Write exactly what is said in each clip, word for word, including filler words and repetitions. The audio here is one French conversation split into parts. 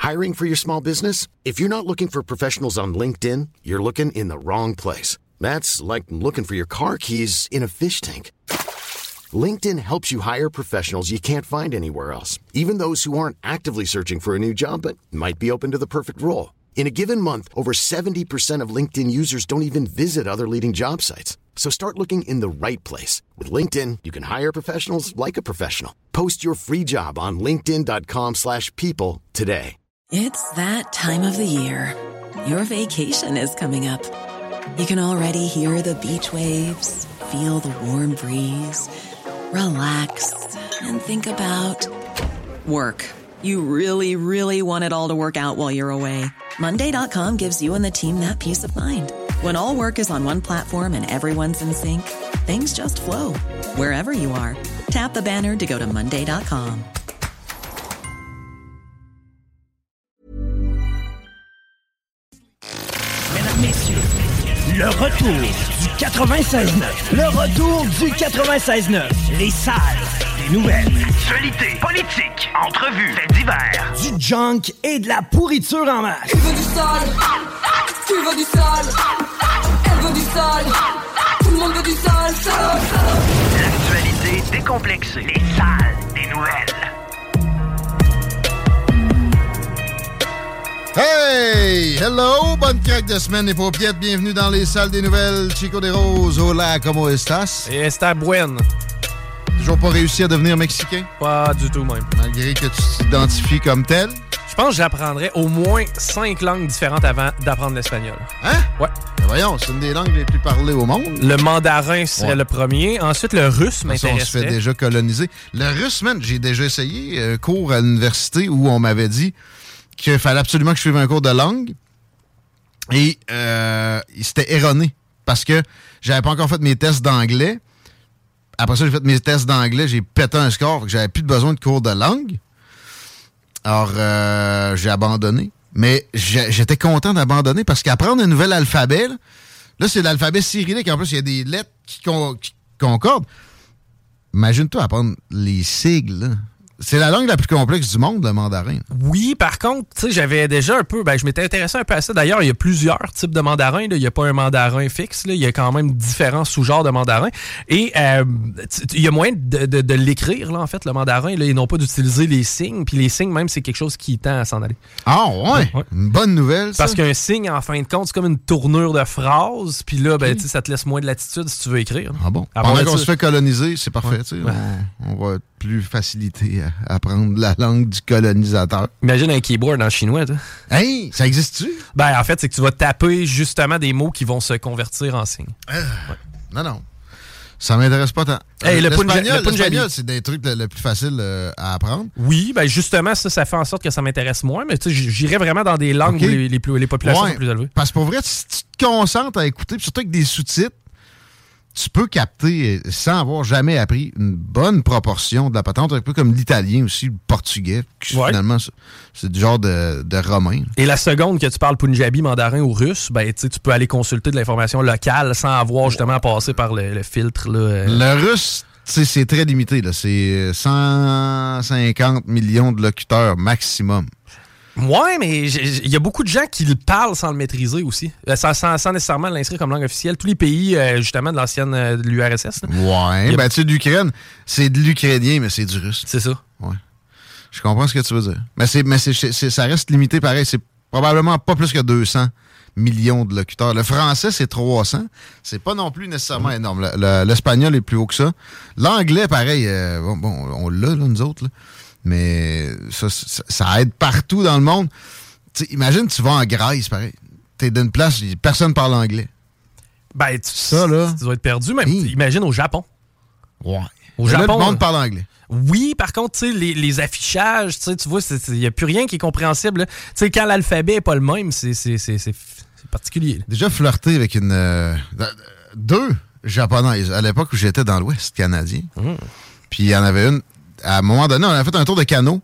Hiring for your small business? If you're not looking for professionals on LinkedIn, you're looking in the wrong place. That's like looking for your car keys in a fish tank. LinkedIn helps you hire professionals you can't find anywhere else, even those who aren't actively searching for a new job but might be open to the perfect role. In a given month, over seventy percent of LinkedIn users don't even visit other leading job sites. So start looking in the right place. With LinkedIn, you can hire professionals like a professional. Post your free job on linkedin.com slash people today. It's that time of the year. Your vacation is coming up. You can already hear the beach waves, feel the warm breeze, relax, and think about work. You really, really want it all to work out while you're away. Monday dot com gives you and the team that peace of mind. When all work is on one platform and everyone's in sync, things just flow. Wherever you are, tap the banner to go to monday dot com. Mesdames, messieurs, le retour du quatre-vingt-seize neuf. Le retour du quatre-vingt-seize neuf. Les salles des nouvelles. Actualité, politique, entrevues, faits divers. Du junk et de la pourriture en masse. Tu veux du sale? Tu veux du sale? Elle veut du sale? Tout le monde veut du sale, sale, sale. L'actualité décomplexée. Les salles des nouvelles. Hey! Hello! Bonne craque de semaine, les paupiètes. Bienvenue dans les salles des nouvelles. Chico de Rose, hola, ¿cómo estás? Et está bueno. Toujours pas réussi à devenir mexicain? Pas du tout, même. Malgré que tu t'identifies comme tel? Je pense que j'apprendrais au moins cinq langues différentes avant d'apprendre l'espagnol. Hein? Ouais. Ben voyons, c'est une des langues les plus parlées au monde. Le mandarin serait ouais. le premier. Ensuite, le russe m'intéresserait. On se fait déjà coloniser. Le russe, man, j'ai déjà essayé un cours à l'université où on m'avait dit qu'il fallait absolument que je suive un cours de langue. Et euh, c'était erroné. Parce que j'avais pas encore fait mes tests d'anglais. Après ça, j'ai fait mes tests d'anglais. J'ai pété un score. Fait que j'avais plus de besoin de cours de langue. Alors, euh, j'ai abandonné. Mais j'étais content d'abandonner parce qu'apprendre un nouvel alphabet, là, là c'est l'alphabet cyrillique. En plus, il y a des lettres qui, con, qui concordent. Imagine-toi apprendre les sigles, là. C'est la langue la plus complexe du monde, le mandarin. Oui, par contre, tu sais, j'avais déjà un peu... Ben, je m'étais intéressé un peu à ça. D'ailleurs, il y a plusieurs types de mandarins. Là. Il n'y a pas un mandarin fixe. Là. Il y a quand même différents sous-genres de mandarin. Et euh, il y a moyen de, de, de l'écrire, là, en fait, le mandarin, là, et non pas d'utiliser les signes. Puis les signes, même, c'est quelque chose qui tend à s'en aller. Ah, ouais? ouais. Une bonne nouvelle, ça. Parce qu'un signe, en fin de compte, c'est comme une tournure de phrase. Puis là, ben, okay. ça te laisse moins de latitude si tu veux écrire. Ah bon? À Pendant qu'on se fait coloniser, c'est parfait. Ouais. Ouais. On, on va être plus facilité à apprendre la langue du colonisateur. Imagine un keyboard en chinois, toi. Hey, ça existe-tu? Ben, en fait, c'est que tu vas taper justement des mots qui vont se convertir en signes. Euh, ouais. Non, non. Ça m'intéresse pas tant. Hey, le l'espagnol, punja- l'espagnol, c'est des trucs le, le plus facile euh, à apprendre. Oui, ben justement, ça, ça fait en sorte que ça m'intéresse moins, mais tu sais, j'irais vraiment dans des langues okay. où les, les, plus, les populations ouais, sont plus élevées. Parce que pour vrai, si tu te concentres à écouter, surtout avec des sous-titres, tu peux capter, sans avoir jamais appris, une bonne proportion de la patente, un peu comme l'italien aussi, le portugais, qui ouais. finalement, c'est du genre de, de romain. Et la seconde que tu parles punjabi, mandarin ou russe, ben, tu peux aller consulter de l'information locale sans avoir justement à passer par le, le filtre. Là, euh... Le russe, c'est très limité. Là. C'est cent cinquante millions de locuteurs maximum. Ouais, mais il y a beaucoup de gens qui le parlent sans le maîtriser aussi, sans, sans, sans nécessairement l'inscrire comme langue officielle. Tous les pays, euh, justement, de l'ancienne euh, de l'U R S S. Là. Ouais, a... ben tu sais, l'Ukraine, c'est de l'ukrainien, mais c'est du russe. C'est ça. Ouais. Je comprends ce que tu veux dire. Mais, c'est, mais c'est, c'est, ça reste limité pareil. C'est probablement pas plus que deux cents millions de locuteurs. Le français, c'est trois cents. C'est pas non plus nécessairement mmh. énorme. Le, le, l'espagnol est plus haut que ça. L'anglais, pareil, euh, bon, bon, on l'a, là, nous autres, là. Mais ça, ça, ça aide partout dans le monde. T'sais, imagine, tu vas en Grèce, pareil. T'es d'une place, personne parle anglais. Ben, tu, ça, là, tu dois être perdu. Même, oui. Imagine au Japon. Ouais. Au Japon, là, le monde parle anglais. Oui, par contre, tu sais, les, les affichages, tu vois, il n'y a plus rien qui est compréhensible. Tu sais, quand l'alphabet n'est pas le même, c'est, c'est, c'est, c'est, c'est particulier. Là. Déjà flirté avec une... Euh, deux japonaises à l'époque où j'étais dans l'Ouest canadien. Mmh. Puis il y en avait une... À un moment donné, on a fait un tour de canot.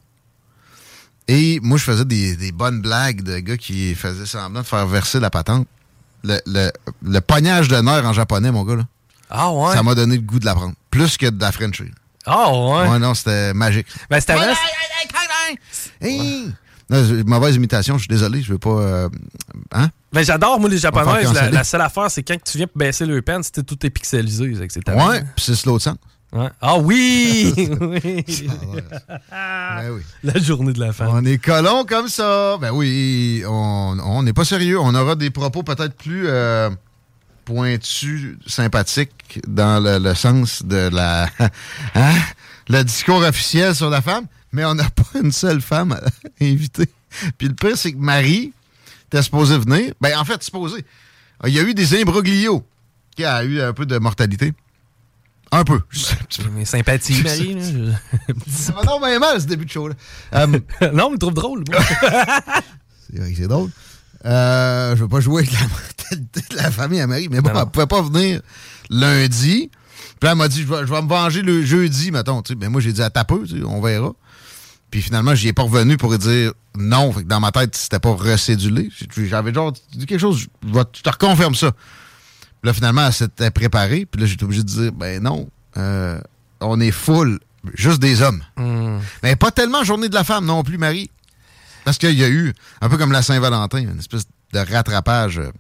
Et moi, je faisais des, des bonnes blagues de gars qui faisaient semblant de faire verser la patente. Le, le, le pognage de nerfs en japonais, mon gars, là. Ah ouais? Ça m'a donné le goût de l'apprendre. Plus que de la Frenchie. Ah ouais? Ouais, non, c'était magique. Ben, c'était vrai. Hey! Non, mauvaise imitation, je suis désolé, je veux pas... Euh, hein? Ben, j'adore, moi, les Japonaises. La, canceller. la seule affaire, c'est quand tu viens pour baisser le pen, c'était tout est pixelisé. C'est que c'est tellement- Ouais, puis c'est l'autre sens. Ouais. Ah oui! oui. Ben oui. La journée de la femme. On est colons comme ça. Ben oui, on n'est pas sérieux. On aura des propos peut-être plus euh, pointus, sympathiques dans le, le sens de la hein? le discours officiel sur la femme, mais on n'a pas une seule femme à inviter. Puis le pire, c'est que Marie était supposée venir. Ben en fait, supposée. Il y a eu des imbroglios qui a eu un peu de mortalité. Un peu. Mes sympathies, Marie. Là, je... Ça va non, mais mal ce début de show-là. Um, non, on me trouve drôle. Moi. c'est vrai que c'est drôle. Euh, je veux pas jouer avec la mortalité de la famille à Marie, mais bon, non, non. elle pouvait pas venir lundi. Puis elle m'a dit, je vais, je vais me venger le jeudi, mettons. Ben moi, j'ai dit, à tapeux, on verra. Puis finalement, j'y ai pas revenu pour lui dire non. Fait que dans ma tête, c'était pas recédulé. J'avais genre dit quelque chose, je, vais, je te reconfirme ça. Puis là, finalement, elle s'était préparée. Puis là, j'étais obligé de dire, ben non, euh, on est full, juste des hommes. Mm. Mais pas tellement journée de la femme non plus, Marie. Parce qu'il y a eu, un peu comme la Saint-Valentin, une espèce de rattrapage euh,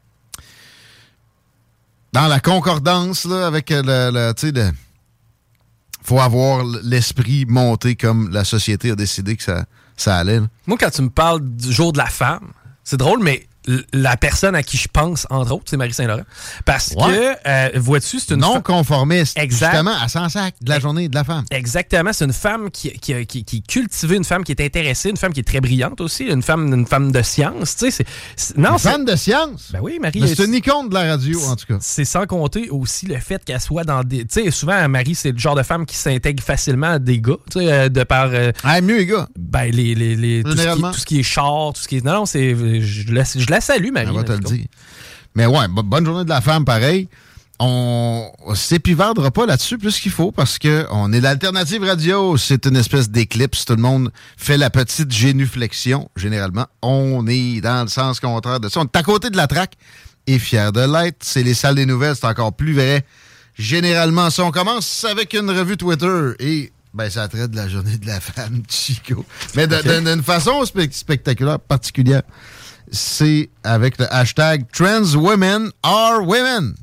dans la concordance là, avec le, le tu sais, le... faut avoir l'esprit monté comme la société a décidé que ça, ça allait. Là. Moi, quand tu me parles du jour de la femme, c'est drôle, mais la personne à qui je pense, entre autres, c'est Marie Saint-Laurent. Parce ouais. que, euh, vois-tu, c'est une non fa- conformiste. Exact. Justement, à cent sac de la journée de la femme. Exactement. C'est une femme qui, qui, qui, qui cultivait, une femme qui est intéressée, une femme qui est très brillante aussi, une femme, une femme de science. Tu sais, c'est, c'est, non, une c'est, femme de science? Ben oui, Marie. Mais c'est une icône de la radio, en tout cas. C'est sans compter aussi le fait qu'elle soit dans des... Tu sais, souvent, Marie, c'est le genre de femme qui s'intègre facilement à des gars, tu sais, de par... Euh, ah, mieux les gars. Ben, les... les, les tout, ce qui, tout ce qui est char, tout ce qui est... Non, non, c'est... Je la, je la salue, Marie. On va te le dire. Mais ouais, bonne journée de la femme, pareil. On s'épivardera pas là-dessus plus qu'il faut parce que on est l'alternative radio. C'est une espèce d'éclipse. Tout le monde fait la petite génuflexion. Généralement, on est dans le sens contraire de ça. On est à côté de la traque et fier de l'être. C'est les salles des nouvelles. C'est encore plus vrai. Généralement, ça, on commence avec une revue Twitter et ben ça traite de la journée de la femme, Chico. Mais okay. d'une façon spe- spectaculaire, particulière. C'est avec le hashtag Trans Women Are Women.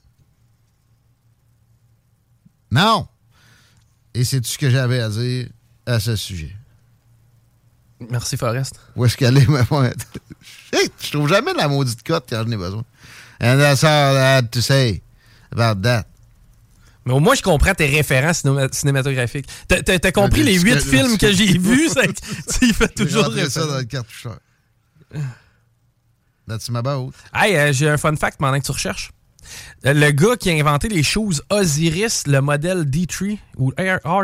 Non. Et c'est tout ce que j'avais à dire à ce sujet. Merci, Forrest. Où est-ce qu'elle est, ma pointe? Je trouve jamais la maudite cote quand j'en ai besoin. And that's all I had to say about that. Mais au moins, je comprends tes références cinéma- cinématographiques. T'as, t'as, t'as compris okay, les huit films que, que j'ai vus? Ça, tu fais toujours référence. ça dans le cartoucheur. That's my boat. Hey, euh, j'ai un fun fact pendant que tu recherches. Le gars qui a inventé les shoes Osiris, le modèle D trois ou R trois.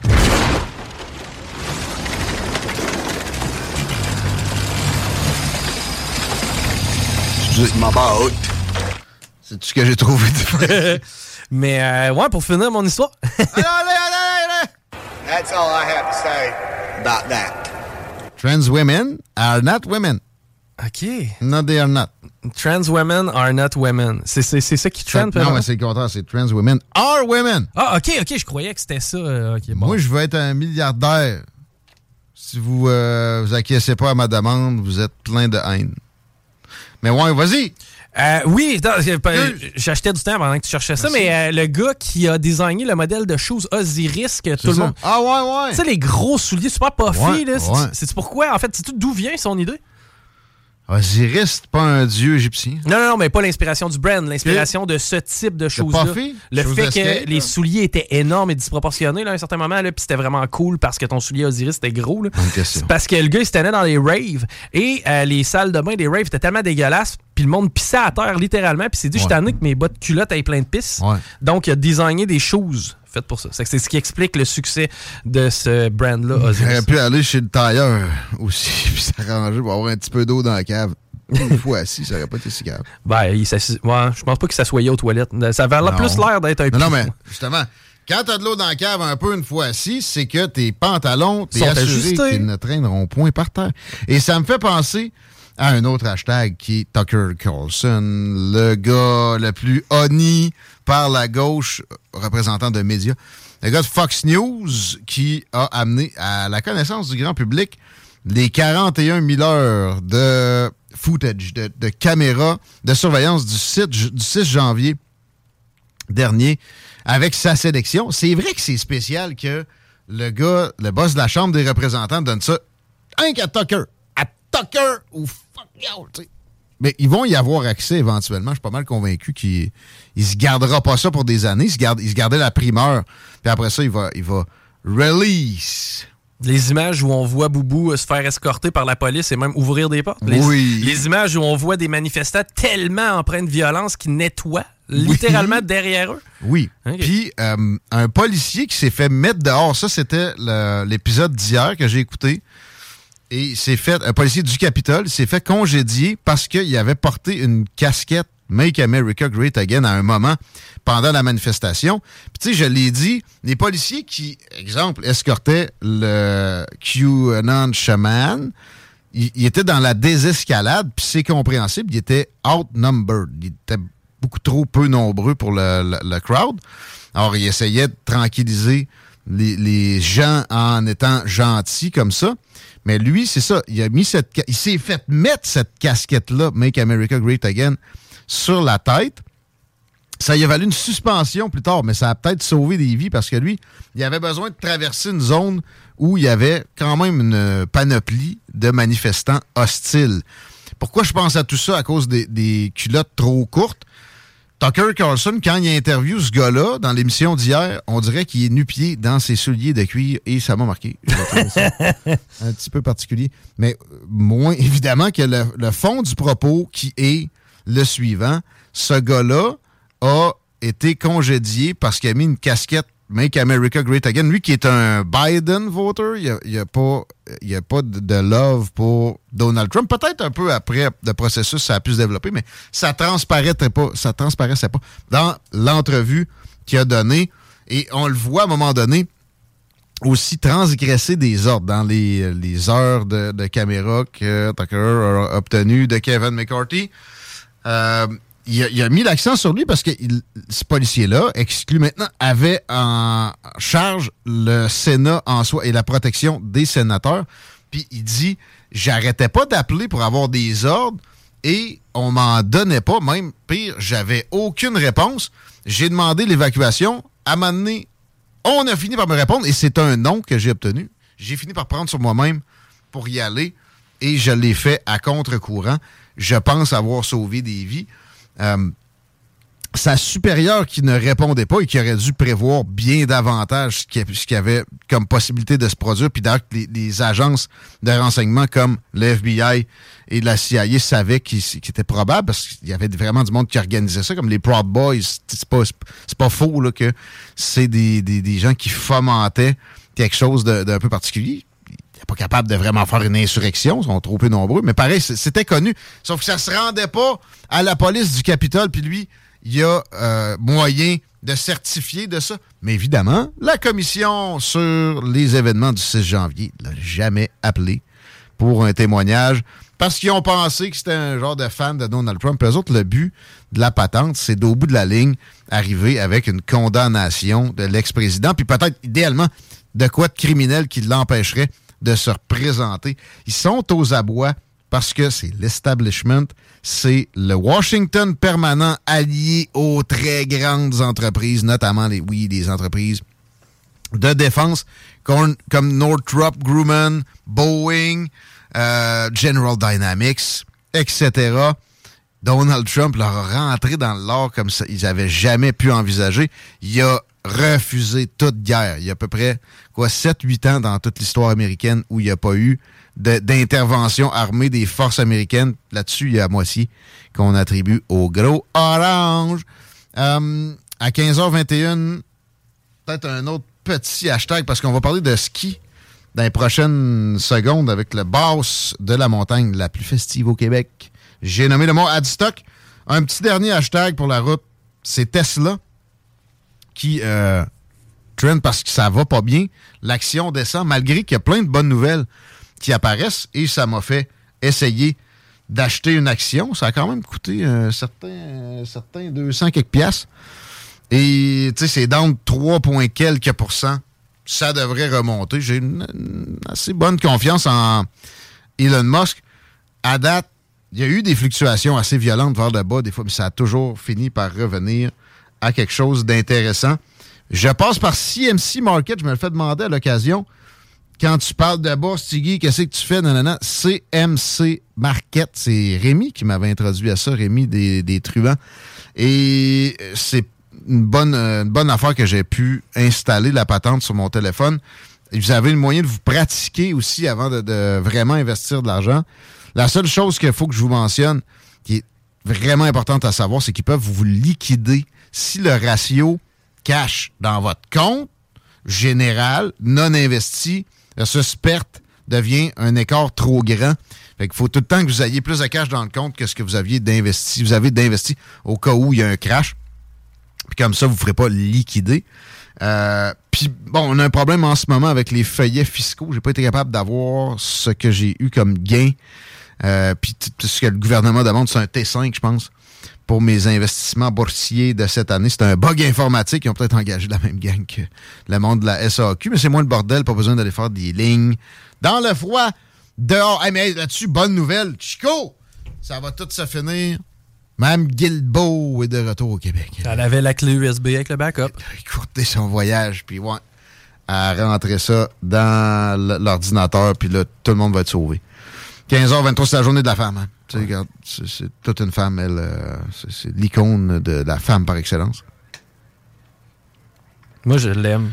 C'est ma boat. C'est tout ce que j'ai trouvé. Mais euh, ouais, pour finir mon histoire. allez, allez, allez, allez. That's all I have to say about that. Trans women are not women. OK. No, they are not. Trans women are not women. C'est, c'est, c'est ça qui trend? Non, mais c'est le contraire. C'est trans women are women. Ah, OK, OK. Je croyais que c'était ça. Okay, bon. Moi, je veux être un milliardaire. Si vous euh, vous acquiescez pas à ma demande, vous êtes plein de haine. Mais ouais, vas-y. Euh, oui, attends, j'achetais du temps pendant que tu cherchais ça, Merci. mais euh, le gars qui a designé le modèle de shoes Osiris que tout c'est le ça. monde... Ah ouais, ouais. Tu sais, les gros souliers super puffy, ouais, là. C'est, ouais. c'est pourquoi, en fait, c'est tout d'où vient son idée? Osiris, c'est pas un dieu égyptien. Non, non, non, mais pas l'inspiration du brand, l'inspiration de ce type de choses-là. Le chose fait d'escape, que les souliers étaient énormes et disproportionnés là, à un certain moment, là, puis c'était vraiment cool parce que ton soulier Osiris était gros. Là. C'est parce que le gars, il se tenait dans les raves et euh, les salles de bain des raves étaient tellement dégueulasses, puis le monde pissait à terre littéralement, puis il s'est dit, ouais. je t'en ai que mes bottes culottes aient plein de pisse. Ouais. Donc, il a designé des choses faites pour ça. C'est, c'est ce qui explique le succès de ce brand-là, Osiris. J'aurais pu aller chez le tailleur aussi, puis s'arranger pour avoir un petit peu d'eau dans la cave. Une fois assis, ça aurait pas été si grave. Ben, il s'assit... ouais, je pense pas qu'il s'assoyait aux toilettes. Ça avait non. plus l'air d'être un peu. Non, non, mais justement, quand t'as de l'eau dans la cave un peu une fois assis, c'est que tes pantalons, t'es sont assuré ajustés. qu'ils ne traîneront point par terre. Et ça me fait penser à un autre hashtag qui est Tucker Carlson, le gars le plus honni par la gauche, représentant de médias. Le gars de Fox News qui a amené à la connaissance du grand public les quarante et un mille heures de footage, de, de caméras de surveillance du, site, du six janvier dernier avec sa sélection. C'est vrai que c'est spécial que le gars, le boss de la Chambre des représentants donne ça rien qu'à Tucker. À Tucker ou fuck you, tu sais. Mais ils vont y avoir accès éventuellement. Je suis pas mal convaincu qu'il ne se gardera pas ça pour des années. Il se, garde, il se gardait la primeur. Puis après ça, il va, il va release. Les images où on voit Boubou se faire escorter par la police et même ouvrir des portes. Les, oui. Les images où on voit des manifestants tellement empreints de violence qui nettoient littéralement oui. derrière eux. Oui. Okay. Puis euh, un policier qui s'est fait mettre dehors. Ça, c'était le, l'épisode d'hier que j'ai écouté. Et il s'est fait, un policier du Capitole, il s'est fait congédier parce qu'il avait porté une casquette Make America Great Again à un moment pendant la manifestation. Puis tu sais, je l'ai dit, les policiers qui, exemple, escortaient le QAnon Shaman, ils, ils étaient dans la désescalade, puis c'est compréhensible, ils étaient outnumbered. Ils étaient beaucoup trop peu nombreux pour le, le, le crowd. Alors, ils essayaient de tranquilliser les, les gens en étant gentils comme ça. Mais lui, c'est ça, il a mis cette, il s'est fait mettre cette casquette-là, Make America Great Again, sur la tête. Ça lui a valu une suspension plus tard, mais ça a peut-être sauvé des vies parce que lui, il avait besoin de traverser une zone où il y avait quand même une panoplie de manifestants hostiles. Pourquoi je pense à tout ça? À cause des, des culottes trop courtes. Tucker Carlson, quand il interviewe ce gars-là dans l'émission d'hier, on dirait qu'il est nu-pied dans ses souliers de cuir et ça m'a marqué. Ça un petit peu particulier. Mais moins évidemment que le, le fond du propos qui est le suivant. Ce gars-là a été congédié parce qu'il a mis une casquette Make America Great Again. Lui qui est un Biden voter, il n'y a, a pas, il y a pas de, de love pour Donald Trump. Peut-être un peu après le processus, ça a pu se développer, mais ça transparaîtrait pas, ça transparaissait pas dans l'entrevue qu'il a donnée. Et on le voit à un moment donné aussi transgresser des ordres dans les, les heures de, de caméra que Tucker a obtenues de Kevin McCarthy. Euh, Il a, il a mis l'accent sur lui parce que il, ce policier-là, exclu maintenant, avait en charge le Sénat en soi et la protection des sénateurs. Puis il dit, j'arrêtais pas d'appeler pour avoir des ordres et on m'en donnait pas. Même pire, j'avais aucune réponse. J'ai demandé l'évacuation. À un moment donné, on a fini par me répondre et c'est un non que j'ai obtenu. J'ai fini par prendre sur moi-même pour y aller et je l'ai fait à contre-courant. Je pense avoir sauvé des vies. Euh, sa supérieure qui ne répondait pas et qui aurait dû prévoir bien davantage ce qu'il y avait comme possibilité de se produire, puis d'ailleurs les, les agences de renseignement comme le F B I et la C I A savaient qu'il, qu'il était probable, parce qu'il y avait vraiment du monde qui organisait ça, comme les Proud Boys. C'est pas, c'est pas faux là, que c'est des, des, des gens qui fomentaient quelque chose de, d'un peu particulier. Pas capable de vraiment faire une insurrection, ils sont trop peu nombreux, mais pareil, c'était connu. Sauf que ça se rendait pas à la police du Capitole, puis lui, il y a euh, moyen de certifier de ça. Mais évidemment, la commission sur les événements du six janvier l'a jamais appelé pour un témoignage, parce qu'ils ont pensé que c'était un genre de fan de Donald Trump. Puis eux autres, le but de la patente, c'est d'au bout de la ligne, arriver avec une condamnation de l'ex-président, puis peut-être, idéalement, de quoi de criminel qui l'empêcherait de se représenter. Ils sont aux abois parce que c'est l'establishment, c'est le Washington permanent allié aux très grandes entreprises, notamment les, oui, des entreprises de défense comme, comme Northrop Grumman, Boeing, euh, General Dynamics, et cetera. Donald Trump leur a rentré dans le lard comme ça, ils n'avaient jamais pu envisager. Il a refusé toute guerre. Il y a à peu près quoi sept huit ans dans toute l'histoire américaine où il n'y a pas eu de, d'intervention armée des forces américaines. Là-dessus, il y a la moitié qu'on attribue au gros orange. Euh, à quinze heures vingt et une, peut-être un autre petit hashtag parce qu'on va parler de ski dans les prochaines secondes avec le boss de la montagne la plus festive au Québec. J'ai nommé le mot Adstock. Un petit dernier hashtag pour la route, c'est Tesla qui euh, trend parce que ça va pas bien. L'action descend malgré qu'il y a plein de bonnes nouvelles qui apparaissent et ça m'a fait essayer d'acheter une action. Ça a quand même coûté un certain, un certain deux cents quelques piastres. Et tu sais, c'est dans trois points quelques pourcents ça devrait remonter. J'ai une, une assez bonne confiance en Elon Musk. À date, il y a eu des fluctuations assez violentes vers le bas, des fois, mais ça a toujours fini par revenir à quelque chose d'intéressant. Je passe par C M C Market, je me le fais demander à l'occasion. Quand tu parles de bas, Stiggy, qu'est-ce que tu fais? Non, non, non. C M C Market, c'est Rémi qui m'avait introduit à ça, Rémi des, des Truands. Et c'est une bonne, une bonne affaire que j'ai pu installer la patente sur mon téléphone. Et vous avez le moyen de vous pratiquer aussi avant de, de vraiment investir de l'argent. La seule chose qu'il faut que je vous mentionne, qui est vraiment importante à savoir, c'est qu'ils peuvent vous liquider si le ratio cash dans votre compte général, non investi, versus perte devient un écart trop grand. Fait qu'il faut tout le temps que vous ayez plus de cash dans le compte que ce que vous aviez d'investi. Vous avez d'investi au cas où il y a un crash. Puis comme ça, vous ne ferez pas liquider. Euh, Puis bon, on a un problème en ce moment avec les feuillets fiscaux. J'ai pas été capable d'avoir ce que j'ai eu comme gain. Euh, Puis ce que le gouvernement demande, c'est un T cinq, je pense, pour mes investissements boursiers de cette année. C'est un bug informatique. Ils ont peut-être engagé la même gang que le monde de la S A Q, mais c'est moins le bordel, pas besoin d'aller faire des lignes dans le froid, dehors. Hey, mais là-dessus, bonne nouvelle. Chico, ça va tout se finir. Même Guilbeault est de retour au Québec. Elle avait la clé U S B avec le backup. Elle a écourté son voyage, puis ouais, elle a rentré ça dans l'ordinateur, puis là, tout le monde va être sauvé. quinze heures vingt-trois, c'est la journée de la femme. Hein. Tu sais, regarde, c'est, c'est toute une femme, elle. Euh, c'est, c'est l'icône de la femme par excellence. Moi, je l'aime.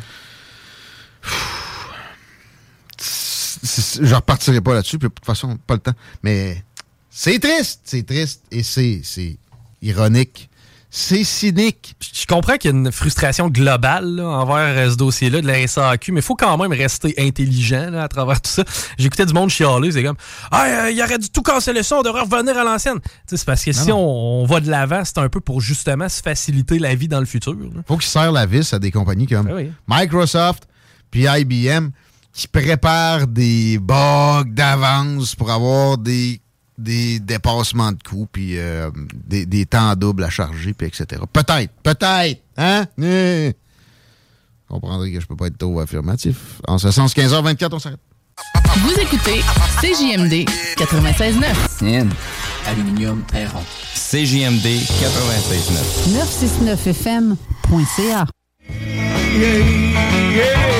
C'est, c'est, je repartirai pas là-dessus, puis de toute façon, pas le temps. Mais c'est triste, c'est triste, et c'est, c'est ironique. C'est cynique. Je comprends qu'il y a une frustration globale là, envers ce dossier-là de la S A Q, mais il faut quand même rester intelligent là, à travers tout ça. J'écoutais du monde chialer, c'est comme « Ah, euh, il aurait dû tout canceller ça, on devrait revenir à l'ancienne. » C'est parce que non, si non. On, on va de l'avant, c'est un peu pour justement se faciliter la vie dans le futur. Il faut qu'ils serrent la vis à des compagnies comme ah oui. Microsoft puis I B M qui préparent des bugs d'avance pour avoir des des dépassements de coûts, puis euh, des, des temps doubles à charger, puis et cetera. Peut-être, peut-être, hein? Vous comprendrez que je peux pas être trop affirmatif. En ce sens, quinze heures vingt-quatre, on s'arrête. Vous écoutez C J M D quatre-vingt-seize neuf. N. Aluminium Perron. C J M D quatre-vingt-seize neuf. neuf cent soixante-neuf F M point C A. Yeah, yeah.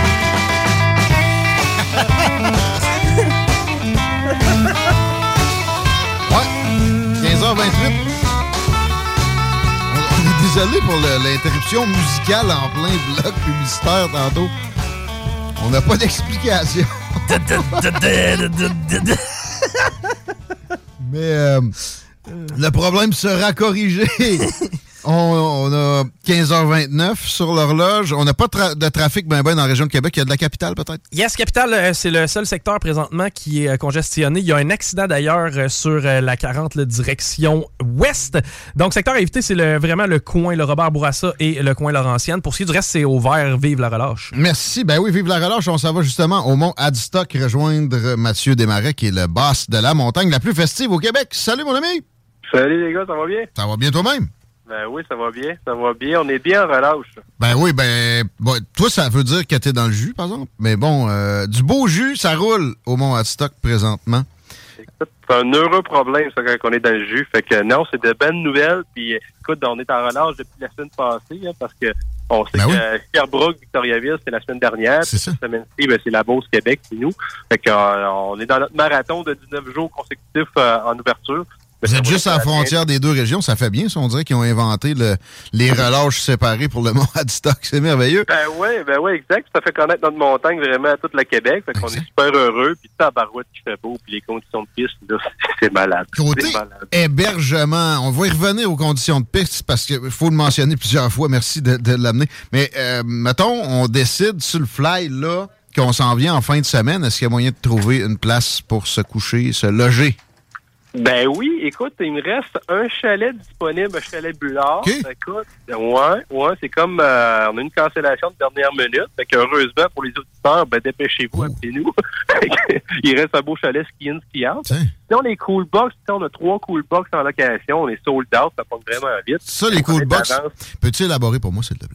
quinze heures vingt-huit. On est désolé pour le, l'interruption musicale en plein bloc publicitaire tantôt. On n'a pas d'explication. Mais euh, le problème sera corrigé. On, on a quinze heures vingt-neuf sur l'horloge. On n'a pas tra- de trafic ben ben dans la région de Québec. Il y a de la capitale, peut-être? Yes, capitale, euh, c'est le seul secteur présentement qui est euh, congestionné. Il y a un accident, d'ailleurs, euh, sur euh, la quarante, là, direction ouest. Donc, secteur à éviter, c'est le, vraiment le coin, le Robert Bourassa et le coin Laurentienne. Pour ce qui est du reste, c'est au vert. Vive la relâche. Merci. Ben oui, vive la relâche. On s'en va justement au mont Adstock rejoindre Mathieu Desmarais, qui est le boss de la montagne la plus festive au Québec. Salut, mon ami! Salut, les gars, ça va bien? Ça va bien toi-même? Ben oui, ça va bien, ça va bien. On est bien en relâche. Ben oui, ben, bon, toi, ça veut dire que t'es dans le jus, par exemple. Mais bon, euh, du beau jus, ça roule au Mont Adstock présentement. Écoute, c'est un heureux problème, ça, quand on est dans le jus. Fait que non, c'est de bonnes nouvelles. Puis, écoute, on est en relâche depuis la semaine passée, hein, parce que on sait ben que oui. Sherbrooke, Victoriaville, c'est la semaine dernière. C'est ça. Cette semaine-ci, ben, c'est la Beauce Québec, c'est nous. Fait que, euh, on est dans notre marathon de dix-neuf jours consécutifs euh, en ouverture. Vous êtes juste à la frontière des deux régions, ça fait bien, ça. On dirait qu'ils ont inventé le, les relâches séparées pour le Mont Adstock. C'est merveilleux. Ben oui, ben oui, exact. Ça fait connaître notre montagne vraiment à toute la Québec. Fait qu'on est super heureux. Puis tout à barouette qui fait beau, puis les conditions de piste, là, c'est malade. Côté c'est malade. Hébergement, on va y revenir aux conditions de piste parce qu'il faut le mentionner plusieurs fois. Merci de, de l'amener. Mais euh, mettons, on décide sur le fly, là, qu'on s'en vient en fin de semaine. Est-ce qu'il y a moyen de trouver une place pour se coucher, se loger? Ben oui, écoute, il me reste un chalet disponible, un chalet Bullard. Okay. Écoute, ouais, ouais, c'est comme euh, on a une cancellation de dernière minute. Fait qu'heureusement pour les auditeurs, ben dépêchez-vous, oh. appelez-nous. Il reste un beau chalet ski-in, ski-out. Sinon, les cool box, on a trois cool box en location, on est sold out, ça prend vraiment vite. Ça, les cool box, peux-tu élaborer pour moi, s'il te plaît?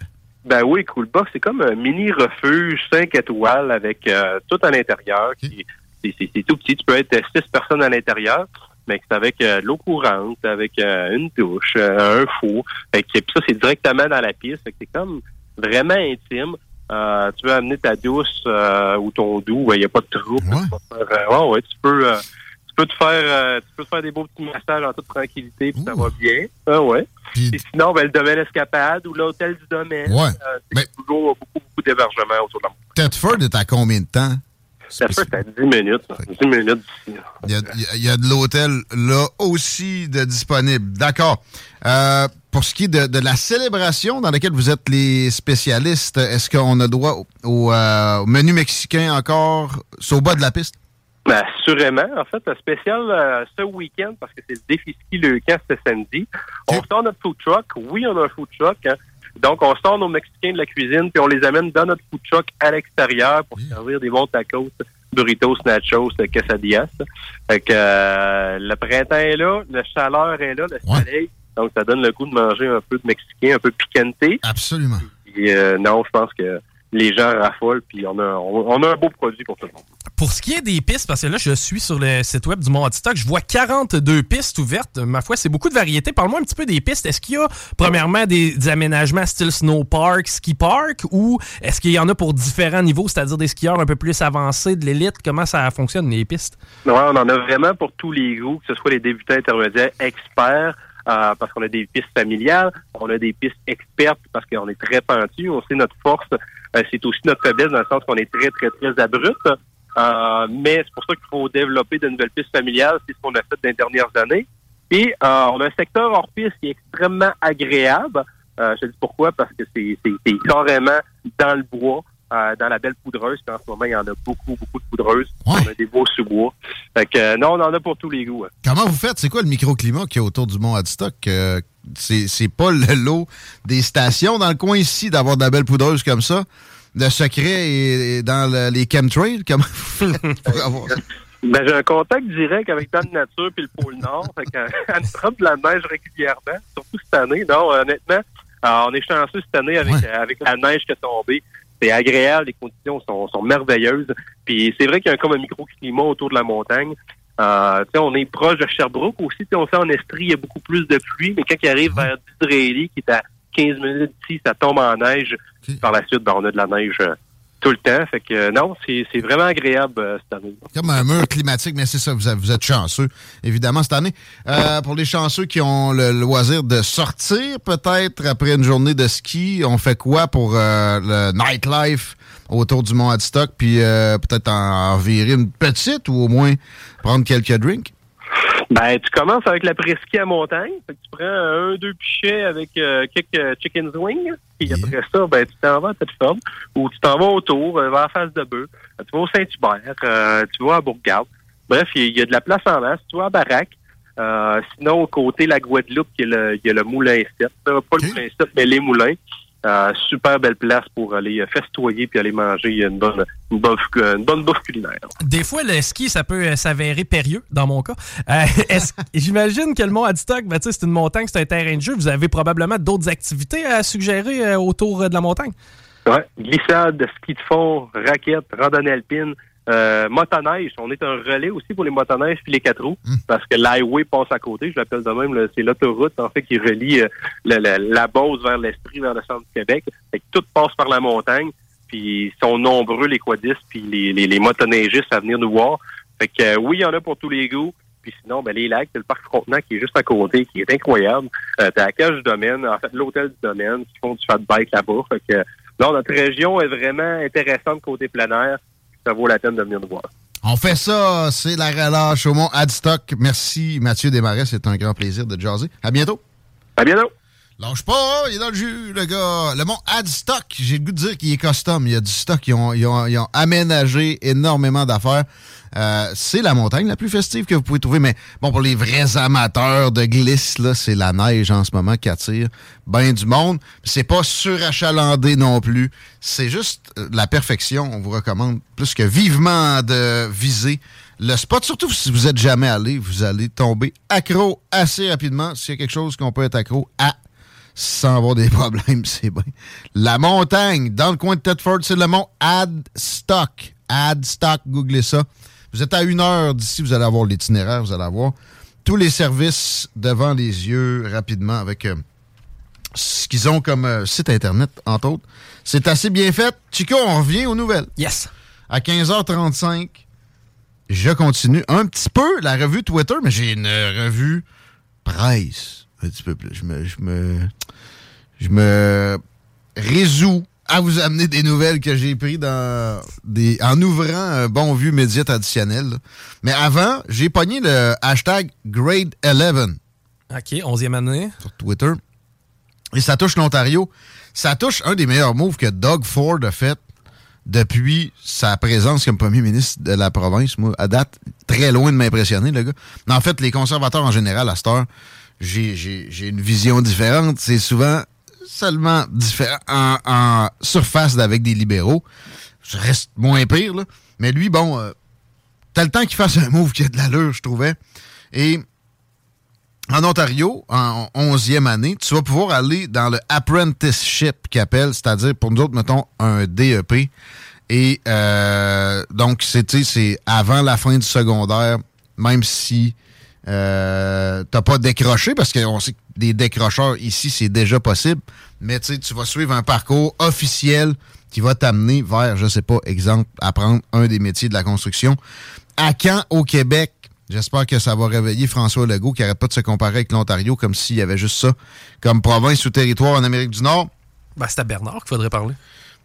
Ben oui, Coolbox, c'est comme un mini refuge cinq étoiles avec euh, tout à l'intérieur. Qui, c'est, c'est, c'est tout petit. Tu peux être six personnes à l'intérieur, mais c'est avec euh, de l'eau courante, avec euh, une douche, euh, un four. Fait que, puis ça, c'est directement dans la piste. Fait que c'est comme vraiment intime. Euh, tu veux amener ta douce euh, ou ton doux, il n'y a pas de trou. Ouais. Tu peux, faire, euh, ouais, ouais, tu peux, euh, tu peux te faire, euh, tu peux te faire des beaux petits massages en toute tranquillité, puis ça va bien. Ah ouais. Puis sinon, ben, le domaine Escapade ou l'hôtel du domaine. Ouais. Euh, c'est Mais... toujours beaucoup, beaucoup d'hébergements autour de la montagne. Thetford est à combien de temps? Thetford, c'est à dix minutes. dix minutes d'ici. Il y a, il y a de l'hôtel là aussi de disponible. D'accord. Euh, pour ce qui est de, de la célébration dans laquelle vous êtes les spécialistes, est-ce qu'on a droit au, au, euh, au menu mexicain encore sur le bas de la piste? Ben, assurément. En fait, le spécial euh, ce week-end, parce que c'est le défi ski le camp ce samedi, okay. On sort notre food truck. Oui, on a un food truck. Hein. Donc, on sort nos Mexicains de la cuisine, puis on les amène dans notre food truck à l'extérieur pour oui. servir des bons tacos, burritos, nachos, quesadillas. Fait que euh, le printemps est là, la chaleur est là, le ouais. soleil. Donc, ça donne le goût de manger un peu de mexicain, un peu piquanté. Absolument. Puis, euh, non, je pense que les gens raffolent, puis on a, on, on a un beau produit pour tout le monde. Pour ce qui est des pistes, parce que là, je suis sur le site web du Mont Adstock, je vois quarante-deux pistes ouvertes. Ma foi, c'est beaucoup de variétés. Parle-moi un petit peu des pistes. Est-ce qu'il y a, premièrement, des, des aménagements style snow park, ski park, ou est-ce qu'il y en a pour différents niveaux, c'est-à-dire des skieurs un peu plus avancés, de l'élite? Comment ça fonctionne, les pistes? Ouais, on en a vraiment pour tous les goûts, que ce soit les débutants, intermédiaires, experts, euh, parce qu'on a des pistes familiales, on a des pistes expertes parce qu'on est très pentu. On sait notre force, euh, c'est aussi notre faiblesse dans le sens qu'on est très, très, très abrupt. Euh, mais c'est pour ça qu'il faut développer de nouvelles pistes familiales. C'est ce qu'on a fait dans les dernières années. Et euh, on a un secteur hors piste qui est extrêmement agréable. Euh, je te dis pourquoi, parce que c'est, c'est, c'est carrément dans le bois, euh, dans la belle poudreuse. Puis en ce moment, il y en a beaucoup, beaucoup de poudreuses. Ouais. On a des beaux sous-bois. Fait que euh, non, on en a pour tous les goûts. Hein. Comment vous faites? C'est quoi le microclimat qu'il y a autour du Mont Adstock? Euh, c'est, c'est pas le lot des stations dans le coin ici d'avoir de la belle poudreuse comme ça? Le secret est dans le, les chemtrails? Comment vous faites pour avoir ça? Ben, j'ai un contact direct avec Dame Nature puis le pôle Nord. Fait qu'elle nous drop de la neige régulièrement, surtout cette année. Non, honnêtement, alors, on est chanceux cette année avec, ouais. avec la neige qui est tombée. C'est agréable, les conditions sont, sont merveilleuses. Puis c'est vrai qu'il y a comme un microclimat autour de la montagne. Euh, on est proche de Sherbrooke aussi. On sait en Estrie, il y a beaucoup plus de pluie, mais quand il arrive vers Disraeli, qui est à quinze minutes d'ici, ça tombe en neige. Okay. Par la suite, ben, on a de la neige euh, tout le temps. Fait que euh, non, c'est, c'est vraiment agréable euh, cette année. Comme un mur climatique, mais c'est ça, vous, avez, vous êtes chanceux, évidemment, cette année. Euh, pour les chanceux qui ont le loisir de sortir, peut-être, après une journée de ski, on fait quoi pour euh, le nightlife autour du Mont Adstock, puis euh, peut-être en, en virer une petite ou au moins prendre quelques drinks? Ben, tu commences avec la presqu'île à montagne. Fait que tu prends un, deux pichets avec euh, quelques chicken wings. Et yeah. Après ça, ben, tu t'en vas à Thetford ou tu t'en vas autour, euh, vers la face de Bœuf. Tu vas au Saint-Hubert, euh, tu vas à Bourgade. Bref, il y, y a de la place en masse. Tu vas à Baraque. Euh, sinon, au côté la Guadeloupe, il y a le, y a le Moulin sept. Pas okay. le Moulin sept, mais les moulins. Euh, super belle place pour aller festoyer puis aller manger une bonne, une bonne, une bonne bouffe culinaire. Des fois, le ski, ça peut s'avérer périlleux, dans mon cas. Euh, est-ce, j'imagine que le Mont Adstock, ben, c'est une montagne, c'est un terrain de jeu. Vous avez probablement d'autres activités à suggérer euh, autour de la montagne? Oui, glissade, ski de fond, raquettes, randonnée alpine, euh, motoneige. On est un relais aussi pour les motoneiges puis les quatre roues, mmh. parce que l'highway passe à côté. Je l'appelle de même, là, c'est l'autoroute en fait qui relie euh, la, la, la Beauce vers l'Estrie, vers le centre du Québec. Fait que tout passe par la montagne. Puis ils sont nombreux les quadistes puis les, les, les motoneigistes à venir nous voir. Fait que euh, oui, il y en a pour tous les goûts. Puis sinon, ben les lacs, c'est le parc Frontenac qui est juste à côté, qui est incroyable. Euh, t'as la cage du domaine, en fait l'hôtel du domaine, qui font du fat bike là-bas. Fait que non, notre région est vraiment intéressante côté plein air. Ça vaut la peine de venir nous voir. On fait ça, c'est la relâche au Mont Adstock. Merci Mathieu Desmarais, c'est un grand plaisir de jaser. À bientôt. À bientôt. Lâche pas, il est dans le jus, le gars. Le Mont Adstock, j'ai le goût de dire qu'il est custom. Il y a du stock, ils ont, ils ont, ils ont aménagé énormément d'affaires. Euh, c'est la montagne la plus festive que vous pouvez trouver, mais bon, pour les vrais amateurs de glisse, là, c'est la neige en ce moment qui attire ben du monde. C'est pas surachalandé non plus. C'est juste la perfection. On vous recommande plus que vivement de viser le spot. Surtout si vous êtes jamais allé, vous allez tomber accro assez rapidement. S'il y a quelque chose qu'on peut être accro à, sans avoir des problèmes, c'est bien. La montagne, dans le coin de Thetford, c'est le mont Adstock. Adstock, googlez ça. Vous êtes à une heure d'ici, vous allez avoir l'itinéraire, vous allez avoir tous les services devant les yeux rapidement avec euh, ce qu'ils ont comme euh, site Internet, entre autres. C'est assez bien fait. Chico, on revient aux nouvelles. Yes. À quinze heures trente-cinq, je continue un petit peu la revue Twitter, mais j'ai une revue presse. Un petit peu plus. Je me, je me, je me résous à vous amener des nouvelles que j'ai prises dans des, en ouvrant un bon vieux média traditionnel. Là. Mais avant, j'ai pogné le hashtag Grade eleven. OK, onzième année. Sur Twitter. Et ça touche l'Ontario. Ça touche un des meilleurs moves que Doug Ford a fait depuis sa présence comme premier ministre de la province. Moi, à date, très loin de m'impressionner, le gars. Mais en fait, les conservateurs en général, à cette heure, j'ai, j'ai, j'ai une vision différente. C'est souvent seulement différent en, en surface avec des libéraux. Je reste moins pire, là. Mais lui, bon, euh, t'as le temps qu'il fasse un move qui a de l'allure, je trouvais. Et en Ontario, en onzième année, tu vas pouvoir aller dans le apprenticeship qu'ils appellent, c'est-à-dire, pour nous autres, mettons, un D E P. Et euh, donc, c'est, c'est avant la fin du secondaire, même si euh, t'as pas décroché, parce qu'on sait que des décrocheurs ici, c'est déjà possible, mais tu vas suivre un parcours officiel qui va t'amener vers, je sais pas, exemple, apprendre un des métiers de la construction. À Caen, au Québec, j'espère que ça va réveiller François Legault qui n'arrête pas de se comparer avec l'Ontario comme s'il y avait juste ça comme province ou territoire en Amérique du Nord. Ben, c'est à Bernard qu'il faudrait parler.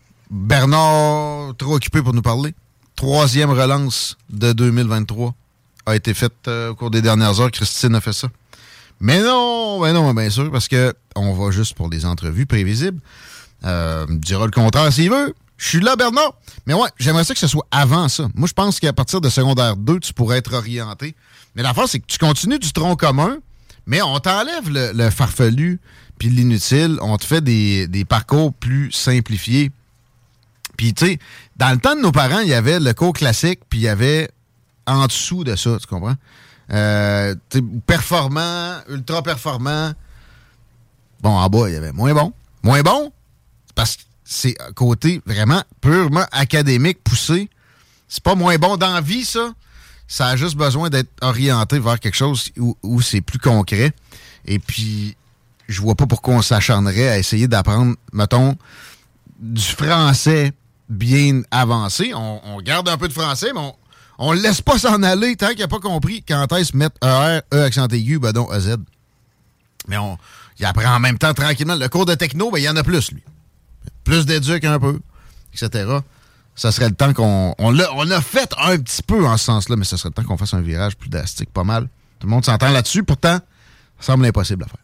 Bernard, trop occupé pour nous parler. Troisième relance de deux mille vingt-trois a été faite euh, au cours des dernières heures. Christine a fait ça. Mais non, ben non, bien sûr, parce que on va juste pour des entrevues prévisibles. Euh, il dira le contraire s'il veut. Je suis là, Bernard. Mais ouais, j'aimerais ça que ce soit avant ça. Moi, je pense qu'à partir de secondaire deux, tu pourrais être orienté. Mais l'affaire, c'est que tu continues du tronc commun, mais on t'enlève le, le farfelu puis l'inutile. On te fait des, des parcours plus simplifiés. Puis, tu sais, dans le temps de nos parents, il y avait le cours classique, puis il y avait en dessous de ça, tu comprends? Euh, performant, ultra performant. Bon, en bas, il y avait moins bon. Moins bon, parce que c'est un côté vraiment purement académique, poussé. C'est pas moins bon dans la vie, ça. Ça a juste besoin d'être orienté vers quelque chose où, où c'est plus concret. Et puis, je vois pas pourquoi on s'acharnerait à essayer d'apprendre, mettons, du français bien avancé. On, on garde un peu de français, mais on on le laisse pas s'en aller tant qu'il n'a pas compris quand est-ce mettre E R, E accent aigu, ben donc E Z. Mais on, il apprend en même temps tranquillement. Le cours de techno, ben il y en a plus, lui. Plus d'éduc un peu, et cetera. Ça serait le temps qu'on... On l'a, on a fait un petit peu en ce sens-là, mais ça serait le temps qu'on fasse un virage plus drastique, pas mal. Tout le monde s'entend là-dessus, pourtant, ça semble impossible à faire.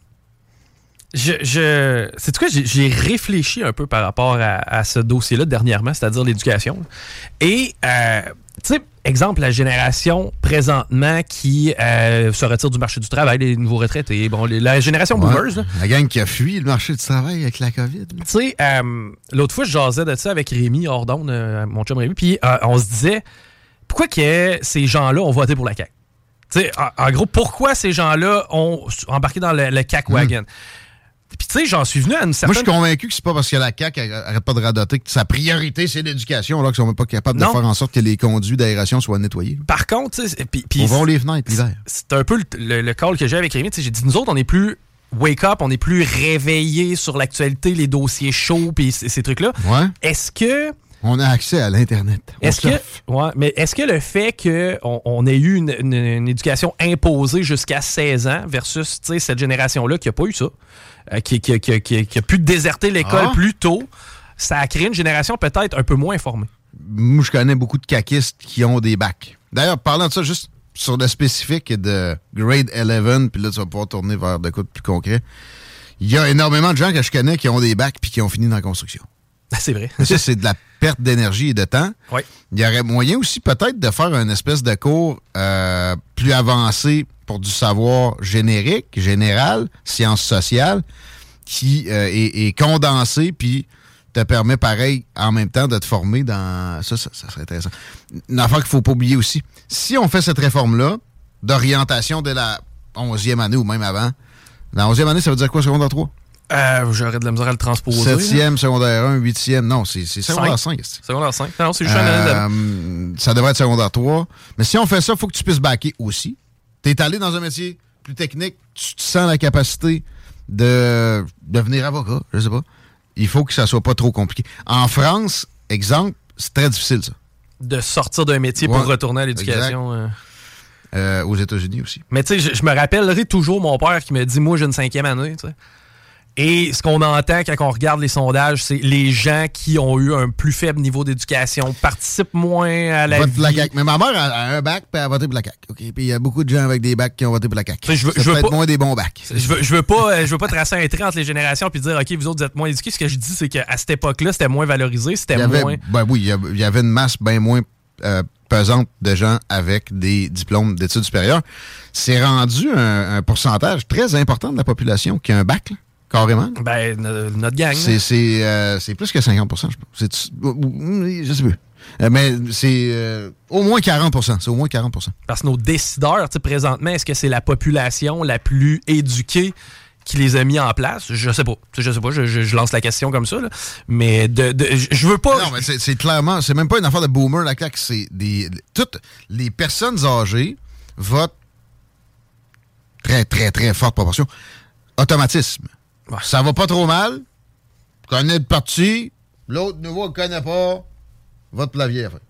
Je, je, c'est quoi, j'ai, j'ai réfléchi un peu par rapport à, à ce dossier-là dernièrement, c'est-à-dire l'éducation. Et, euh, tu sais, exemple, la génération présentement qui euh, se retire du marché du travail, les nouveaux retraités, bon, les, la génération ouais, boomers. Là. La gang qui a fui le marché du travail avec la COVID. Tu sais, euh, l'autre fois, je jasais de ça avec Rémi Ordon, euh, mon chum Rémi, puis euh, on se disait, pourquoi que ces gens-là ont voté pour la C A Q? Tu sais, en, en gros, pourquoi ces gens-là ont embarqué dans le, le C A Q wagon? Mmh. Puis, tu sais, j'en suis venu à une certaine... Moi, je suis convaincu que c'est pas parce que la C A Q arrête pas de radoter que sa priorité, c'est l'éducation, alors qu'ils sont même pas capables non. de faire en sorte que les conduits d'aération soient nettoyés. Par contre, tu sais... Ouvrons les fenêtres l'hiver. C'est un peu le, le, le call que j'ai avec Rémi. Tu sais, j'ai dit, nous autres, on est plus wake-up, on est plus réveillés sur l'actualité, les dossiers chauds, puis ces, ces trucs-là. Ouais. Est-ce que... On a accès à l'Internet. Est-ce que, ouais, mais est-ce que le fait qu'on on ait eu une, une, une éducation imposée jusqu'à seize ans versus cette génération-là qui n'a pas eu ça, euh, qui, qui, qui, qui, qui a pu déserter l'école ah. plus tôt, ça a créé une génération peut-être un peu moins informée? Moi, je connais beaucoup de caquistes qui ont des bacs. D'ailleurs, parlant de ça, juste sur le spécifique de Grade eleven, puis là, tu vas pouvoir tourner vers de quoi de plus concret. Il y a énormément de gens que je connais qui ont des bacs puis qui ont fini dans la construction. C'est vrai. Ça, c'est de la perte d'énergie et de temps. Oui. Il y aurait moyen aussi peut-être de faire une espèce de cours euh, plus avancé pour du savoir générique, général, sciences sociales, qui euh, est, est condensé puis te permet pareil en même temps de te former dans... Ça, ça, ça serait intéressant. Une affaire qu'il ne faut pas oublier aussi. Si on fait cette réforme-là, d'orientation de la onzième année ou même avant, la onzième année, ça veut dire quoi, secondaire trois? Euh, j'aurais de la misère à le transposer. Septième, secondaire un, huitième. Non, c'est, c'est secondaire cinq. Secondaire cinq. Non, c'est juste euh, un Ça devrait être secondaire trois. Mais si on fait ça, il faut que tu puisses backer aussi. T'es allé dans un métier plus technique, tu te sens la capacité de devenir avocat, je sais pas. Il faut que ça soit pas trop compliqué. En France, exemple, c'est très difficile, ça. De sortir d'un métier ouais, pour retourner à l'éducation. Euh... Euh, aux États-Unis aussi. Mais tu sais, je, je me rappellerai toujours mon père qui me dit, moi, j'ai une cinquième année, tu sais. Et ce qu'on entend quand on regarde les sondages, c'est les gens qui ont eu un plus faible niveau d'éducation participent moins à la Vote vie. La C A Q. Mais ma mère a un bac puis elle a voté pour la C A Q. Okay? Puis il y a beaucoup de gens avec des bacs qui ont voté pour la C A Q. Je veux, c'est je veux peut-être pas, moins des bons bacs. Je veux, je veux pas, je veux pas tracer un trait entre les générations puis dire, OK, vous autres, vous êtes moins éduqués. Ce que je dis, c'est qu'à cette époque-là, c'était moins valorisé, c'était il y avait, moins... Ben oui, il y avait une masse bien moins euh, pesante de gens avec des diplômes d'études supérieures. C'est rendu un, un pourcentage très important de la population qui a un bac, là. Carrément. Ben, notre gang. C'est, c'est, euh, c'est plus que cinquante pour cent, je pense. C'est, je sais plus. Euh, mais c'est euh, au moins quarante pour cent. C'est au moins quarante pour cent. Parce que nos décideurs, présentement, est-ce que c'est la population la plus éduquée qui les a mis en place? Je sais pas. Je sais pas. Je, je, je lance la question comme ça. Là. Mais de, de, je veux pas... Non, mais c'est, c'est clairement... C'est même pas une affaire de boomer, la claque. C'est des... Toutes les personnes âgées votent très, très, très forte proportion. Automatisme. Ouais. Ça va pas trop mal. Connaît le parti. L'autre nouveau ne connaît pas. Vote pour la vieille affaire.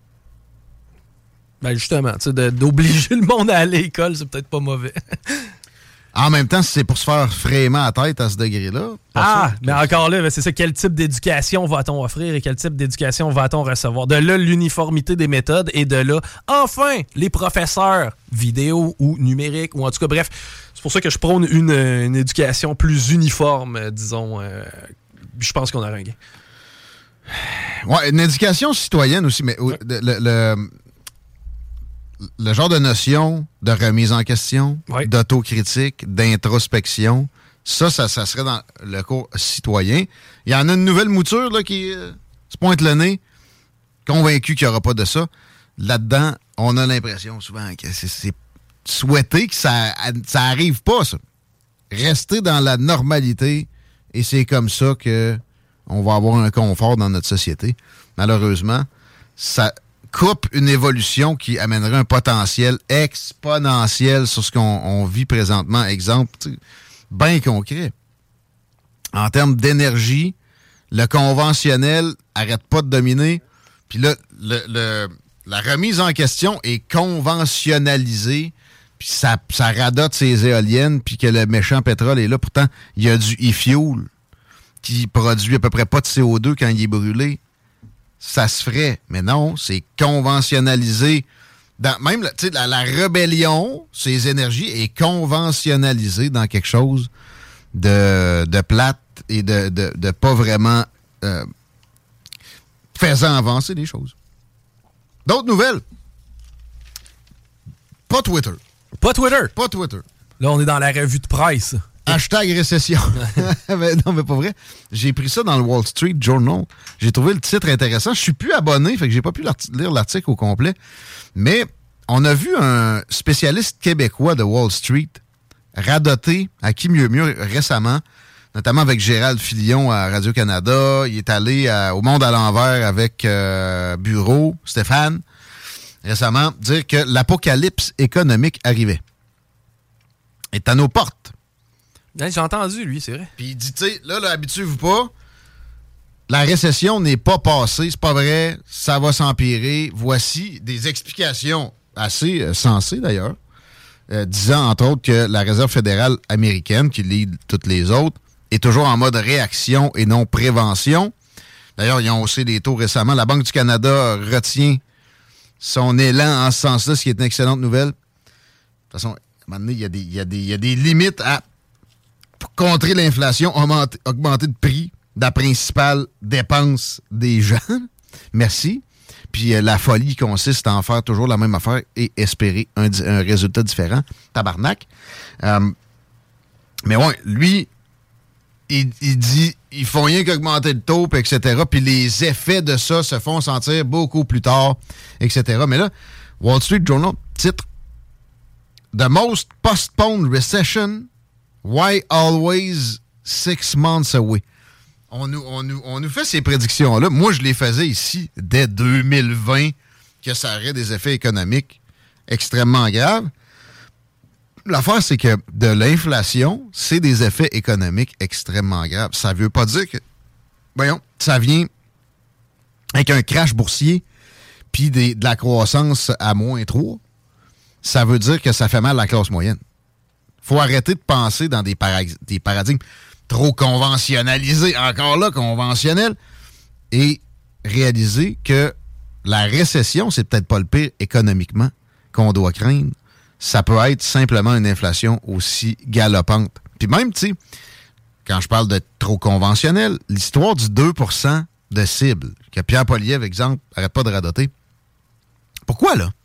Ben justement, tu sais, de, d'obliger le monde à aller à l'école, c'est peut-être pas mauvais. En même temps, si c'est pour se faire frayer à tête à ce degré-là... Ah, mais encore là, c'est ça. Quel type d'éducation va-t-on offrir et quel type d'éducation va-t-on recevoir? De là, l'uniformité des méthodes et de là, enfin, les professeurs vidéo ou numérique ou en tout cas, bref... C'est pour ça que je prône une, une éducation plus uniforme, disons. Euh, je pense qu'on aura un gain. Ouais, une éducation citoyenne aussi, mais ouais. le, le, le genre de notion de remise en question, ouais. d'autocritique, d'introspection, ça, ça, ça serait dans le cours citoyen. Il y en a une nouvelle mouture là, qui euh, se pointe le nez, convaincu qu'il n'y aura pas de ça. Là-dedans, on a l'impression souvent que c'est, c'est souhaiter que ça, ça arrive pas, ça. Rester dans la normalité, et c'est comme ça que on va avoir un confort dans notre société. Malheureusement, ça coupe une évolution qui amènerait un potentiel exponentiel sur ce qu'on on vit présentement. Exemple, bien concret. En termes d'énergie, le conventionnel arrête pas de dominer. Puis là, le, le, la remise en question est conventionnalisée. Puis ça, ça radote ses éoliennes, puis que le méchant pétrole est là. Pourtant, il y a du e-fuel qui produit à peu près pas de C O deux quand il est brûlé. Ça se ferait. Mais non, c'est conventionnalisé. Dans, même la, la rébellion, ces énergies, est conventionnalisée dans quelque chose de, de plate et de, de, de pas vraiment euh, faisant avancer les choses. D'autres nouvelles? Pas Twitter. Pas Twitter. Pas Twitter. Là, on est dans la revue de presse. Hashtag récession. mais non, mais pas vrai. J'ai pris ça dans le Wall Street Journal. J'ai trouvé le titre intéressant. Je suis plus abonné, fait que j'ai pas pu lire l'article au complet. Mais on a vu un spécialiste québécois de Wall Street radoter à qui mieux mieux récemment, notamment avec Gérald Filion à Radio-Canada. Il est allé à, au Monde à l'envers avec euh, Bureau, Stéphane, récemment, dire que l'apocalypse économique arrivait. Est à nos portes. J'ai entendu, lui, c'est vrai. Puis il dit, tu sais, là, là, habituez-vous pas. La récession n'est pas passée, c'est pas vrai, ça va s'empirer. Voici des explications assez euh, sensées, d'ailleurs, euh, disant, entre autres, que la Réserve fédérale américaine, qui lead toutes les autres, est toujours en mode réaction et non prévention. D'ailleurs, ils ont haussé les taux récemment. La Banque du Canada retient son élan en ce sens-là, ce qui est une excellente nouvelle. De toute façon, à un moment donné, il y a des, il y a des, il y a des limites à... Pour contrer l'inflation, augmenter, augmenter le prix de la principale dépense des gens. Merci. Puis euh, la folie consiste à en faire toujours la même affaire et espérer un, un résultat différent. Tabarnak. Euh, mais ouais, lui, il, il dit, ils font rien qu'augmenter le taux, et cetera. Puis les effets de ça se font sentir beaucoup plus tard, et cetera. Mais là, Wall Street Journal, titre « The most postponed recession... Why always Six months away. On nous, on, nous, on nous fait ces prédictions-là. Moi, je les faisais ici dès deux mille vingt, que ça aurait des effets économiques extrêmement graves. L'affaire, c'est que de l'inflation, c'est des effets économiques extrêmement graves. Ça ne veut pas dire que, voyons, ça vient avec un crash boursier puis des, de la croissance à moins trois. Ça veut dire que ça fait mal à la classe moyenne. Faut arrêter de penser dans des, para- des paradigmes trop conventionnalisés, encore là, conventionnels, et réaliser que la récession, c'est peut-être pas le pire économiquement qu'on doit craindre. Ça peut être simplement une inflation aussi galopante. Puis même, tu sais, quand je parle de trop conventionnel, l'histoire du deux pour cent de cible, que Pierre Poilievre, exemple, arrête pas de radoter. Pourquoi, là?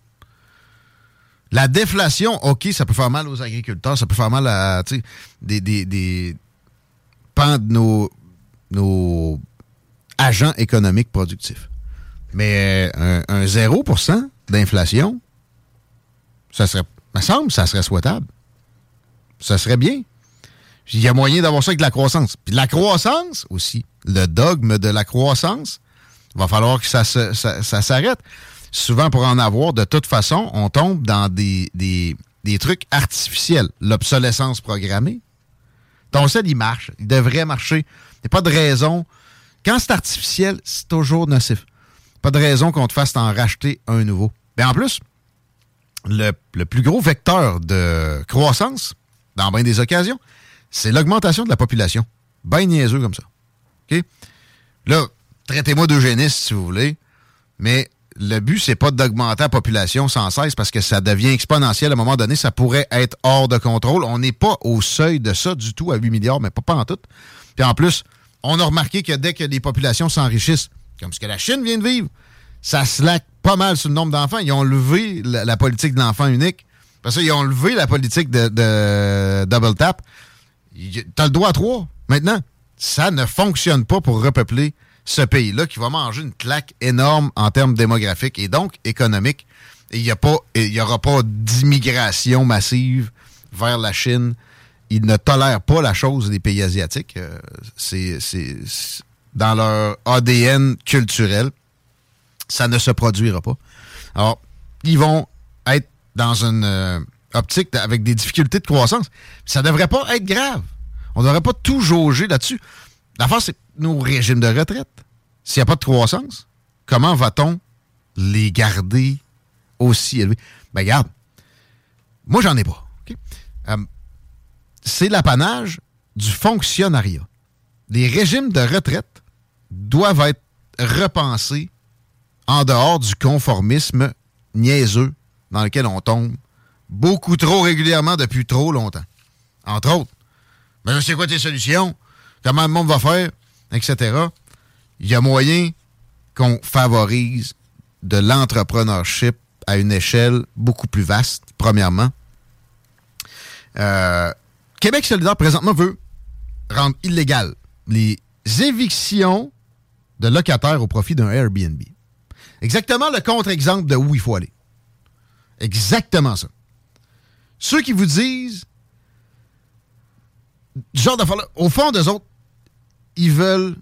La déflation, OK, ça peut faire mal aux agriculteurs, ça peut faire mal à, tu sais, des, des, des pans de nos, nos agents économiques productifs. Mais un, un zéro pour cent d'inflation, ça serait, me semble, ça serait souhaitable. Ça serait bien. Il y a moyen d'avoir ça avec de la croissance. Puis de la croissance aussi, le dogme de la croissance, il va falloir que ça, se, ça, ça s'arrête. Souvent, pour en avoir, de toute façon, on tombe dans des, des, des trucs artificiels. L'obsolescence programmée. Ton sel, il marche. Il devrait marcher. Il n'y a pas de raison. Quand c'est artificiel, c'est toujours nocif. Pas de raison qu'on te fasse t'en racheter un nouveau. Mais en plus, le, le plus gros vecteur de croissance, dans bien des occasions, c'est l'augmentation de la population. Ben niaiseux comme ça. OK? Là, traitez-moi d'eugéniste si vous voulez, mais le but, c'est pas d'augmenter la population sans cesse parce que ça devient exponentiel. À un moment donné, ça pourrait être hors de contrôle. On n'est pas au seuil de ça du tout à huit milliards, mais pas, pas en tout. Puis en plus, on a remarqué que dès que les populations s'enrichissent, comme ce que la Chine vient de vivre, ça slack pas mal sur le nombre d'enfants. Ils ont levé la, la politique de l'enfant unique. Parce qu'ils ont levé la politique de, de double tap. T'as le droit à trois. Maintenant, ça ne fonctionne pas pour repeupler ce pays-là qui va manger une claque énorme en termes démographiques et donc économiques. Et il n'y aura pas d'immigration massive vers la Chine. Ils ne tolèrent pas la chose des pays asiatiques. Euh, c'est, c'est, c'est dans leur A D N culturel. Ça ne se produira pas. Alors, ils vont être dans une euh, optique avec des difficultés de croissance. Ça ne devrait pas être grave. On ne devrait pas tout jauger là-dessus. L'affaire, c'est nos régimes de retraite. S'il n'y a pas de croissance, comment va-t-on les garder aussi élevés? Ben, regarde, moi, j'en ai pas. Okay? Euh, c'est l'apanage du fonctionnariat. Les régimes de retraite doivent être repensés en dehors du conformisme niaiseux dans lequel on tombe beaucoup trop régulièrement depuis trop longtemps. Entre autres. Mais c'est quoi tes solutions? Comment le monde va faire? Etc. Il y a moyen qu'on favorise de l'entrepreneurship à une échelle beaucoup plus vaste, premièrement. Euh, Québec solidaire, présentement, veut rendre illégal les évictions de locataires au profit d'un Airbnb. Exactement le contre-exemple de où il faut aller. Exactement ça. Ceux qui vous disent genre d'affaires-là, au fond d'eux autres, ils veulent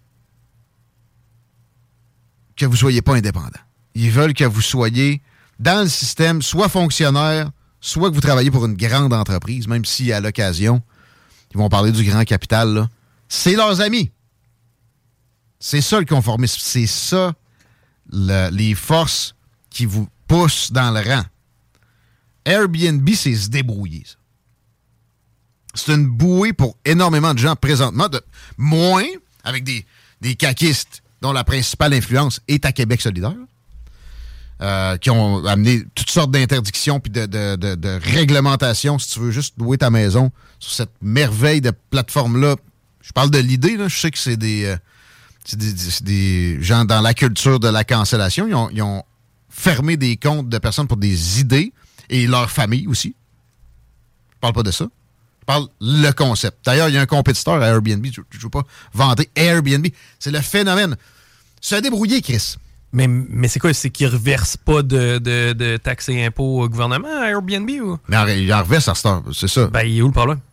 que vous ne soyez pas indépendant. Ils veulent que vous soyez dans le système, soit fonctionnaire, soit que vous travaillez pour une grande entreprise, même si à l'occasion, ils vont parler du grand capital, là. C'est leurs amis. C'est ça le conformisme. C'est ça le, les forces qui vous poussent dans le rang. Airbnb, c'est se débrouiller, ça. C'est une bouée pour énormément de gens présentement, de moins avec des, des caquistes dont la principale influence est à Québec solidaire, euh, qui ont amené toutes sortes d'interdictions puis de, de, de, de réglementations, si tu veux juste louer ta maison sur cette merveille de plateforme-là. Je parle de l'idée, là. Je sais que c'est des, euh, c'est des, c'est des gens dans la culture de la cancellation. Ils ont, ils ont fermé des comptes de personnes pour des idées et leur famille aussi. Je parle pas de ça. Je parle le concept. D'ailleurs, il y a un compétiteur à Airbnb. Je ne veux pas vanter Airbnb. C'est le phénomène. Se débrouiller, Chris. Mais, mais c'est quoi? C'est qu'ils ne reversent pas de, de, de taxes et impôts au gouvernement à Airbnb? Ou? Mais il en reverse à cette heure, c'est ça. Ben, il est où le problème?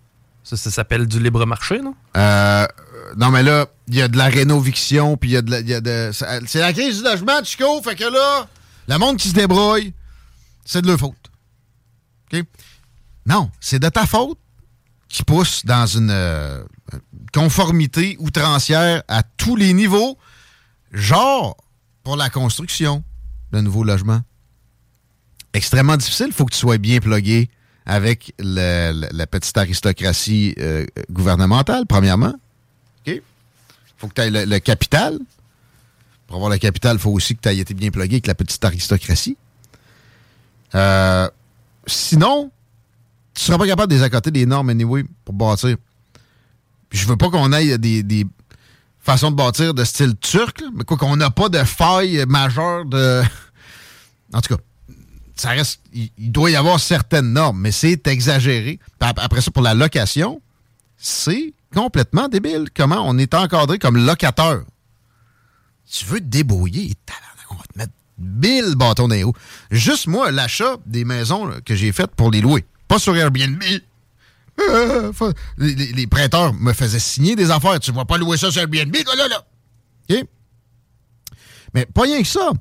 Ça, ça s'appelle du libre marché, non? Euh, non, mais là, il y a de la rénoviction, puis il y a de la... Y a de, c'est la crise du logement, Chico, fait que là, le monde qui se débrouille, c'est de leur faute. OK? Non, c'est de ta faute qui pousse dans une euh, conformité outrancière à tous les niveaux, genre pour la construction de nouveaux logements. Extrêmement difficile, il faut que tu sois bien plugué avec le, le, la petite aristocratie euh, gouvernementale, premièrement. OK? Il faut que tu aies le, le capital. Pour avoir le capital, il faut aussi que tu aies été bien plugué avec la petite aristocratie. Euh, sinon, tu ne seras pas capable de les accoter des normes anyway pour bâtir. Puis je veux pas qu'on aille des, des façons de bâtir de style turc, là, mais quoi qu'on n'a pas de faille majeure de... En tout cas, ça reste, il, il doit y avoir certaines normes, mais c'est exagéré. Après ça, pour la location, c'est complètement débile. Comment on est encadré comme locateur. Tu veux te débrouiller, on va te mettre mille bâtons dans les roues. Juste moi, l'achat des maisons là, que j'ai faites pour les louer, pas sur Airbnb. Euh, les, les, les prêteurs me faisaient signer des affaires. Tu vas pas louer ça sur Airbnb, toi, là, là. OK? Mais pas rien que ça.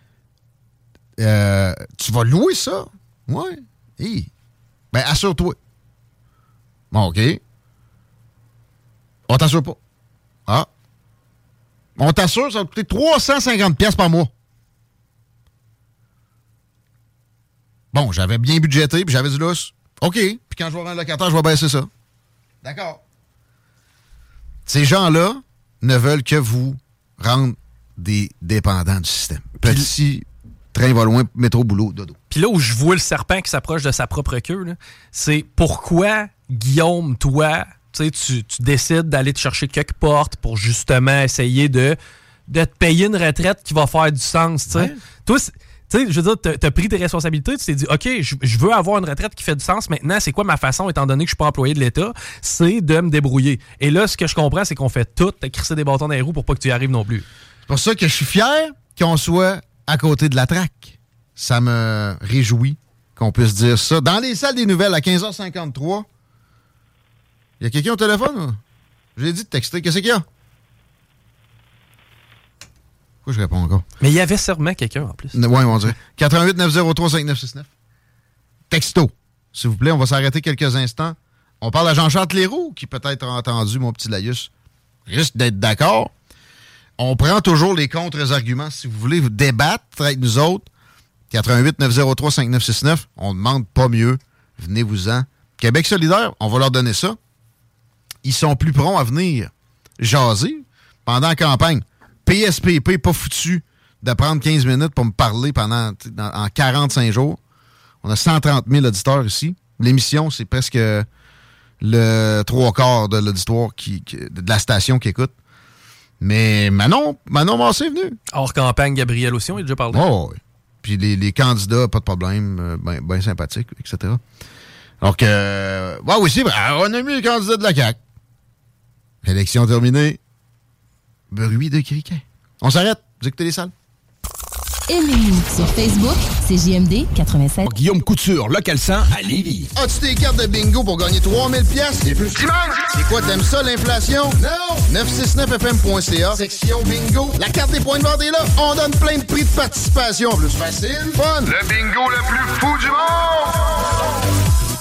Euh, tu vas louer ça? Ouais. Hey. Ben, assure-toi. Bon, OK. On t'assure pas. Ah. On t'assure, ça va coûter trois cent cinquante dollars par mois. Bon, j'avais bien budgété, puis j'avais du lousse. OK. Puis quand je vais avoir un locataire, je vais baisser ça. D'accord. Ces gens-là ne veulent que vous rendre des dépendants du système. Petit... Train va loin, métro, boulot, dodo. Puis là où je vois le serpent qui s'approche de sa propre queue, là, c'est pourquoi, Guillaume, toi, tu, tu décides d'aller te chercher quelques portes pour justement essayer de, de te payer une retraite qui va faire du sens. Ouais. Toi, tu sais, je veux dire, tu as pris tes responsabilités, tu t'es dit, OK, je, je veux avoir une retraite qui fait du sens. Maintenant, c'est quoi ma façon, étant donné que je suis pas employé de l'État? C'est de me débrouiller. Et là, ce que je comprends, c'est qu'on fait tout, te crisser des bâtons dans les roues pour pas que tu y arrives non plus. C'est pour ça que je suis fier qu'on soit à côté de la traque. Ça me réjouit qu'on puisse dire ça. Dans les salles des nouvelles, à quinze heures cinquante-trois, il y a quelqu'un au téléphone? Ou? J'ai dit de texter. Qu'est-ce qu'il y a? Pourquoi je réponds encore? Mais il y avait sûrement quelqu'un en plus. Oui, on dirait. quatre un huit neuf zéro trois cinq neuf six neuf. Texto, s'il vous plaît. On va s'arrêter quelques instants. On parle à Jean-Charles Leroux, qui peut-être a entendu mon petit laïus. Risque d'être d'accord. On prend toujours les contre-arguments. Si vous voulez vous débattre avec nous autres, quatre un huit neuf zéro trois cinq neuf six neuf, on ne demande pas mieux. Venez-vous-en. Québec solidaire, on va leur donner ça. Ils sont plus prompts à venir jaser pendant la campagne. P S P P, pas foutu de prendre quinze minutes pour me parler pendant dans, en quarante-cinq jours. On a cent trente mille auditeurs ici. L'émission, c'est presque le trois quarts de l'auditoire qui, qui, de la station qui écoute. Mais Manon, Manon Massé est venu. Hors campagne, Gabriel aussi, on a déjà parlé. Oh, oui. Puis les, les candidats, pas de problème, euh, bien ben sympathiques, et cetera. Alors que, euh, ouais, oui, c'est vrai, on a mis les candidats de la C A Q. Élection terminée. Bruit de criquet. On s'arrête, vous écoutez les salles. Aimez-nous sur Facebook, c'est J M D quatre-vingt-sept. Guillaume Couture, local cent à Lévis. As-tu des cartes de bingo pour gagner trois mille piastres? C'est plus dimanche! C'est quoi, t'aimes ça, l'inflation? Non! neuf cent soixante-neuf F M point C A, section bingo. La carte des points de vente est là. On donne plein de prix de participation. Plus facile, fun. Le bingo le plus fou du monde!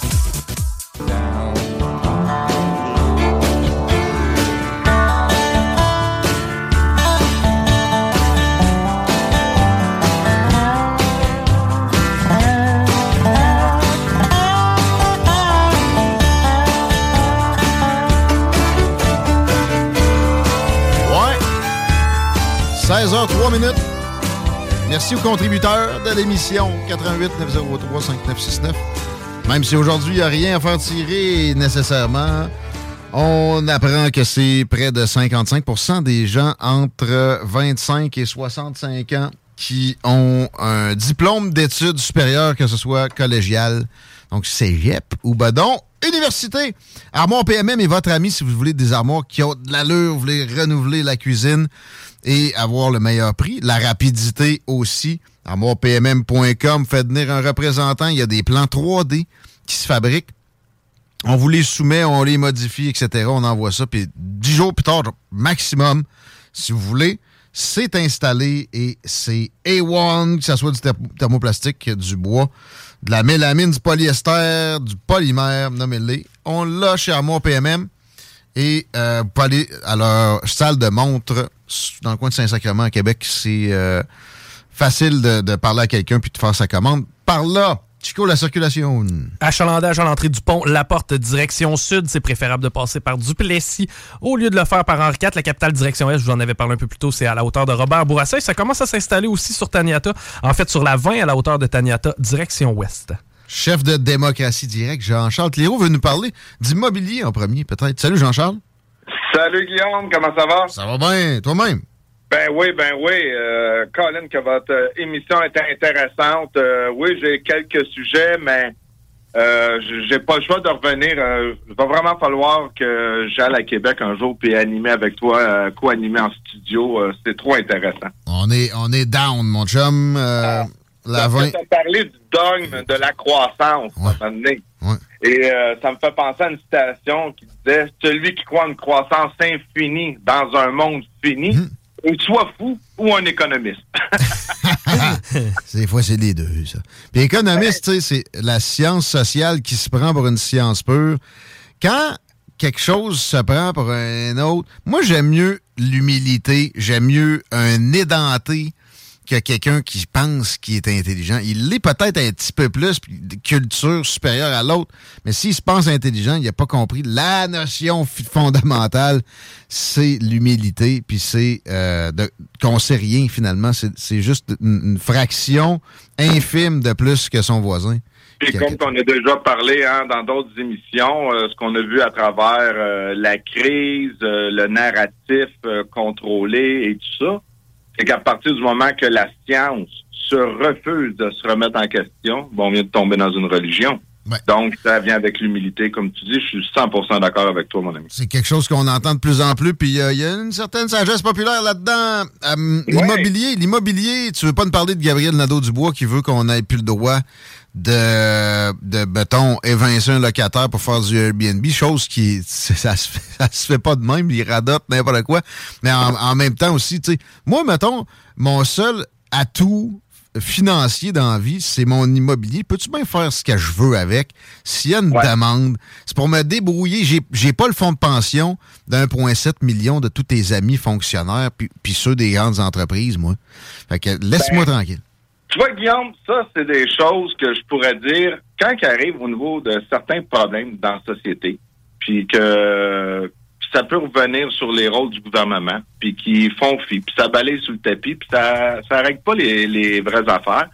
seize heures trois minutes. Merci aux contributeurs de l'émission quatre un huit neuf zéro trois cinq neuf six neuf. Même si aujourd'hui, il n'y a rien à faire tirer nécessairement, on apprend que c'est près de cinquante-cinq pour cent des gens entre vingt-cinq et soixante-cinq ans qui ont un diplôme d'études supérieures, que ce soit collégial, donc cégep ou badon, université. Armoire P M M est votre ami si vous voulez des armoires qui ont de l'allure, vous voulez renouveler la cuisine et avoir le meilleur prix. La rapidité aussi. armoire P M M point com, faites venir un représentant. Il y a des plans trois D qui se fabriquent On vous les soumet, on les modifie, et cetera. On envoie ça, puis dix jours plus tard, maximum, si vous voulez, c'est installé et c'est A un, que ce soit du ther- thermoplastique, du bois, de la mélamine, du polyester, du polymère, nommez-les. On l'a chez Armoire P M M et euh, vous pouvez aller à leur salle de montre dans le coin de Saint-Sacrement à Québec. C'est euh, facile de, de parler à quelqu'un puis de faire sa commande. Par là, Chico, la circulation. Achalandage à l'entrée du pont, la porte direction sud. C'est préférable de passer par Duplessis au lieu de le faire par Henri quatre. La capitale direction est, je vous en avais parlé un peu plus tôt, c'est à la hauteur de Robert Bourassa. Et ça commence à s'installer aussi sur Taniata. En fait, sur la vingt à la hauteur de Taniata, direction ouest. Chef de Démocratie Directe, Jean-Charles Cléroux veut nous parler d'immobilier en premier, peut-être. Salut, Jean-Charles. Salut, Guillaume. Comment ça va? Ça va bien. Toi-même? Ben oui, ben oui. Euh, Colin, que votre euh, émission était intéressante. Euh, oui, j'ai quelques sujets, mais euh, j'ai pas le choix de revenir. Euh, il va vraiment falloir que j'aille à Québec un jour puis animer avec toi, euh, co-animer en studio. Euh, c'est trop intéressant. On est, on est down, mon chum. Euh, la vingt... Tu as parlé du dogme de la croissance, ouais. à un moment donné. Ouais. Et euh, ça me fait penser à une citation qui disait « Celui qui croit en une croissance infinie dans un monde fini, mmh. ou soit fou ou un économiste. » Des fois, c'est les deux, ça. Puis économiste, tu sais, c'est la science sociale qui se prend pour une science pure. Quand quelque chose se prend pour un autre, moi, j'aime mieux l'humilité, j'aime mieux un édenté que quelqu'un qui pense qu'il est intelligent. Il l'est peut-être un petit peu plus, de culture supérieure à l'autre, mais s'il se pense intelligent, il n'a pas compris la notion f- fondamentale, c'est l'humilité, puis c'est euh, de, qu'on sait rien finalement, c'est, c'est juste une, une fraction infime de plus que son voisin. Puis comme on a déjà parlé hein, dans d'autres émissions, euh, ce qu'on a vu à travers euh, la crise, euh, le narratif euh, contrôlé et tout ça, c'est qu'à partir du moment que la science se refuse de se remettre en question, bon, on vient de tomber dans une religion. Ouais. Donc, ça vient avec l'humilité. Comme tu dis, je suis cent pour cent d'accord avec toi, mon ami. C'est quelque chose qu'on entend de plus en plus, puis il euh, y a une certaine sagesse populaire là-dedans. Euh, ouais. L'immobilier, l'immobilier, tu veux pas nous parler de Gabriel Nadeau-Dubois qui veut qu'on ait plus le droit de, de mettons, évincer un locataire pour faire du Airbnb, chose qui, ça se fait, ça se fait pas de même, il radote n'importe quoi. Mais en, en même temps aussi, tu sais, moi, mettons, mon seul atout financier dans la vie, c'est mon immobilier. Peux-tu bien faire ce que je veux avec? S'il y a une ouais. demande, c'est pour me débrouiller. J'ai, j'ai pas le fonds de pension d'un virgule sept million de tous tes amis fonctionnaires puis, puis ceux des grandes entreprises, moi. Fait que laisse-moi ben, tranquille. Tu vois, Guillaume, ça, c'est des choses que je pourrais dire quand il arrive au niveau de certains problèmes dans la société, puis que ça peut revenir sur les rôles du gouvernement, puis qui font fi, puis ça balaye sous le tapis, puis ça ça règle pas les, les vraies affaires.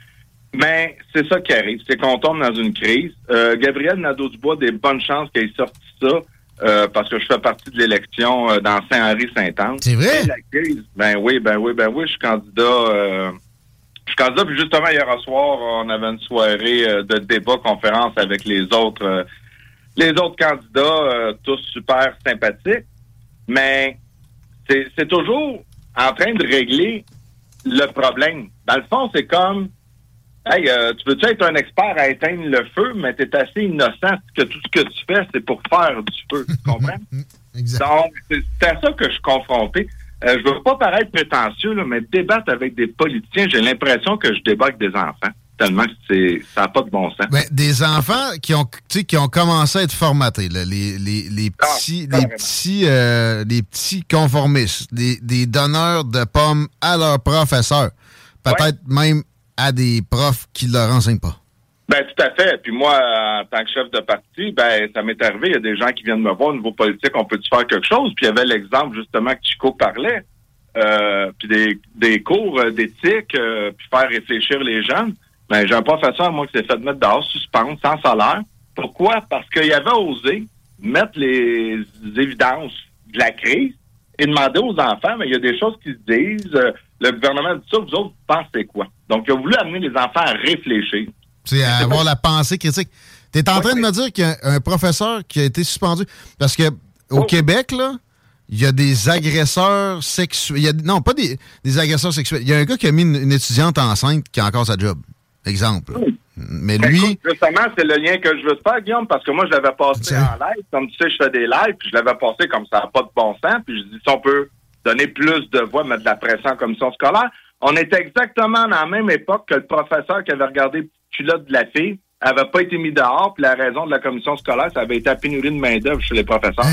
Mais c'est ça qui arrive, c'est qu'on tombe dans une crise. Euh, Gabriel Nadeau-Dubois, des bonnes chances qu'il ait sorti ça, euh, parce que je fais partie de l'élection euh, dans Saint-Henri-Sainte-Anne. C'est vrai? La crise, ben oui, ben oui, ben oui, je suis candidat... Euh, Je suis candidat, puis justement, hier soir, on avait une soirée euh, de débat, conférence avec les autres euh, les autres candidats, euh, tous super sympathiques. Mais c'est, c'est toujours en train de régler le problème. Dans le fond, c'est comme, hey, euh, tu veux-tu être un expert à éteindre le feu, mais t'es assez innocent que tout ce que tu fais, c'est pour faire du feu. Tu comprends? Exact. Donc, c'est, c'est à ça que je suis confronté. Euh, je veux pas paraître prétentieux, là, mais débattre avec des politiciens, j'ai l'impression que je débat avec des enfants. Tellement que c'est, ça n'a pas de bon sens. Ben, des enfants qui ont, qui ont commencé à être formatés, là, les, les, les petits, ah, les petits, euh, les petits conformistes, des, des donneurs de pommes à leurs professeurs, peut-être ouais. même à des profs qui ne leur enseignent pas. Ben tout à fait. Puis moi, en tant que chef de parti, ben ça m'est arrivé. Il y a des gens qui viennent me voir au niveau politique, on peut-tu faire quelque chose? Puis il y avait l'exemple justement que Chico parlait, euh, puis des, des cours d'éthique, euh, puis faire réfléchir les jeunes. Ben j'ai un professeur, moi, qui s'est fait mettre dehors, suspendre, sans salaire. Pourquoi? Parce qu'il avait osé mettre les évidences de la crise et demander aux enfants, mais il y a des choses qui se disent, euh, le gouvernement dit ça, vous autres, pensez quoi? Donc, il a voulu amener les enfants à réfléchir. C'est à avoir bon. La pensée critique. Tu es en train oui, de me dire qu'il y a un professeur qui a été suspendu. Parce que au oh. Québec, là, il y a des agresseurs sexuels. Non, pas des, des agresseurs sexuels. Il y a un gars qui a mis une, une étudiante enceinte qui a encore sa job. Exemple. Oui. Mais lui... Écoute, justement, c'est le lien que je veux te faire, Guillaume, parce que moi, je l'avais passé en live. Comme tu sais, je fais des lives, puis je l'avais passé comme ça n'a pas de bon sens. Puis je dis, si on peut donner plus de voix, mettre de la pression en commission scolaire. On était exactement dans la même époque que le professeur qui avait regardé le culotte de la fille avait pas été mis dehors, puis la raison de la commission scolaire, ça avait été la pénurie de main-d'œuvre chez les professeurs.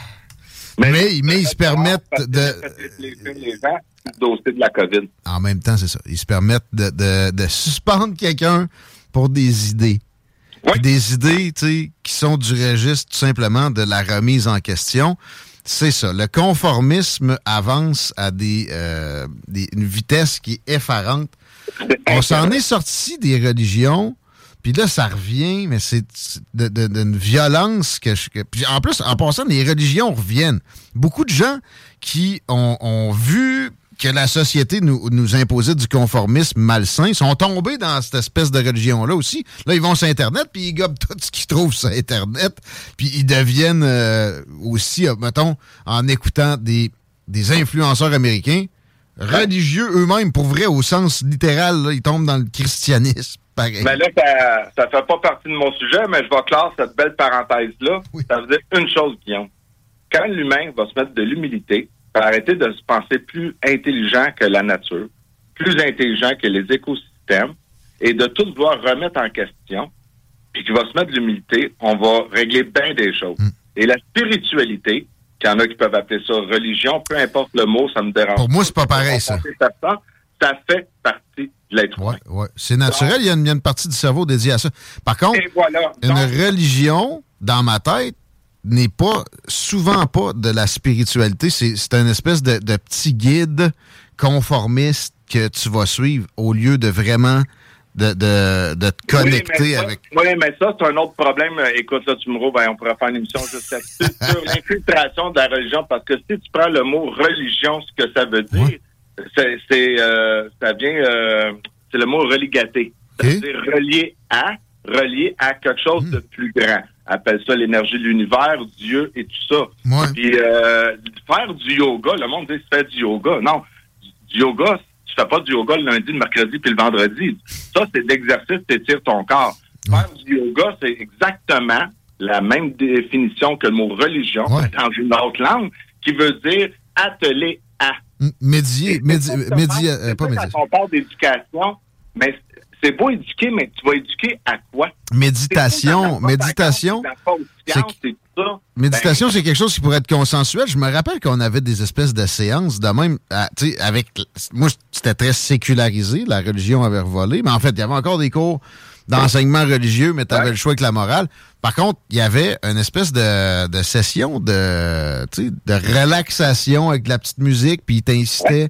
mais, mais, mais ils se permettent de... Les, les gens, le dossier de la COVID. En même temps, c'est ça. Ils se permettent de, de, de suspendre quelqu'un pour des idées. Oui. Des idées, tu sais, qui sont du registre tout simplement de la remise en question. C'est ça. Le conformisme avance à des, euh, des une vitesse qui est effarante. On s'en est sorti des religions, puis là, ça revient, mais c'est d'une de, de, de violence que je... Que, puis en plus, en passant, les religions reviennent. Beaucoup de gens qui ont, ont vu que la société nous, nous imposait du conformisme malsain sont tombés dans cette espèce de religion-là aussi. Là, ils vont sur Internet, puis ils gobent tout ce qu'ils trouvent sur Internet, puis ils deviennent euh, aussi, euh, mettons, en écoutant des, des influenceurs américains, religieux eux-mêmes, pour vrai, au sens littéral, là, ils tombent dans le christianisme. Pareil. Mais là, ça, ça fait pas partie de mon sujet, mais je vais clore cette belle parenthèse-là. Oui. Ça veut dire une chose, Guillaume. Quand l'humain va se mettre de l'humilité, va arrêter de se penser plus intelligent que la nature, plus intelligent que les écosystèmes, et de tout vouloir remettre en question, puis qu'il va se mettre de l'humilité, on va régler bien des choses. Mm. Et la spiritualité, qu'il y en a qui peuvent appeler ça religion, peu importe le mot, ça me dérange. Pour moi, c'est pas pareil, ça. Ça, ça fait partie de l'être humain. Ouais, ouais. C'est naturel, il y, a une, il y a une partie du cerveau dédiée à ça. Par contre, voilà. une Donc, religion, dans ma tête, n'est pas, souvent pas de la spiritualité. C'est, c'est une espèce de, de petit guide conformiste que tu vas suivre au lieu de vraiment de, de, de te connecter oui, ça, avec... Oui, mais ça, c'est un autre problème. Écoute, là, tu me rouvres, ben, on pourrait faire une émission juste là-dessus, sur l'infiltration de la religion, parce que si tu prends le mot religion, ce que ça veut dire, ouais. c'est, c'est, euh, ça vient... Euh, c'est le mot religaté. Ça veut dire relié à, relié à quelque chose mmh. de plus grand. Appelle ça l'énergie de l'univers, Dieu et tout ça. Ouais. Puis euh, faire du yoga, le monde dit que tu fais du yoga. Non, du yoga, tu fais pas du yoga le lundi, le mercredi puis le vendredi. Ça, c'est d'exercice, tu étires ton corps. Ouais. Faire du yoga, c'est exactement la même définition que le mot religion, ouais. dans une autre langue, qui veut dire atteler à. Médier, médier, médier, euh, pas médier. Quand on parle d'éducation, mais c'est beau éduquer, mais tu vas éduquer à quoi? Méditation, méditation. C'est, c'est ça. Méditation, ben, c'est quelque chose qui pourrait être consensuel. Je me rappelle qu'on avait des espèces de séances de même, tu sais, avec, moi, c'était très sécularisé, la religion avait revolé, mais en fait, il y avait encore des cours d'enseignement religieux, mais tu avais ouais. le choix avec la morale. Par contre, il y avait une espèce de, de session de, tu sais, de relaxation avec de la petite musique, puis il t'incitait ouais.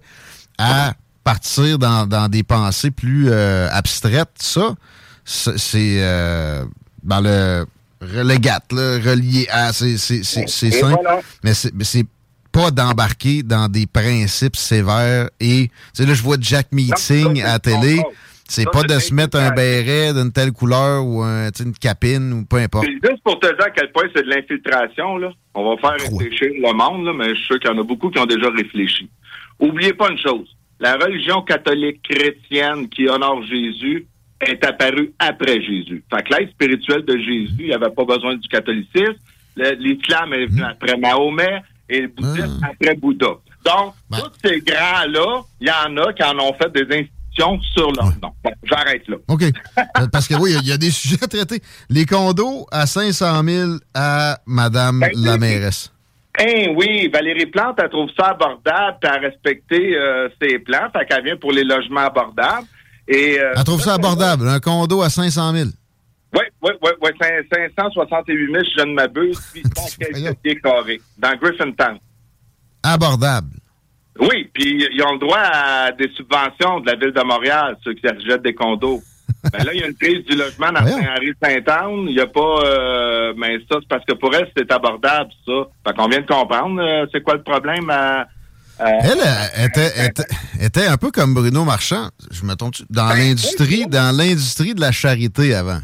à partir dans, dans des pensées plus euh, abstraites. Ça, c'est, c'est euh, dans le relégate, là, relié à... C'est, c'est, c'est, c'est simple, voilà. mais, c'est, mais c'est pas d'embarquer dans des principes sévères. Et, tu sais, là, je vois Jack Meeting à la télé. C'est ça, pas c'est de se mettre un béret d'une telle couleur ou un, une capine ou peu importe. C'est juste pour te dire à quel point c'est de l'infiltration, là. On va faire Trop. réfléchir le monde, là, mais je suis sûr qu'il y en a beaucoup qui ont déjà réfléchi. Oubliez pas une chose. La religion catholique chrétienne qui honore Jésus est apparue après Jésus. Fait que l'aide spirituelle de Jésus, il n'y avait pas besoin du catholicisme. Le, l'islam est venu mmh. après Mahomet et le bouddhisme mmh. après Bouddha. Donc, ben. tous ces grands-là, il y en a qui en ont fait des institutions sur leur ouais. nom. Bon, j'arrête là. OK. Parce que oui, il y, y a des sujets à traiter. Les condos à cinq cent mille à Madame ben, la mairesse. Eh oui, Valérie Plante, elle trouve ça abordable, puis elle a respecté euh, ses plans, fait qu'elle vient pour les logements abordables. Et, euh, elle trouve ça, ça abordable, un condo à cinq cent mille. Oui, oui, oui, oui, cinq cent soixante-huit mille, je ne m'abuse, huit cent quelques pieds carrés, dans Griffintown. Abordable. Oui, puis ils ont le droit à des subventions de la Ville de Montréal, ceux qui achètent des condos. Ben là, il y a une crise du logement dans Saint-Henri-Sainte-Anne. Il n'y a pas... Euh, mais ça, c'est parce que pour elle, c'est abordable, ça. Fait qu'on vient de comprendre. Euh, c'est quoi le problème à... à elle euh, était, était, était un peu comme Bruno Marchand. Je me trompe dans ben, l'industrie, oui, dans l'industrie de la charité avant.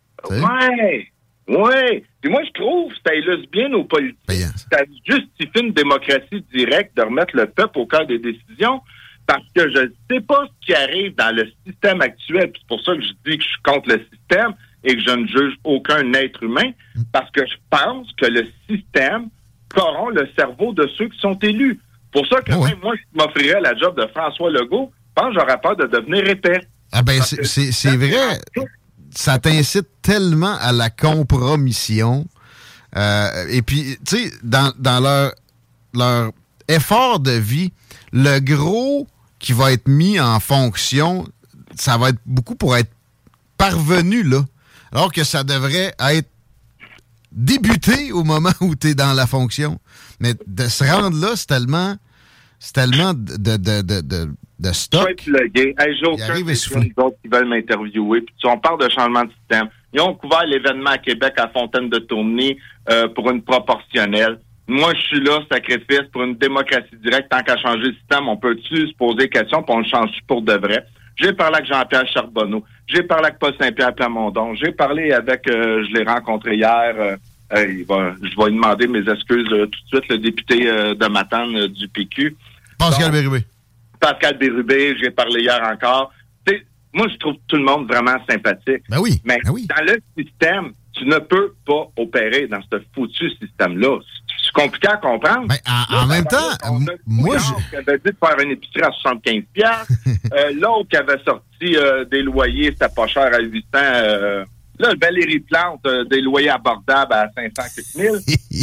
Oui, oui. Puis moi, je trouve que ça illustre bien nos politiques. Payant. Ça justifie une démocratie directe de remettre le peuple au cœur des décisions. Parce que je ne sais pas ce qui arrive dans le système actuel. C'est pour ça que je dis que je suis contre le système et que je ne juge aucun être humain, parce que je pense que le système corrompt le cerveau de ceux qui sont élus. Pour ça que oh ouais. même moi, je m'offrirais la job de François Legault, je pense que j'aurais peur de devenir épais. Ah ben, c'est, c'est, c'est vrai. Ça t'incite tellement à la compromission. Euh, et puis, tu sais, dans, dans leur, leur effort de vie, le gros qui va être mis en fonction, ça va être beaucoup pour être parvenu, là. Alors que ça devrait être débuté au moment où tu es dans la fonction. Mais de se rendre là, c'est tellement, c'est tellement de, de, de, de, de, de stock. Je vais être plugué. Hey, j'ai aucun des autres qui veulent m'interviewer. Puis, on parle de changement de système. Ils ont couvert l'événement à Québec à Fontaine-de-Tournai euh, pour une proportionnelle. Moi, je suis là, sacrifice, pour une démocratie directe. Tant qu'à changer le système, on peut-tu se poser des questions, puis on le change pour de vrai. J'ai parlé avec Jean-Pierre Charbonneau. J'ai parlé avec Paul Saint-Pierre Plamondon. J'ai parlé avec, euh, je l'ai rencontré hier, euh, euh, il va, je vais lui demander mes excuses euh, tout de suite, le député euh, de Matane euh, du P Q. Pascal Bérubé. Pascal Bérubé, j'ai parlé hier encore. T'sais, moi, je trouve tout le monde vraiment sympathique. Ben oui. Mais ben oui. dans le système, tu ne peux pas opérer dans ce foutu système-là. C'est compliqué à comprendre. Ben, en, là, en même temps, m- moi, je... qui avait dit de faire une épicerie à soixante-quinze piastres. euh, l'autre qui avait sorti euh, des loyers, c'était pas cher à huit cents. Euh, là, Valérie Plante, euh, des loyers abordables à cinq cents mille.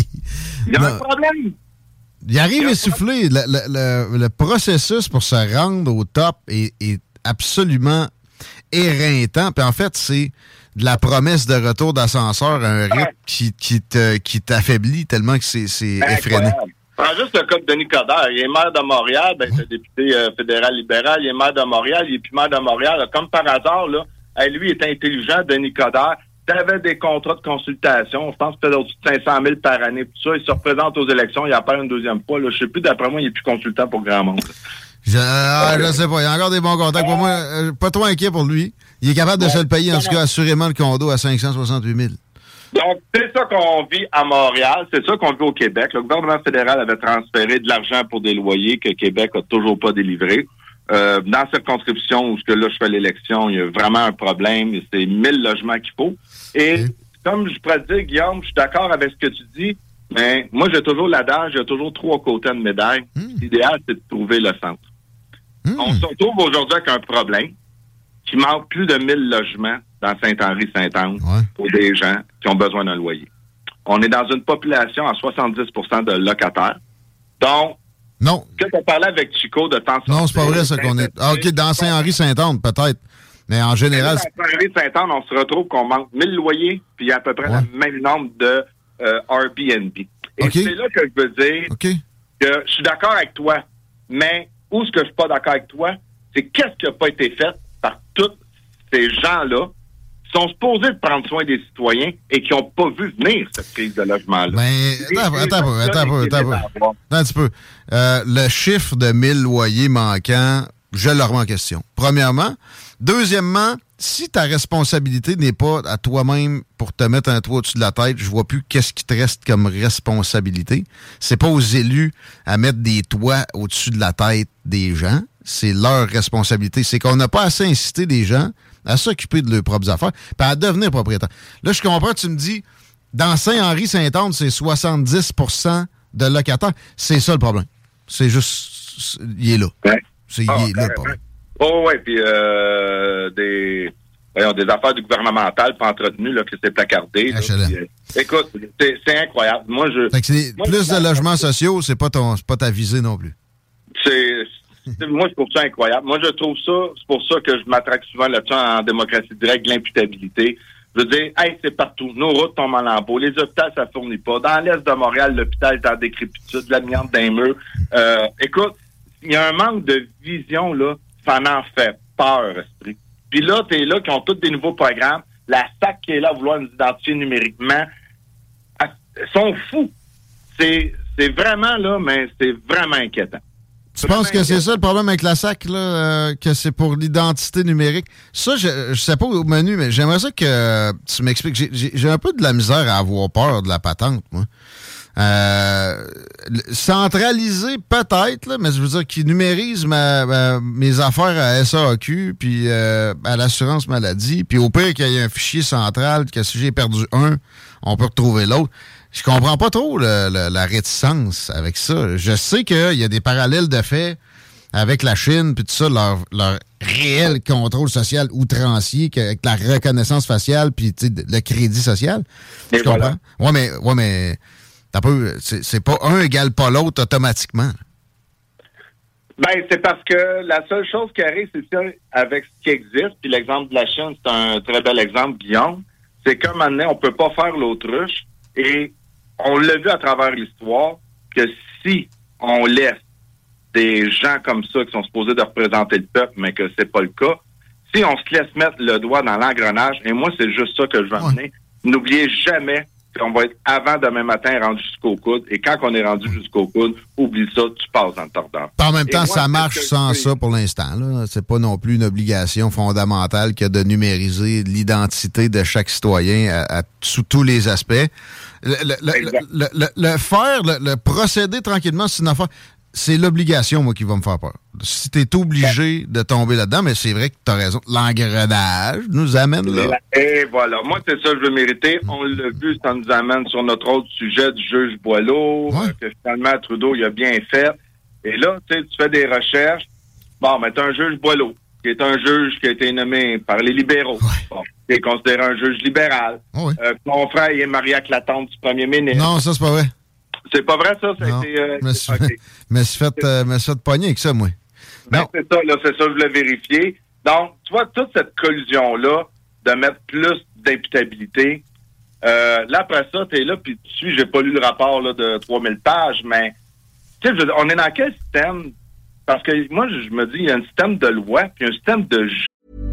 Il y a non. un problème. Il arrive essoufflé. Le, le, le, le processus pour se rendre au top est, est absolument éreintant. Puis en fait, c'est de la promesse de retour d'ascenseur à un rythme qui, qui, te, qui t'affaiblit tellement que c'est, c'est effréné. Prends juste le cas de Denis Coderre. Il est maire de Montréal, ben, c'est député euh, fédéral libéral. Il est maire de Montréal, il est plus maire de Montréal. Là, comme par hasard, là, hey, lui, il est intelligent, Denis Coderre. T'avais des contrats de consultation. Je pense que c'était au-dessus de cinq cent mille par année. Tout ça, il se représente aux élections. Il apparaît une deuxième fois. Là. Je sais plus, d'après moi, il est plus consultant pour grand monde. Je, euh, je sais pas. Il y a encore des bons contacts. Pour moi, euh, pas trop inquiet pour lui. Il est capable de ouais, se le payer, en tout cas, assurément, le condo à cinq cent soixante-huit mille. Donc, c'est ça qu'on vit à Montréal. C'est ça qu'on vit au Québec. Le gouvernement fédéral avait transféré de l'argent pour des loyers que Québec a toujours pas délivré. Euh, dans cette circonscription où ce que là, je fais l'élection, il y a vraiment un problème. C'est mille logements qu'il faut. Et mmh. comme je pourrais te dire, Guillaume, je suis d'accord avec ce que tu dis, mais moi, j'ai toujours l'adage, j'ai toujours trois côtés de médaille. Mmh. L'idéal, c'est de trouver le centre. Mmh. On se retrouve aujourd'hui avec un problème qui manque plus de mille logements dans Saint-Henri-Saint-Anne ouais. pour des gens qui ont besoin d'un loyer. On est dans une population à soixante-dix pour cent de locataires. Donc, non. Que tu as parlé avec Chico de temps Non, c'est pas vrai, ça qu'on est. Ah, OK, dans Saint-Henri-Saint-Anne, peut-être. Mais en général. Dans Saint-Henri-Saint-Anne, on se retrouve qu'on manque mille loyers, puis il y a à peu près ouais. le même nombre de euh, Airbnb. Et okay. c'est là que je veux dire okay. que je suis d'accord avec toi, mais où est-ce que je suis pas d'accord avec toi, c'est qu'est-ce qui n'a pas été fait par tous ces gens-là qui sont supposés de prendre soin des citoyens et qui n'ont pas vu venir cette crise de logement-là. Ben, attends, attends, attends, attends, attends, attends, attends un petit peu. Euh, le chiffre de mille loyers manquants, je le remets en question. Premièrement. Deuxièmement, si ta responsabilité n'est pas à toi-même pour te mettre un toit au-dessus de la tête, je vois plus qu'est-ce qui te reste comme responsabilité. C'est pas aux élus à mettre des toits au-dessus de la tête des gens. C'est leur responsabilité. C'est qu'on n'a pas assez incité des gens à s'occuper de leurs propres affaires puis à devenir propriétaire. Là, je comprends, tu me dis, dans Saint-Henri-Saint-Anne, c'est soixante-dix pour cent de locataires. C'est ça le problème. C'est juste, il est là. Ouais. C'est, oh, il est là le problème. Oh, oui, puis euh, des, voyons, des affaires du gouvernemental pas entretenues, là, que c'est placardé. Là, puis, euh, écoute, c'est, c'est incroyable. Moi, je. Fait que c'est moi, plus de logements sociaux, c'est pas ton, c'est pas ta visée non plus. C'est, c'est, moi, je trouve ça incroyable. Moi, je trouve ça, c'est pour ça que je m'attraque souvent là-dessus en démocratie directe, l'imputabilité. Je veux dire, hey, c'est partout. Nos routes tombent en lambeaux. Les hôpitaux, ça fournit pas. Dans l'est de Montréal, l'hôpital est en décrépitude, de l'amiante d'un mur. Euh, écoute, il y a un manque de vision, là. Ça en fait peur, esprit. Puis là, t'es là, qui ont tous des nouveaux programmes. La S A C qui est là à vouloir nous identifier numériquement. Ils sont fous. C'est, c'est vraiment là, mais c'est vraiment inquiétant. Tu penses que c'est ça le problème avec la S A C, là, euh, que c'est pour l'identité numérique? Ça, je ne sais pas au menu, mais j'aimerais ça que tu m'expliques. J'ai, j'ai, j'ai un peu de la misère à avoir peur de la patente, moi. Euh, centraliser peut-être, là, mais je veux dire qu'il numérise ma, ma, mes affaires à S A A Q, puis euh, à l'assurance maladie, puis au pire qu'il y ait un fichier central, que si j'ai perdu un, on peut retrouver l'autre. Je comprends pas trop le, le, la réticence avec ça. Je sais qu'il y a des parallèles de fait avec la Chine, puis tout ça, leur, leur réel contrôle social outrancier, avec la reconnaissance faciale, puis le crédit social. Et je comprends. voilà. Ouais, mais, ouais, mais t'as peu, c'est, c'est pas un égale pas l'autre automatiquement. Ben, c'est parce que la seule chose qui arrive, c'est ça, avec ce qui existe, puis l'exemple de la Chine, c'est un très bel exemple, Guillaume, c'est qu'à un moment donné, on peut pas faire l'autruche, et on l'a vu à travers l'histoire que si on laisse des gens comme ça qui sont supposés de représenter le peuple, mais que c'est pas le cas, si on se laisse mettre le doigt dans l'engrenage, et moi, c'est juste ça que je veux amener, ouais. N'oubliez jamais qu'on va être avant demain matin rendu jusqu'au coude, et quand on est rendu jusqu'au coude, oublie ça, tu passes dans le tordant. En même temps, moi, ça marche sans ça pour l'instant, là. C'est pas non plus une obligation fondamentale que de numériser l'identité de chaque citoyen à, à, sous tous les aspects. Le, le, le, le, le, le faire, le, le procéder tranquillement, c'est une affaire. C'est l'obligation, moi, qui va me faire peur. Si tu es obligé de tomber là-dedans, mais c'est vrai que tu as raison. L'engrenage nous amène là. Et voilà. Moi, c'est ça que je veux mériter. On l'a vu, ça nous amène sur notre autre sujet du juge Boileau, ouais. que finalement, Trudeau, il a bien fait. Et là, tu sais, tu fais des recherches. Bon, mais tu as un juge Boileau, qui est un juge qui a été nommé par les libéraux. Ouais. Bon, qui est considéré un juge libéral. Ouais. Euh, mon frère, il est marié avec la tante du premier ministre. Non, ça, c'est pas vrai. C'est pas vrai, ça? ça a été, euh, me suis okay. fait, fait, euh, fait pogner avec ça, moi. Ben, non. C'est ça, là, c'est ça, je voulais vérifier. Donc, tu vois, toute cette collusion-là, de mettre plus d'imputabilité, euh, là, après ça, t'es là, puis tu suis, j'ai pas lu le rapport là, de trois mille pages, mais, tu sais, on est dans quel système? Parce que moi, je me dis, il y a un système de loi, puis un système de jeu.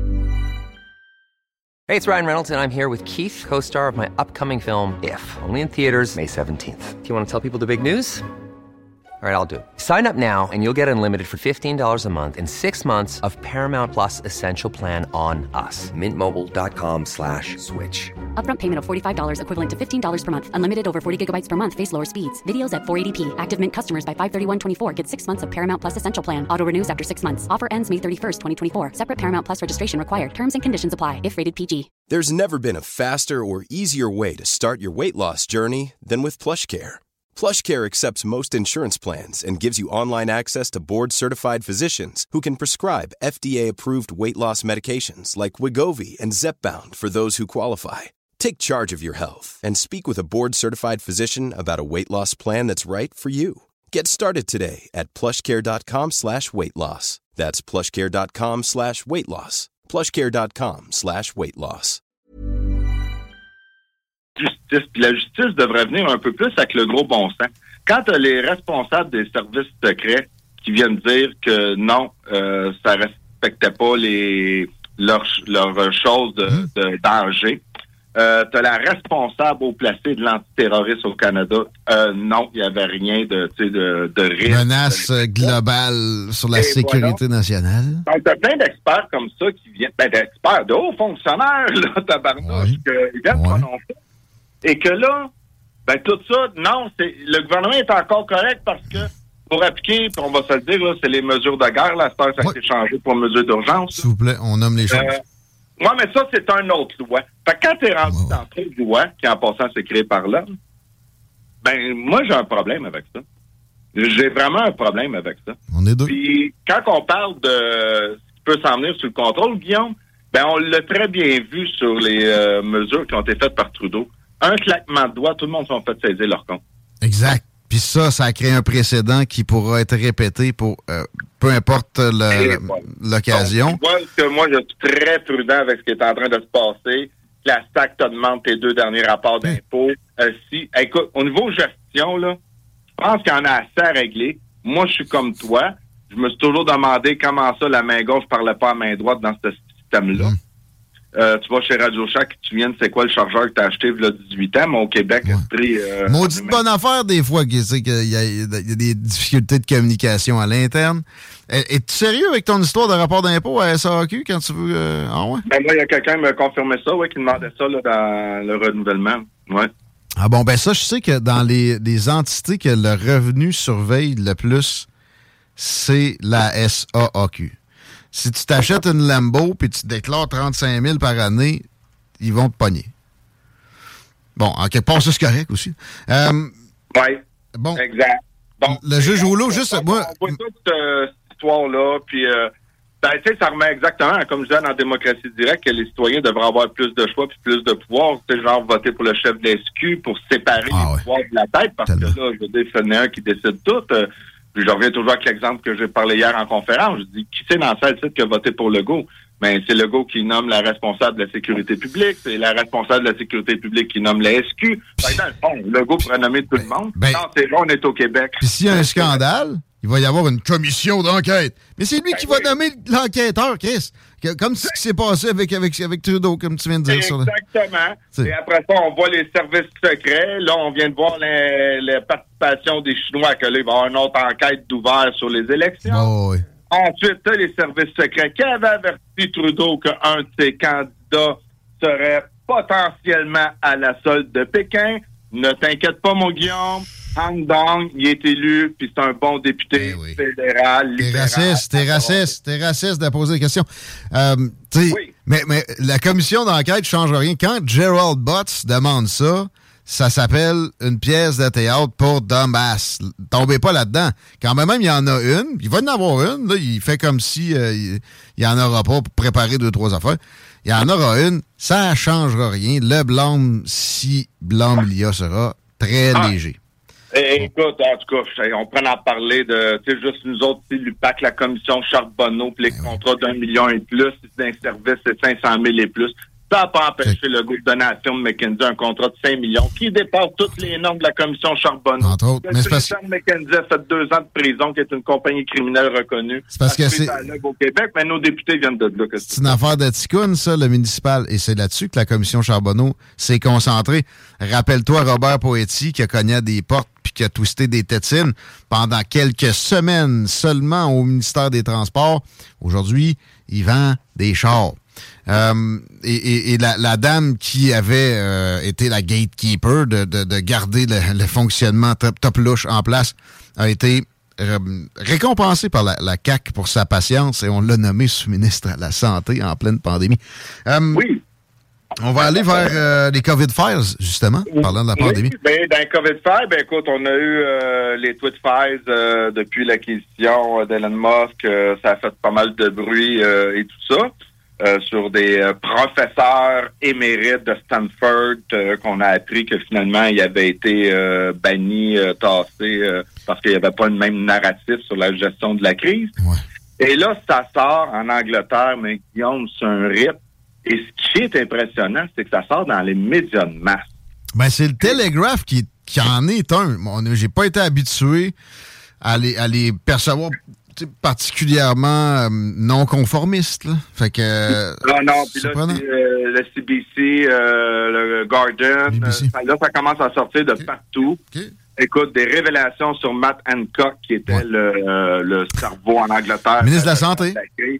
Hey, it's Ryan Reynolds, and I'm here with Keith, co-star of my upcoming film, If, only in theaters May seventeenth. Do you want to tell people the big news? All right, I'll do it. Sign up now and you'll get unlimited for fifteen dollars a month and six months of Paramount Plus Essential Plan on us. Mint Mobile dot com slash switch. Upfront payment of forty-five dollars equivalent to fifteen dollars per month. Unlimited over forty gigabytes per month. Face lower speeds. Videos at four eighty p. Active Mint customers by five thirty-one twenty-four get six months of Paramount Plus Essential Plan. Auto renews after six months. Offer ends May thirty-first, twenty twenty-four. Separate Paramount Plus registration required. Terms and conditions apply if rated P G. There's never been a faster or easier way to start your weight loss journey than with PlushCare. PlushCare accepts most insurance plans and gives you online access to board-certified physicians who can prescribe F D A-approved weight loss medications like Wegovy and Zepbound for those who qualify. Take charge of your health and speak with a board-certified physician about a weight loss plan that's right for you. Get started today at plushcare.com slash weight loss. That's plushcare.com slash weight loss. plushcare.com slash weight loss. Justice. Puis la justice devrait venir un peu plus avec le gros bon sens. Quand tu as les responsables des services secrets qui viennent dire que non, euh, ça respectait pas les leurs leurs choses de, de danger, euh, tu as la responsable au placé de l'antiterrorisme au Canada. Euh, non, il n'y avait rien de, tu sais, de, de risque. Menace globale sur la Et sécurité voilà. nationale. Donc, tu as plein d'experts comme ça qui viennent, ben, d'experts, de hauts fonctionnaires, là, tabarnouche, oui. qui viennent ouais. prononcer. Et que là, ben tout ça, non, c'est le gouvernement est encore correct parce que pour appliquer, puis on va se le dire, là, c'est les mesures de guerre, là, ça a été oui. changé pour mesures d'urgence. S'il vous plaît, on nomme les choses. Euh, oui, mais ça, c'est un autre loi. Fait que quand t'es rendu oh. dans cette loi, qui en passant c'est créé par là, ben moi j'ai un problème avec ça. J'ai vraiment un problème avec ça. On est deux. Puis quand on parle de ce qui peut s'en venir sous le contrôle, Guillaume, ben on l'a très bien vu sur les euh, mesures qui ont été faites par Trudeau. Un claquement de doigts, tout le monde s'en fait saisir leur compte. Exact. Puis ça, ça a créé un précédent qui pourra être répété pour euh, peu importe le, voilà. l'occasion. Donc, moi, que moi, je suis très prudent avec ce qui est en train de se passer. La S A C te demande tes deux derniers rapports d'impôts. Euh, si, écoute, au niveau gestion, là, je pense qu'il y en a assez à régler. Moi, je suis comme toi. Je me suis toujours demandé comment ça, la main gauche parlait pas à la main droite dans ce système-là. Mmh. Euh, tu vas chez Radio Shack, tu viens, c'est quoi le chargeur que tu as acheté il y a dix-huit ans, mais au Québec, ouais. Esprit... Euh, Maudite bonne affaire, des fois, qu'il y, y, y a des difficultés de communication à l'interne. Es-tu sérieux avec ton histoire de rapport d'impôt à S A A Q quand tu veux... Euh... Ah ouais? Ben moi, il y a quelqu'un qui me confirmait ça, ouais, qui demandait ça là, dans le renouvellement. Ouais. Ah bon, ben ça, je sais que dans les, les entités que le revenu surveille le plus, c'est la S A A Q. Si tu t'achètes une Lambo puis tu déclares trente-cinq mille par année, ils vont te pogner. Bon, en quelque part, ça, c'est correct aussi. Euh, oui, bon, exact. Donc, le juge Rouleau, juste... On, moi, on voit toute euh, cette histoire-là, puis... Euh, ben, tu sais, ça remet exactement, comme je disais dans la démocratie directe, que les citoyens devraient avoir plus de choix puis plus de pouvoir. Tu sais, genre, voter pour le chef de l'S Q pour séparer ah, les ouais. pouvoirs de la tête, parce Tellement. que là, je veux dire, ce n'est un qui décide tout. Euh, Puis je reviens toujours avec l'exemple que j'ai parlé hier en conférence. Je dis, qui c'est dans cette salle qui a voté pour Legault? Ben, c'est Legault qui nomme la responsable de la sécurité publique. C'est la responsable de la sécurité publique qui nomme la S Q. Ben, dans le fond, Legault pourrait nommer tout le monde. Ben, non, c'est bon, on est au Québec. Puis s'il y a un scandale, il va y avoir une commission d'enquête. Mais c'est lui ben, qui oui. va nommer l'enquêteur, Chris. Comme ce qui s'est passé avec, avec, avec Trudeau, comme tu viens de dire. Exactement. Sur le... Et après ça, on voit les services secrets. Là, on vient de voir les, les participations des Chinois, que là, il va y avoir une autre enquête d'ouvert sur les élections. Oh, oui. Ensuite, tu as les services secrets qui avaient averti Trudeau qu'un de ses candidats serait potentiellement à la solde de Pékin. Ne t'inquiète pas, mon Guillaume. Han Dong, il est élu, puis c'est un bon député eh oui. fédéral, T'es raciste, t'es raciste, t'es raciste de poser des questions. Euh, oui. mais, mais la commission d'enquête ne change rien. Quand Gerald Butts demande ça, ça s'appelle une pièce de théâtre pour dumbass. Tombez pas là-dedans. Quand même, il y en a une, il va y en avoir une, là, il fait comme si euh, il n'y en aura pas pour préparer deux, trois affaires. Il y en aura une, ça ne changera rien. Le blâme, si blâme il y a, sera très ah. léger. Et, écoute, en tout cas, on prend à parler de, tu sais, juste nous autres, l'U P A C, la commission Charbonneau, puis les ben contrats d'un million et plus, si c'est un service, c'est cinq cent mille et plus. Ça n'a pas empêché le groupe de donation de McKinsey un contrat de cinq millions qui dépasse toutes les normes de la commission Charbonneau. Entre autres. Le président de McKinsey a fait deux ans de prison, qui est une compagnie criminelle reconnue. C'est parce que c'est... au Québec, mais nos députés viennent de là. C'est une affaire de ticoune, ça, le municipal. Et c'est là-dessus que la commission Charbonneau s'est concentrée. Rappelle-toi Robert Poetti qui a cogné à des portes puis qui a twisté des tétines pendant quelques semaines seulement au ministère des Transports. Aujourd'hui, il vend des chars. Euh, et et, et la, la dame qui avait euh, été la gatekeeper de, de, de garder le, le fonctionnement top, top louche en place a été euh, récompensée par la, la C A Q pour sa patience et on l'a nommé sous-ministre à la Santé en pleine pandémie. Euh, oui. On va aller vers euh, les COVID Files, justement, parlant de la pandémie. Oui, ben, dans les COVID Files, ben, écoute, on a eu euh, les Tweet Files euh, depuis l'acquisition d'Elon Musk. Euh, ça a fait pas mal de bruit euh, et tout ça. Euh, sur des euh, professeurs émérites de Stanford euh, qu'on a appris que finalement, il avait été euh, banni, euh, tassé, euh, parce qu'il n'y avait pas le même narratif sur la gestion de la crise. Ouais. Et là, ça sort en Angleterre, mais Guillaume, c'est un rythme. Et ce qui est impressionnant, c'est que ça sort dans les médias de masse. Ben, c'est le Telegraph qui, qui en est un. Bon, j'ai pas été habitué à les, à les percevoir particulièrement euh, non conformistes. Là. Fait que... Euh, non, non, puis là, c'est, euh, le C B C, euh, le Guardian, euh, ça, là, ça commence à sortir de okay. partout. Okay. Écoute, des révélations sur Matt Hancock, qui était ouais. le, euh, le cerveau en Angleterre. Ministre de la Santé.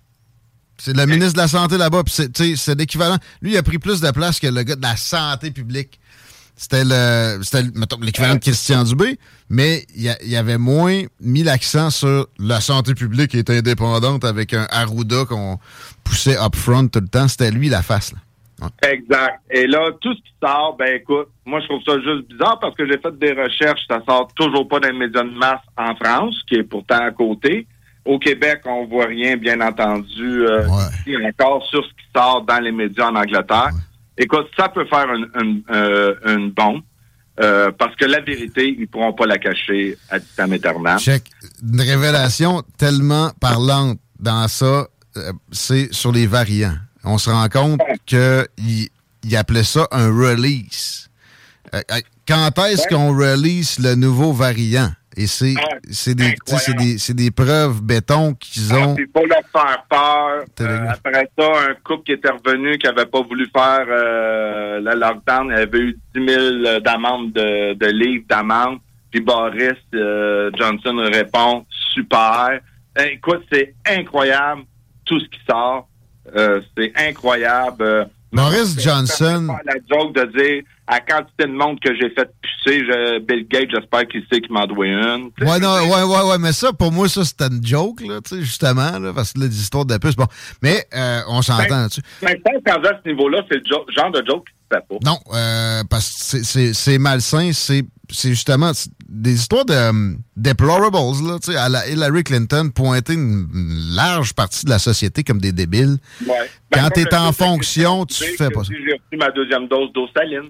C'est le ministre de la Santé là-bas. Puis c'est, c'est l'équivalent. Lui, il a pris plus de place que le gars de la santé publique. C'était le, c'était mettons, l'équivalent de Christian Dubé, mais il y, y avait moins mis l'accent sur la santé publique qui est indépendante avec un Arruda qu'on poussait up front tout le temps. C'était lui la face. Là. Ouais. Exact. Et là, tout ce qui sort, ben écoute, moi je trouve ça juste bizarre parce que j'ai fait des recherches, ça sort toujours pas dans les médias de masse en France, qui est pourtant à côté. Au Québec, on voit rien, bien entendu, euh, ouais. ici encore sur ce qui sort dans les médias en Angleterre. Ouais. Écoute, ça peut faire une, une, euh, une bombe, euh, parce que la vérité, ils ne pourront pas la cacher à vitam aeternam. Check. Une révélation tellement parlante dans ça, euh, c'est sur les variants. On se rend compte qu'il il appelait ça un release. Euh, quand est-ce ouais. qu'on release le nouveau variant? Et c'est, c'est, des, c'est, des, c'est des preuves béton qu'ils ont. C'est pour leur faire peur. Euh, après ça, un couple qui était revenu, qui n'avait pas voulu faire euh, le lockdown, il avait eu dix mille d'amende de, de livres d'amende. Puis Boris euh, Johnson répond « Super ». Écoute, c'est incroyable tout ce qui sort. Euh, c'est incroyable. Euh, Boris Johnson... la joke de dire « À quantité de monde que j'ai fait pisser, je, Bill Gates, j'espère qu'il sait qu'il m'en doit une. » Ouais, non, ouais, ouais, ouais, mais ça, pour moi, ça, c'était une joke, là, tu sais, justement, là, parce que là, des histoires de puce, bon. Mais euh, on s'entend ben, là-dessus. Mais quand à ce niveau-là, c'est le jo- genre de joke qui se fait pas. Non, euh, parce que c'est, c'est, c'est malsain, c'est... c'est justement des histoires de um, deplorables, là, tu sais, à la Hillary Clinton, pointer une, une large partie de la société comme des débiles. Ouais. Ben, quand ben, t'es en fonction, tu fais pas ça. Si j'ai reçu ma deuxième dose d'Osaline.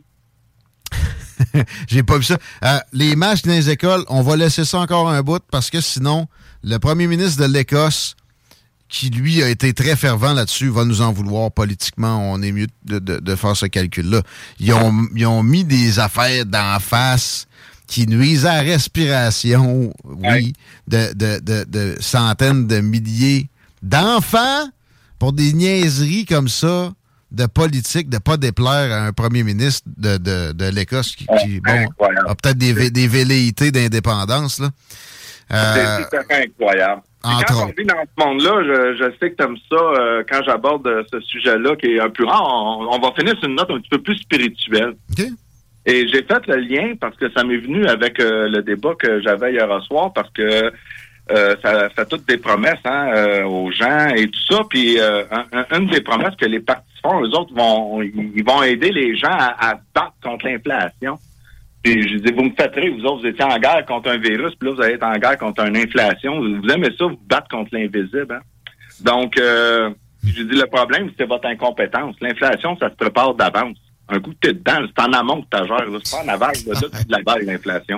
J'ai pas vu ça. Euh, les masques dans les écoles, on va laisser ça encore un bout parce que sinon, le premier ministre de l'Écosse, qui lui a été très fervent là-dessus, va nous en vouloir politiquement. On est mieux de, de, de faire ce calcul-là. Ils ont, ils ont mis des affaires d'en face qui nuisent à la respiration, oui, ouais. de, de, de, de centaines de milliers d'enfants pour des niaiseries comme ça, de politique, de pas déplaire à un premier ministre de, de, de l'Écosse qui, qui bon, a peut-être des, des velléités d'indépendance, là. Euh, c'est tout à fait incroyable. Quand on vit dans ce monde-là, je, je sais que tu aimes ça euh, quand j'aborde ce sujet-là qui est un peu rare. On, on va finir sur une note un petit peu plus spirituelle. Okay. Et j'ai fait le lien parce que ça m'est venu avec euh, le débat que j'avais hier soir parce que euh, ça fait toutes des promesses hein, euh, aux gens et tout ça. Puis euh, un, un, une des promesses que les partis font, eux autres vont ils vont aider les gens à, à battre contre l'inflation. Puis je dis, vous me faites rire, vous autres, vous étiez en guerre contre un virus, puis là, vous allez être en guerre contre une inflation. Vous aimez ça, vous battre contre l'invisible. Hein? Donc, euh, je dis, le problème, c'est votre incompétence. L'inflation, ça se prépare d'avance. Un coup, t'es dedans, c'est en amont que tu gères. C'est pas en aval, là, là, tu la balle, l'inflation.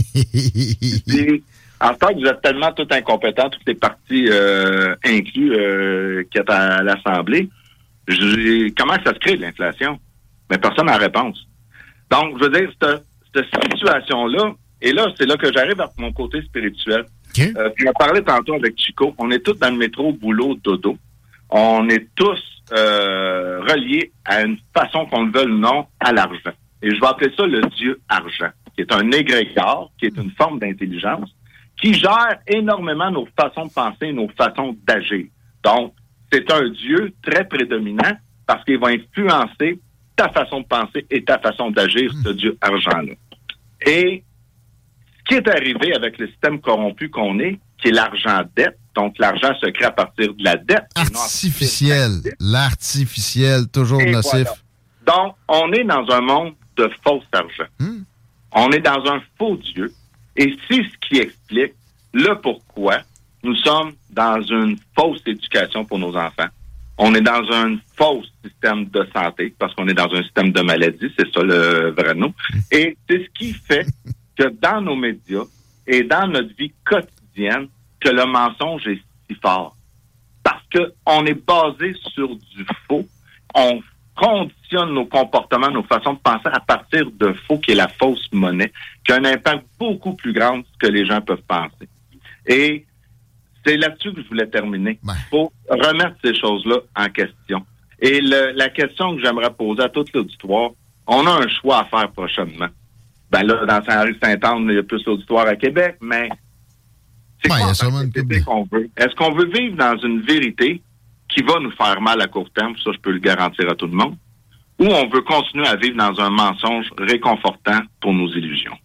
Puis, en fait, vous êtes tellement tout incompétents, toutes les partis euh, inclus euh, qui est à l'Assemblée. Je dis, comment ça se crée, l'inflation? Mais personne n'a la réponse. Donc, je veux dire, c'est cette situation-là, et là, c'est là que j'arrive à mon côté spirituel. Okay. Euh, puis on parlait tantôt avec Chico, on est tous dans le métro, boulot, dodo. On est tous euh, reliés à une façon qu'on le veuille ou non, à l'argent. Et je vais appeler ça le dieu argent, qui est un égrégore, qui est une forme d'intelligence, qui gère énormément nos façons de penser, nos façons d'agir. Donc, c'est un dieu très prédominant parce qu'il va influencer ta façon de penser et ta façon d'agir, ce dieu argent-là. Et ce qui est arrivé avec le système corrompu qu'on est, qui est l'argent-dette, donc l'argent se crée à partir de la dette. Artificiel. L'artificiel, toujours et nocif. Voilà. Donc, on est dans un monde de faux argent. Hmm. On est dans un faux dieu. Et c'est ce qui explique le pourquoi nous sommes dans une fausse éducation pour nos enfants. On est dans un faux système de santé parce qu'on est dans un système de maladie, c'est ça le vrai nom. Et c'est ce qui fait que dans nos médias et dans notre vie quotidienne, que le mensonge est si fort. Parce que on est basé sur du faux. On conditionne nos comportements, nos façons de penser à partir de faux, qui est la fausse monnaie, qui a un impact beaucoup plus grand que les gens peuvent penser. Et c'est là-dessus que je voulais terminer. Il faut remettre ces choses-là en question. Et le, la question que j'aimerais poser à tout l'auditoire, on a un choix à faire prochainement. Ben là, dans Saint-Henri-Saint-Anne, il y a plus d'auditoire à Québec, mais c'est ouais, quoi la société qu'on veut? Est-ce qu'on veut vivre dans une vérité qui va nous faire mal à court terme, ça je peux le garantir à tout le monde, ou on veut continuer à vivre dans un mensonge réconfortant pour nos illusions?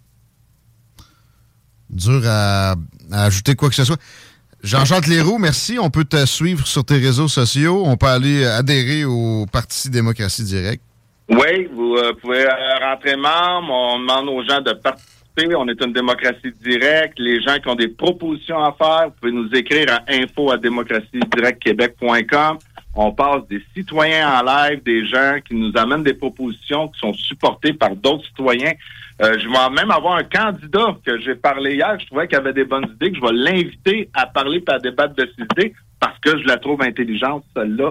Dur à, à ajouter quoi que ce soit. Jean-Jacques Leroux, merci. On peut te suivre sur tes réseaux sociaux. On peut aller adhérer au Parti démocratie directe. Oui, vous euh, pouvez euh, rentrer membre. On demande aux gens de participer. On est une démocratie directe. Les gens qui ont des propositions à faire, vous pouvez nous écrire à info arobase démocratie directe québec point com. On passe des citoyens en live, des gens qui nous amènent des propositions qui sont supportées par d'autres citoyens. Euh, je vais même avoir un candidat que j'ai parlé hier, je trouvais qu'il avait des bonnes idées, que je vais l'inviter à parler et à débattre de ses idées parce que je la trouve intelligente, celle-là,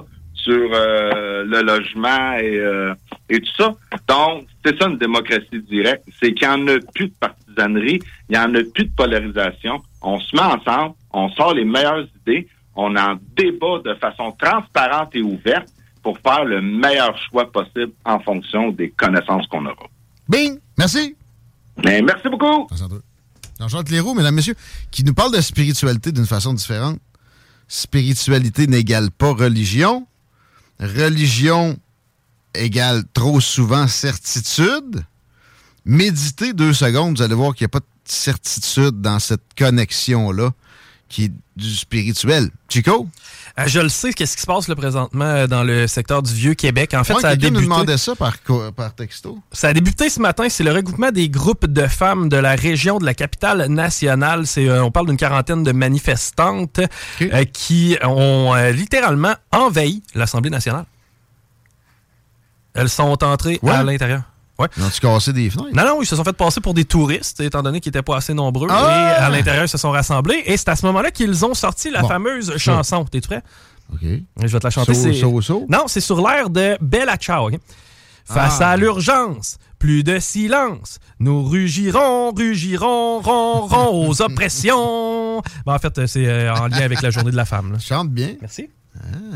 sur euh, le logement et, euh, et tout ça. Donc, c'est ça une démocratie directe. C'est qu'il n'y en a plus de partisanerie, il n'y en a plus de polarisation. On se met ensemble, on sort les meilleures idées, on en débat de façon transparente et ouverte pour faire le meilleur choix possible en fonction des connaissances qu'on aura. Bing! Merci! Mais merci beaucoup! Jean-Charles Cléroux, mesdames, messieurs, qui nous parle de spiritualité d'une façon différente. Spiritualité n'égale pas religion. Religion égale trop souvent certitude. Méditez deux secondes, vous allez voir qu'il n'y a pas de certitude dans cette connexion-là qui est du spirituel. Chico? Euh, je le sais, qu'est-ce qui se passe là, présentement dans le secteur du Vieux-Québec. En fait, ouais, ça a débuté... débuté... nous demandait ça par, par texto. Ça a débuté ce matin. C'est le regroupement des groupes de femmes de la région de la capitale nationale. C'est, euh, on parle d'une quarantaine de manifestantes okay. euh, qui ont euh, littéralement envahi l'Assemblée nationale. Elles sont entrées ouais. à l'intérieur. Ouais. Ils ont-tu cassé des fenêtres? Non, non, ils se sont fait passer pour des touristes, étant donné qu'ils n'étaient pas assez nombreux. Ah! Et à l'intérieur, ils se sont rassemblés. Et c'est à ce moment-là qu'ils ont sorti la bon. fameuse chanson. T'es prêt? OK. Je vais te la chanter. So, c'est... so, so. Non, c'est sur l'air de Bella Ciao. Okay? Face ah. à l'urgence, plus de silence. Nous rugirons, rugirons, ron, ron aux oppressions. Bon, en fait, c'est euh, en lien avec la journée de la femme. Là. Chante bien. Merci. Ah.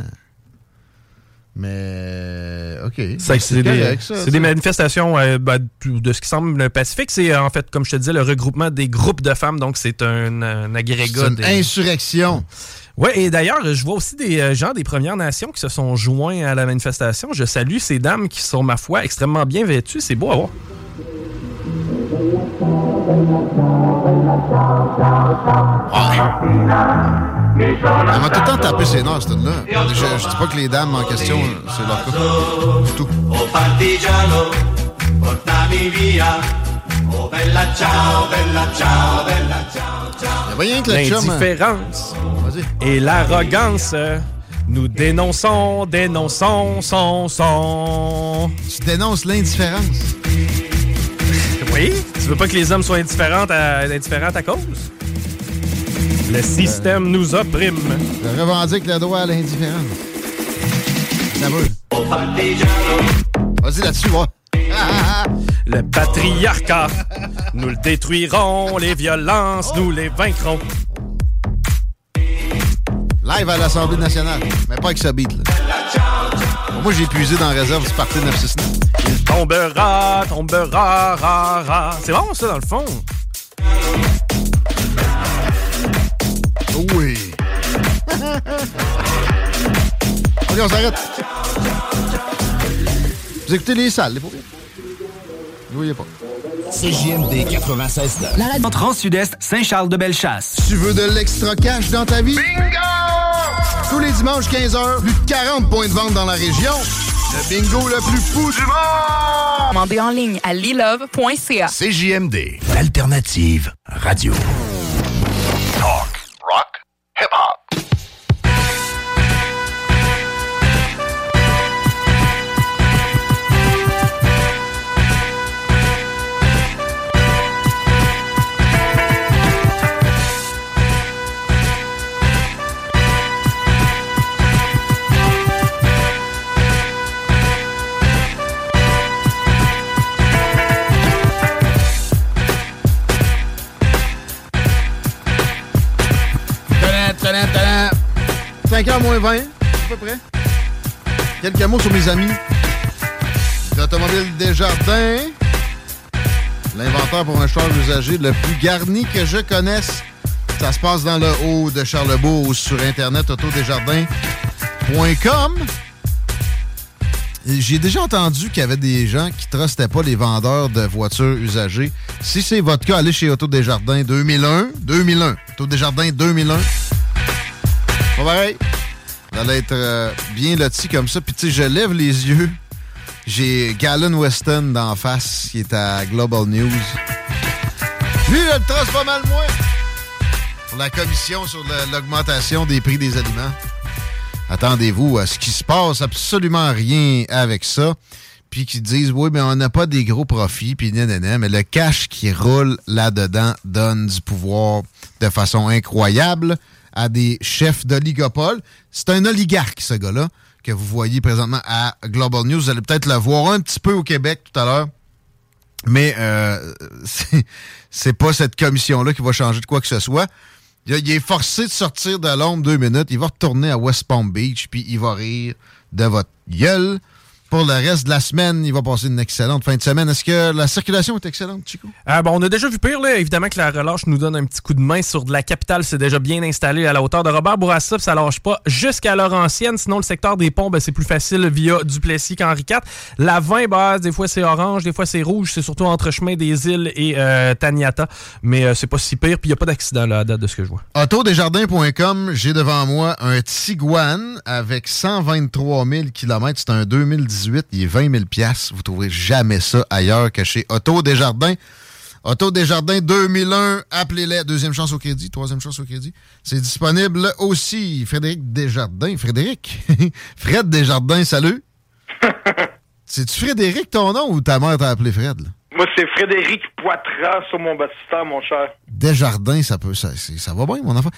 Mais, OK. C'est, c'est, c'est, des, ça, c'est des manifestations euh, ben, de ce qui semble pacifique. C'est, en fait, comme je te disais, le regroupement des groupes de femmes. Donc, c'est un, un agrégat. C'est une de... insurrection. Oui, et d'ailleurs, je vois aussi des gens des Premières Nations qui se sont joints à la manifestation. Je salue ces dames qui sont, ma foi, extrêmement bien vêtues. C'est beau à voir. Ouais. Elle m'a tout le temps tapé ses nerfs, cette là. Je, je dis pas que les dames en question, c'est leur cas. Du tout. Il y a rien que le chum. L'indifférence et l'arrogance. Nous dénonçons, dénonçons, son, son. Tu dénonces l'indifférence. Oui? Tu veux pas que les hommes soient indifférents à, indifférents à cause? Le système euh, nous opprime. Je revendique le droit à l'indifférence. Ça va. Vas-y là-dessus, va. Le patriarcat, nous le détruirons. Les violences, nous les vaincrons. Live à l'Assemblée nationale, mais pas avec ce beat, là. Bon, moi, j'ai épuisé dans la réserve du parti neuf six neuf. Il tombera, tombera, ra, ra. C'est bon, ça, dans le fond. Oui. OK, on s'arrête. Vous écoutez les salles, les pauvres. Vous voyez pas. C J M D quatre-vingt-seize neuf. La radio Trans-Sud-Est, Saint-Charles-de-Bellechasse. Tu veux de l'extra cash dans ta vie? Bingo! Tous les dimanches, quinze heures, plus de quarante points de vente dans la région. Le bingo le plus fou du monde! Commandez en ligne à lilove point c a. C J M D, l'alternative radio. Talk, rock, hip-hop. cinq heures moins vingt, à peu près. Quelques mots sur mes amis. L'Automobile Desjardins, l'inventeur pour un char usagé le plus garni que je connaisse. Ça se passe dans le haut de Charlebourg sur Internet, autodesjardins point com. J'ai déjà entendu qu'il y avait des gens qui ne trustaient pas les vendeurs de voitures usagées. Si c'est votre cas, allez chez Autodesjardins deux mille un. deux mille un. Autodesjardins deux mille un. Pas pareil. Vous allez être euh, bien loti comme ça. Puis tu sais, je lève les yeux. J'ai Galen Weston d'en face qui est à Global News. Lui, il le trace pas mal moins. Pour la commission sur le, l'augmentation des prix des aliments. Attendez-vous à ce qui se passe absolument rien avec ça. Puis qu'ils disent, oui, mais on n'a pas des gros profits, puis nanana, mais le cash qui roule là-dedans donne du pouvoir de façon incroyable à des chefs d'oligopole. C'est un oligarque, ce gars-là. que vous voyez présentement à Global News. Vous allez peut-être le voir un petit peu au Québec tout à l'heure. Mais euh, c'est, c'est pas cette commission-là qui va changer de quoi que ce soit. Il, il est forcé de sortir de l'ombre deux minutes. Il va retourner à West Palm Beach, puis il va rire de votre gueule. Pour le reste de la semaine, il va passer une excellente fin de semaine. Est-ce que la circulation est excellente, Chico? Euh, bon, on a déjà vu pire, là. Évidemment que la relâche nous donne un petit coup de main sur de la capitale. C'est déjà bien installé à la hauteur de Robert Bourassa, puis ça lâche pas jusqu'à Laurentienne. Sinon, le secteur des ponts, ben, c'est plus facile via Duplessis qu'Henri quatre. La vingt, bah, des fois c'est orange, des fois c'est rouge. C'est surtout entre chemin des Îles et euh, Taniata. Mais euh, c'est pas si pire, puis il n'y a pas d'accident là, à date de ce que je vois. Autodesjardins point com, j'ai devant moi un Tiguan avec cent vingt-trois mille kilomètres. C'est un deux mille dix-huit. Il est vingt mille dollars. Vous ne trouverez jamais ça ailleurs que chez Auto Desjardins. Auto Desjardins deux mille un, appelez-les. Deuxième chance au crédit, troisième chance au crédit. C'est disponible aussi. Frédéric Desjardins. Frédéric? Fred Desjardins, salut. C'est-tu Frédéric ton nom ou ta mère t'a appelé Fred? Là? Moi, c'est Frédéric Poitras sur mon baptistère, mon cher. Desjardins, ça peut, ça, c'est, ça va bien, mon enfant.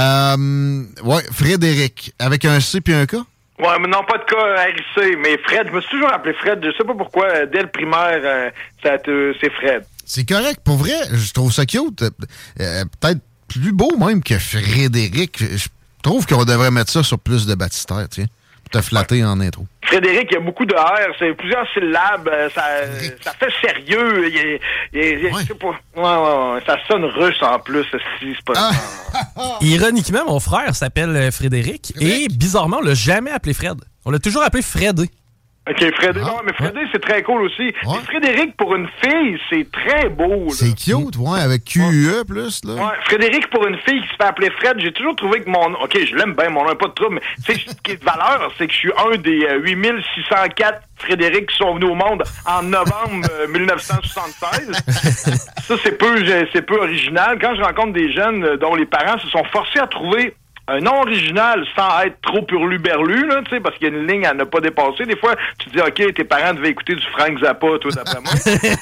Euh, ouais, Frédéric, avec un C puis un K? Ouais, mais non, pas de cas R I C, mais Fred, je me suis toujours appelé Fred, je sais pas pourquoi, euh, dès le primaire, euh, ça te, c'est Fred. C'est correct, pour vrai, je trouve ça cute. Euh, peut-être plus beau même que Frédéric. Je trouve qu'on devrait mettre ça sur plus de baptistères, tiens, pour te flatter en intro. Frédéric, il y a beaucoup de R, c'est plusieurs syllabes, ça, ça fait sérieux. Il, il, il, ouais. Je sais pas, ouais, ouais, ouais, ça sonne russe en plus, si c'est pas. Ah. Ironiquement, mon frère s'appelle Frédéric, Frédéric. Et bizarrement, on l'a jamais appelé Fred. On l'a toujours appelé Fredé. OK, Frédéric, ah, non, mais Frédéric, ouais. C'est très cool aussi. Ouais. Frédéric, pour une fille, c'est très beau. Là. C'est cute, ouais, avec Q U E plus, là. Ouais, Frédéric, pour une fille qui se fait appeler Fred, j'ai toujours trouvé que mon... OK, je l'aime bien, mon nom, pas de trouble, mais tu sais, ce qui est de valeur, c'est que je suis un des euh, huit mille six cent quatre Frédéric qui sont venus au monde en novembre euh, dix-neuf cent soixante-seize. Ça, c'est peu, c'est peu original. Quand je rencontre des jeunes euh, dont les parents se sont forcés à trouver un nom original sans être trop hurluberlu, là, tu sais, parce qu'il y a une ligne à ne pas dépasser. Des fois, tu te dis, OK, tes parents devaient écouter du Frank Zappa, toi, d'après moi.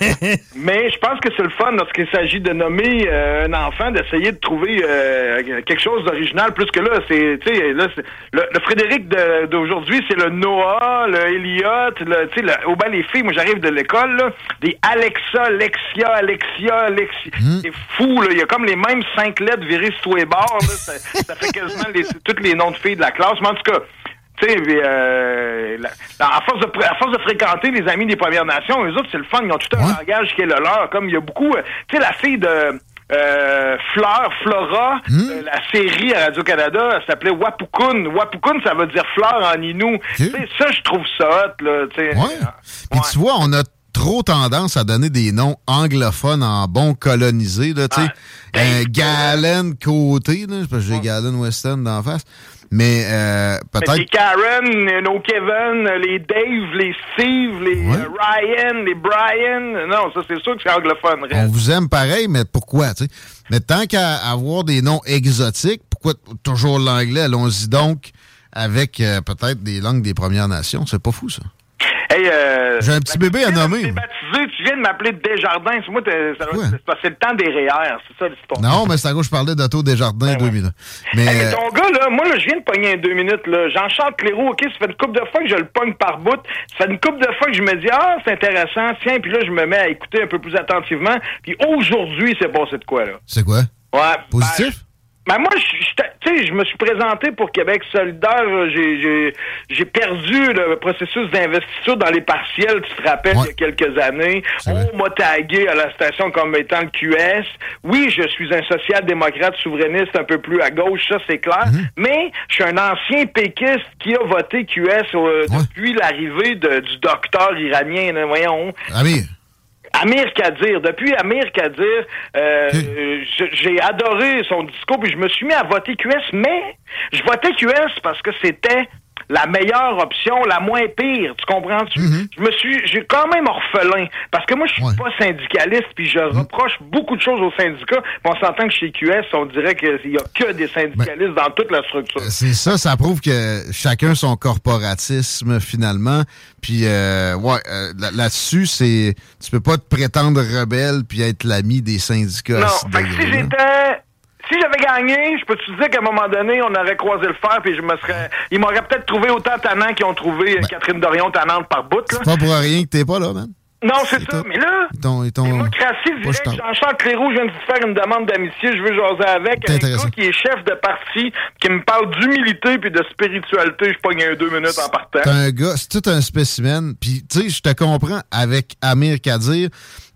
Mais je pense que c'est le fun lorsqu'il s'agit de nommer euh, un enfant, d'essayer de trouver euh, quelque chose d'original, plus que là, c'est, tu sais, là, c'est, le, le Frédéric de, d'aujourd'hui, c'est le Noah, le Elliot, le, tu sais, le, au bas les filles, moi, j'arrive de l'école, là, des Alexa, Lexia, Alexia, Alexia. Mm. C'est fou, là, il y a comme les mêmes cinq lettres virées sur tous les bords, là, ça, ça fait quasiment Les, tous les noms de filles de la classe, mais en tout cas, tu sais, euh, à, force de, à force de fréquenter les amis des Premières Nations, eux autres, c'est le fun, ils ont tout un ouais. langage qui est le leur, comme il y a beaucoup, tu sais, la fille de euh, Fleur, Flora, mmh. euh, la série à Radio-Canada, elle s'appelait Wapukun. Wapukun, ça veut dire fleur en Innu. Tu sais, ça, je trouve ça hot, là, tu sais. Ouais. Puis ouais. Tu vois, on a trop tendance à donner des noms anglophones en bon colonisé, là, tu sais. Ah, euh, Galen Côté, là, parce que j'ai ouais. Galen Weston d'en face. Mais euh, peut-être... Les Karen, nos Kevin, les Dave, les Steve, les ouais. euh, Ryan, les Brian. Non, ça, c'est sûr que c'est anglophone. Reste. On vous aime pareil, mais pourquoi, tu sais? Mais tant qu'à avoir des noms exotiques, pourquoi toujours l'anglais? Allons-y donc avec euh, peut-être des langues des Premières Nations. C'est pas fou, ça. Hey, euh, j'ai un petit ben, bébé à nommer. Tu baptisé, tu viens de m'appeler Desjardins. C'est moi, t'es, ça, c'est, c'est le temps des R E E R, c'est ça l'histoire. Non, mais c'est à cause je parlais d'Auto Desjardins ben, deux minutes. Mais, hey, mais ton gars, là, moi, là, je viens de pogner en deux minutes, là. Jean-Charles Cléroux, OK, ça fait une couple de fois que je le pogne par bout. Ça fait une couple de fois que je me dis, ah, c'est intéressant, tiens, puis là, je me mets à écouter un peu plus attentivement. Puis aujourd'hui, c'est passé de quoi, là? C'est quoi? Ouais. Positif? Ben, Ben moi, tu sais, je me suis présenté pour Québec solidaire. J'ai, j'ai, j'ai perdu le processus d'investiture dans les partiels, tu te rappelles, ouais. il y a quelques années. C'est On vrai. m'a tagué à la station comme étant le Q S. Oui, je suis un social-démocrate souverainiste un peu plus à gauche, ça c'est clair. Mm-hmm. Mais je suis un ancien péquiste qui a voté Q S euh, ouais. depuis l'arrivée de, du docteur iranien. Là, voyons. Ah oui. Amir Kadir. Depuis Amir Kadir, euh, okay. j'ai adoré son discours, puis je me suis mis à voter Q S, mais je votais Q S parce que c'était la meilleure option, la moins pire, tu comprends-tu? Mm-hmm. Je me suis, j'ai quand même orphelin, parce que moi, je suis ouais. pas syndicaliste, puis je mm-hmm. reproche beaucoup de choses aux syndicats, mais on s'entend que chez Q S, on dirait qu'il y a que des syndicalistes ben, dans toute la structure. C'est ça, ça prouve que chacun son corporatisme, finalement, puis euh, ouais, euh, là-dessus, c'est, tu peux pas te prétendre rebelle puis être l'ami des syndicats. Non, fait que si j'étais... si j'avais gagné, je peux te dire qu'à un moment donné, on aurait croisé le fer, puis je me serais... Ils m'auraient peut-être trouvé autant tannant qu'ils ont trouvé ben, Catherine Dorion tannante par bout, là. C'est pas pour rien que t'es pas là, man. Non, c'est, c'est ça. Tout. Mais là, ils t'ont, ils t'ont... démocratie directe, Jean-Charles Cléroux, je viens de te faire une demande d'amitié, je veux jaser avec. Un gars qui est chef de parti, qui me parle d'humilité puis de spiritualité, je pogne un deux minutes en partant. C'est un gars, c'est tout un spécimen. Puis, tu sais, je te comprends avec Amir Kadir.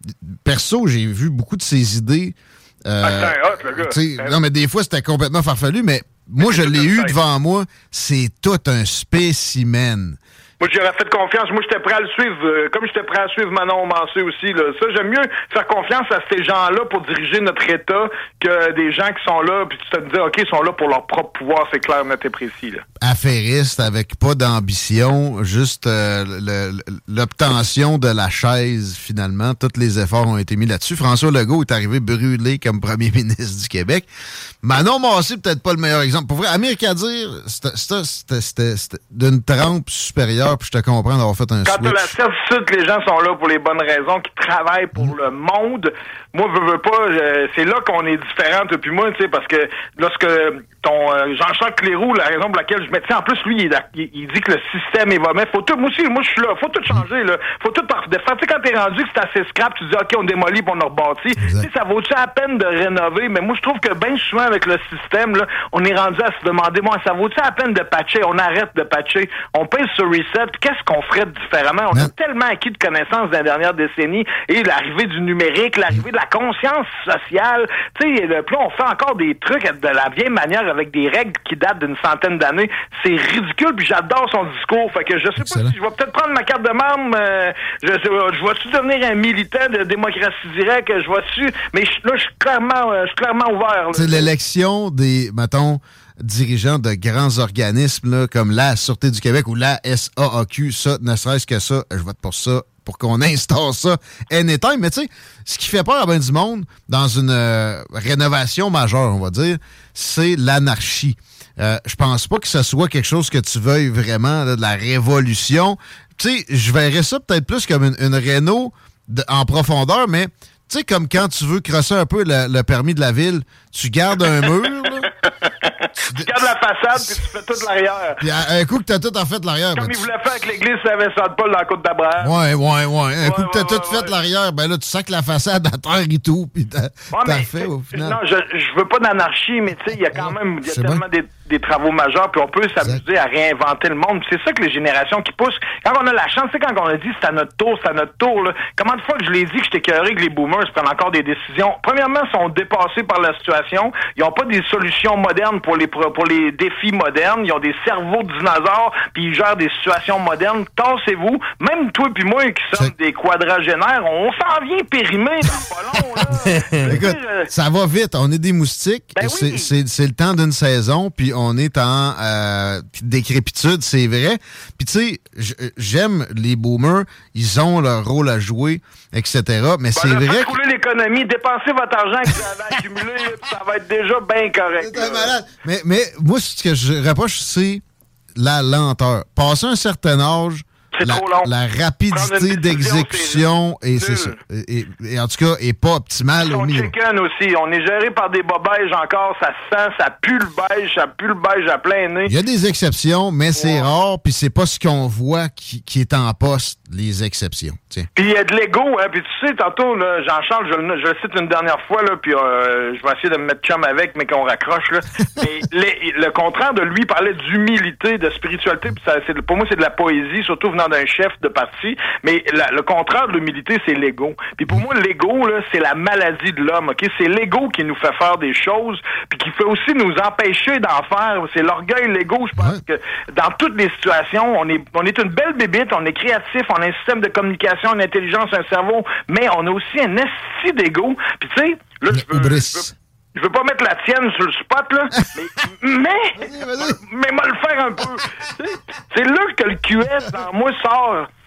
Perso, j'ai vu beaucoup de ses idées. Euh, ah, c'est un hot, le gars. Hein? Non, mais des fois, c'était complètement farfelu, mais moi, je l'ai eu devant moi. C'est tout un spécimen. Moi, j'aurais fait confiance. Moi, j'étais prêt à le suivre, euh, comme j'étais prêt à suivre Manon Mancé aussi. Là. Ça, j'aime mieux faire confiance à ces gens-là pour diriger notre État que des gens qui sont là, puis tu te dis, OK, ils sont là pour leur propre pouvoir, c'est clair, net et précis. Là. Affairiste, avec pas d'ambition, juste euh, le, l'obtention de la chaise, finalement. Tous les efforts ont été mis là-dessus. François Legault est arrivé brûlé comme premier ministre du Québec. Manon Mancé, peut-être pas le meilleur exemple. Pour vrai, Amir Kadir, c'était, c'était, c'était, c'était d'une trempe supérieure, puis je te comprends d'avoir fait un Quand switch. Quand la certitude que les gens sont là pour les bonnes raisons, qui travaillent pour mmh. le monde, moi, veux, veux pas, euh, c'est là qu'on est différents, toi puis moi, tu sais, parce que lorsque ton euh, Jean-Charles Cléroux, la raison pour laquelle je mets, tu sais, en plus, lui, il, il, il dit que le système est mauvais. Faut tout, moi aussi, moi, je suis là, faut tout changer, là. Faut tout par défaire. Tu sais, quand t'es rendu que c'est assez scrap, tu dis, OK, on démolit puis on a rebâti. Tu sais, ça vaut-tu la peine de rénover? Mais moi, je trouve que bien souvent, avec le système, là, on est rendu à se demander, moi, ça vaut-tu la peine de patcher? On arrête de patcher. On pèse sur reset. Qu'est-ce qu'on ferait différemment? On a tellement acquis de connaissances dans la dernière décennie et l'arrivée du numérique, l'arrivée de la conscience sociale. Tu sais, le plan, on fait encore des trucs de la vieille manière avec des règles qui datent d'une centaine d'années. C'est ridicule, puis j'adore son discours. Fait que je sais Excellent. pas si je vais peut-être prendre ma carte de membre. Euh, je, je vais-tu devenir un militant de démocratie directe? Je vais-tu... Mais je, là, je suis clairement, euh, je suis clairement ouvert. C'est l'élection des, mettons, dirigeants de grands organismes là, comme la Sûreté du Québec ou la S A A Q, ça, ne serait-ce que ça, je vote pour ça, pour qu'on instaure ça anytime. Mais tu sais, ce qui fait peur à bien du monde dans une euh, rénovation majeure, on va dire, c'est l'anarchie. Euh, je pense pas que ce soit quelque chose que tu veuilles vraiment, là, de la révolution. Tu sais, je verrais ça peut-être plus comme une, une réno de, en profondeur, mais tu sais, comme quand tu veux crosser un peu le, le permis de la ville, tu gardes un mur, là. Tu gardes la façade, puis tu fais tout l'arrière. Puis un coup que t'as tout en fait l'arrière... Comme ben, il tu... voulait faire avec l'église Saint-Vincent-de-Paul dans la côte d'Abraham. Ouais, ouais, ouais. Un ouais, coup que t'as ouais, tout ouais, fait l'arrière, ben là, tu sens que la façade à terre et tout, puis t'as, ouais, t'as mais, fait au final. Non, je, je veux pas d'anarchie, mais tu sais, il y a quand même, il y a tellement des, des travaux majeurs, puis on peut s'amuser exact. à réinventer le monde. Puis c'est ça que les générations qui poussent. Quand on a la chance, tu sais, quand on a dit c'est à notre tour, c'est à notre tour, là, comment de fois que je l'ai dit que j'étais écœuré que les boomers prennent encore des décisions. Premièrement, ils sont dépassés par la situation. Ils n'ont pas des solutions modernes pour les pour les défis modernes. Ils ont des cerveaux de dinosaures, puis ils gèrent des situations modernes. Tassez-vous. Même toi puis moi qui sommes c'est... des quadragénaires, on s'en vient périmé dans pas long, là. Écoute, euh... ça va vite. On est des moustiques. Ben c'est, oui. c'est, c'est le temps d'une saison, puis on est en euh, décrépitude, c'est vrai. Puis tu sais, j'aime les boomers. Ils ont leur rôle à jouer, et cetera. Mais ben c'est là, vrai faites rouler l'économie, dépensez votre argent que vous avez accumulé, puis ça va être déjà bien correct. C'est malade. Mais, mais moi, ce que je reproche, c'est la lenteur. Passer un certain âge, c'est la, trop long. la rapidité d'exécution, c'est et c'est ça. Et, et, et en tout cas, est pas optimale au milieu. Chicken aussi. On est géré par des bobèges encore. Ça sent, ça pue le beige, ça pue le beige à plein nez. Il y a des exceptions, mais c'est ouais. rare, puis c'est pas ce qu'on voit qui, qui est en poste, les exceptions. Tiens. Puis il y a de l'ego, hein. Puis tu sais, tantôt, là, Jean-Charles, je, je le cite une dernière fois, là, puis euh, je vais essayer de me mettre chum avec, mais qu'on raccroche, là. Mais les, le contraire de lui parlait d'humilité, de spiritualité, puis ça, c'est, pour moi, c'est de la poésie, surtout venant d'un chef de parti, mais la, le contraire de l'humilité, c'est l'ego. Puis pour moi, l'ego, là, c'est la maladie de l'homme, OK? C'est l'ego qui nous fait faire des choses, puis qui fait aussi nous empêcher d'en faire. C'est l'orgueil, l'ego, je pense ouais. que dans toutes les situations, on est, on est une belle bébite, on est créatif, on a un système de communication, une intelligence, un cerveau, mais on a aussi un esti d'ego. Puis tu sais, là, je veux, je veux Je veux pas mettre la tienne sur le spot, là, mais, mais, vas-y, vas-y. mais moi le faire un peu. C'est là que le Q S dans moi sort.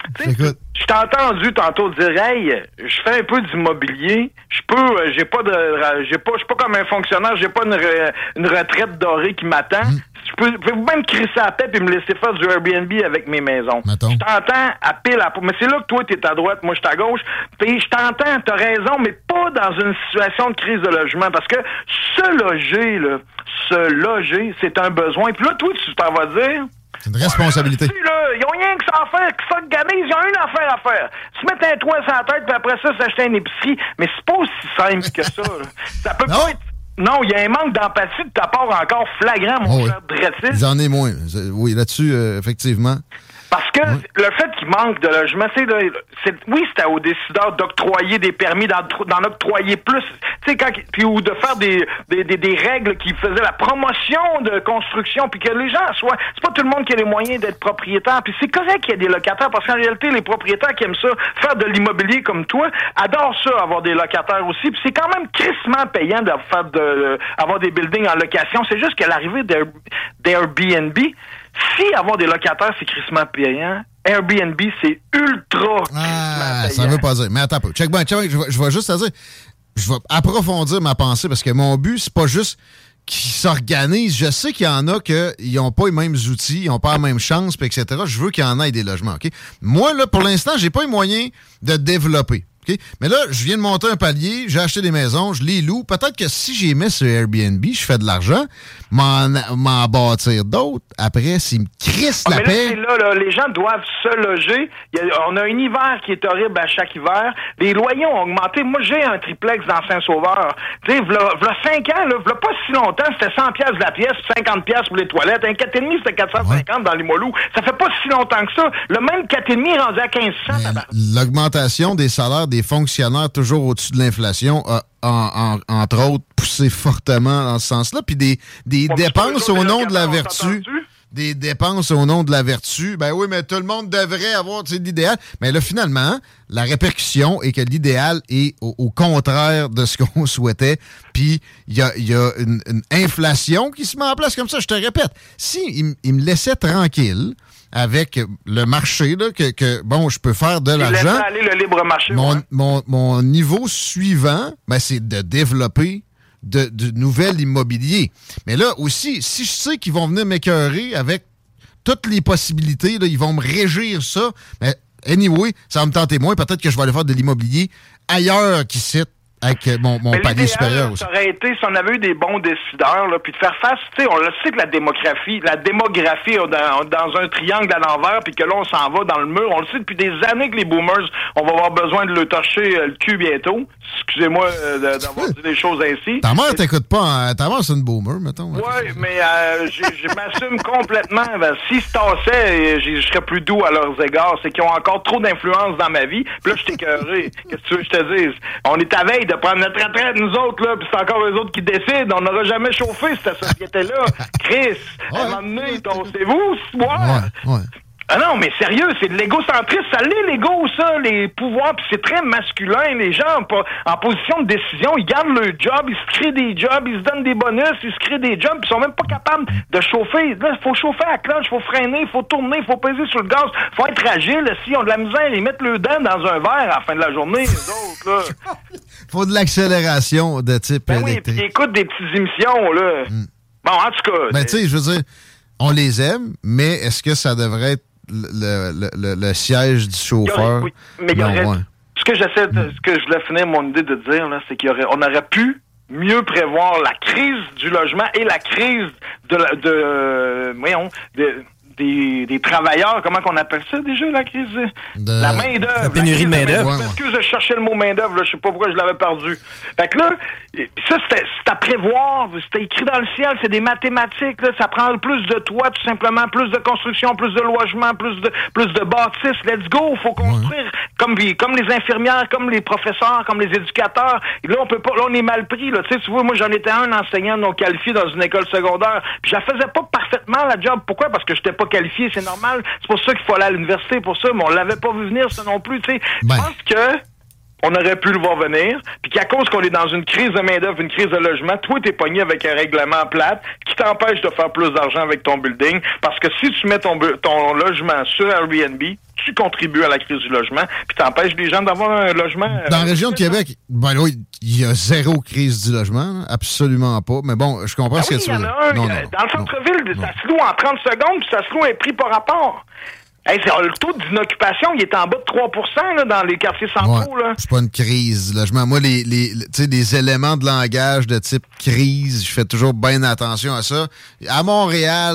Écoute. Je t'ai entendu tantôt dire, hey, je fais un peu d'immobilier, je peux, euh, j'ai pas de, j'ai pas, je suis pas comme un fonctionnaire, j'ai pas une, re, une retraite dorée qui m'attend. Mmh. Je peux, pouvez-vous même crisser à la tête et me laisser faire du Airbnb avec mes maisons. Mettons. Je t'entends à pile à, mais c'est là que toi t'es à droite, moi je suis à gauche. Puis je t'entends, t'as raison, mais pas dans une situation de crise de logement, parce que se loger, là, se loger, c'est un besoin. Puis là, toi, tu t'en vas dire. C'est une responsabilité. Ouais, là, ils ont rien que ça à faire, que ça de gamer, ils ont une affaire à faire. Se mettre un toit sur la tête, puis après ça, s'acheter une épicerie. Mais c'est pas aussi simple que ça, là. Ça peut pas être... Non, il y a un manque d'empathie de ta part encore flagrant, mon oh, cher oui. Dretis. J'en ai moins. Oui, là-dessus, euh, effectivement. Parce que oui. le fait qu'il manque de logement, c'est, c'est oui, c'était aux décideurs d'octroyer des permis, d'en, d'en octroyer plus, tu sais, quand, puis ou de faire des, des, des, des règles qui faisaient la promotion de construction, puis que les gens soient, c'est pas tout le monde qui a les moyens d'être propriétaire, puis c'est correct qu'il y ait des locataires, parce qu'en réalité, les propriétaires qui aiment ça, faire de l'immobilier comme toi, adorent ça, avoir des locataires aussi, puis c'est quand même crissement payant de faire de, euh, avoir des buildings en location. C'est juste qu'à l'arrivée d'Air, d'Airbnb, si avoir des locataires, c'est crissement payant, Airbnb, c'est ultra ah, ça veut pas dire. Mais attends un peu. Check bien, check bien. Je vais, je vais juste te dire, je vais approfondir ma pensée parce que mon but, c'est pas juste qu'ils s'organisent. Je sais qu'il y en a qui n'ont pas les mêmes outils, ils n'ont pas la même chance, et cetera. Je veux qu'il y en ait des logements. Okay? Moi, là, pour l'instant, j'ai pas les moyens de développer. Okay? Mais là, je viens de monter un palier, j'ai acheté des maisons, je les loue. Peut-être que si j'y mets sur Airbnb, je fais de l'argent, m'en, m'en bâtir d'autres. Après, s'ils me crissent ah, la mais paix... Là, là, là, les gens doivent se loger. Il y a, on a un hiver qui est horrible à chaque hiver. Les loyers ont augmenté. Moi, j'ai un triplex dans Saint-Sauveur. Tu sais, v'là, v'là cinq ans, là, v'là pas si longtemps, c'était cent piastres de la pièce, cinquante piastres pour les toilettes. Un quatre virgule cinq, c'était quatre cent cinquante ouais. dans les Limoilou. Ça fait pas si longtemps que ça. Le même quatre virgule cinq est rendu à quinze cents. L'augmentation des salaires des fonctionnaires toujours au-dessus de l'inflation a, en, en, entre autres, poussé fortement dans ce sens-là. Puis des, des bon, dépenses au nom de la vertu. Des dépenses au nom de la vertu. Ben oui, mais tout le monde devrait avoir l'idéal. Mais là, finalement, la répercussion est que l'idéal est au, au contraire de ce qu'on souhaitait. Puis il y a, y a une, une inflation qui se met en place comme ça. Je te répète, si il, il me laissait tranquille avec le marché, là, que, que bon, je peux faire de l'argent. Laisse aller le libre marché. Mon, ouais. mon, mon niveau suivant, ben, c'est de développer de, de nouvel immobilier. Mais là aussi, si je sais qu'ils vont venir m'écœurer avec toutes les possibilités, là, ils vont me régir ça, mais anyway, ça va me tenter moins. Peut-être que je vais aller faire de l'immobilier ailleurs qu'ici, avec mon, mon palier supérieur aussi. Ça aurait été, si on avait eu des bons décideurs, là, puis de faire face, tu sais, on le sait que la démographie, la démographie est dans, dans un triangle à l'envers, puis que là, on s'en va dans le mur. On le sait depuis des années que les boomers, on va avoir besoin de le torcher euh, le cul bientôt. Excusez-moi euh, d'avoir dit des choses ainsi. Ta mère t'écoute pas, hein? Ta mère, c'est une boomer, mettons. Oui, mais euh, je m'assume complètement. Ben, s'ils se tassaient, je serais plus doux à leurs égards. C'est qu'ils ont encore trop d'influence dans ma vie. Puis là, je t'écœuré. Qu'est-ce que tu veux que je te dise? On est à veille de prendre notre retraite, nous autres, là, puis c'est encore eux autres qui décident. On n'aura jamais chauffé cette société-là. Chris, ouais, à un moment donné, c'est vous, ce soir? Ouais, ouais. Ah non, mais sérieux, c'est de l'égocentrisme. Ça l'est, l'égo, ça, les pouvoirs, puis c'est très masculin. Les gens en, en position de décision, ils gardent leur job, ils se créent des jobs, ils se donnent des bonus, ils se créent des jobs, puis ils sont même pas capables de chauffer. Là, il faut chauffer à la cloche, il faut freiner, il faut tourner, il faut peser sur le gaz, il faut être agile. S'ils ont de la misère, ils mettent le dent dans un verre à la fin de la journée, les autres, là. Faut de l'accélération de type ben oui, électrique. Puis écoute des petites émissions, là. Mm. Bon, en tout cas... Ben, tu sais, je veux dire, on les aime, mais est-ce que ça devrait être Le, le, le, le siège du chauffeur? Oui, mais il y aurait, ce que j'essaie de, ce que je voulais finir mon idée de dire, là, c'est qu'il y aurait, on aurait pu mieux prévoir la crise du logement et la crise de, de, de voyons, de, des, des travailleurs, comment qu'on appelle ça déjà, la crise? De... La main-d'œuvre. La pénurie de main-d'œuvre. Ouais, excuse, je cherchais le mot main-d'œuvre, là, je sais pas pourquoi je l'avais perdu. Fait que là, ça, c'était, c'était à prévoir, c'était écrit dans le ciel, c'est des mathématiques, là, ça prend plus de toits, tout simplement, plus de construction, plus de logements, plus de, plus de bâtisses, let's go, faut construire, ouais. comme, comme les infirmières, comme les professeurs, comme les éducateurs. Et là, on peut pas, là, on est mal pris, là, tu sais, tu vois, moi, j'en étais un enseignant non qualifié dans une école secondaire, puis je la faisais pas parfaitement, la job. Pourquoi? Parce que j'étais pas qualifié, c'est normal. C'est pour ça qu'il faut aller à l'université pour ça, mais on l'avait pas vu venir, ça non plus, tu sais. Ben. Je pense que on aurait pu le voir venir, puis qu'à cause qu'on est dans une crise de main-d'œuvre, une crise de logement, toi, t'es pogné avec un règlement plate qui t'empêche de faire plus d'argent avec ton building, parce que si tu mets ton, ton logement sur Airbnb, tu contribues à la crise du logement, puis t'empêches les gens d'avoir un logement... Dans euh, la région de Québec, ben oui, il y a zéro crise du logement, absolument pas. Mais bon, je comprends ben ce oui, que tu veux dire. Un, non, euh, non, dans le centre-ville, non, ça non. se loue en trente secondes, puis ça se loue un prix par rapport. Hey, le taux d'inoccupation, il est en bas de trois pour cent là, dans les quartiers centraux. Ouais, là. C'est pas une crise du logement. Moi, les, les, les, les éléments de langage de type crise, je fais toujours bien attention à ça. À Montréal,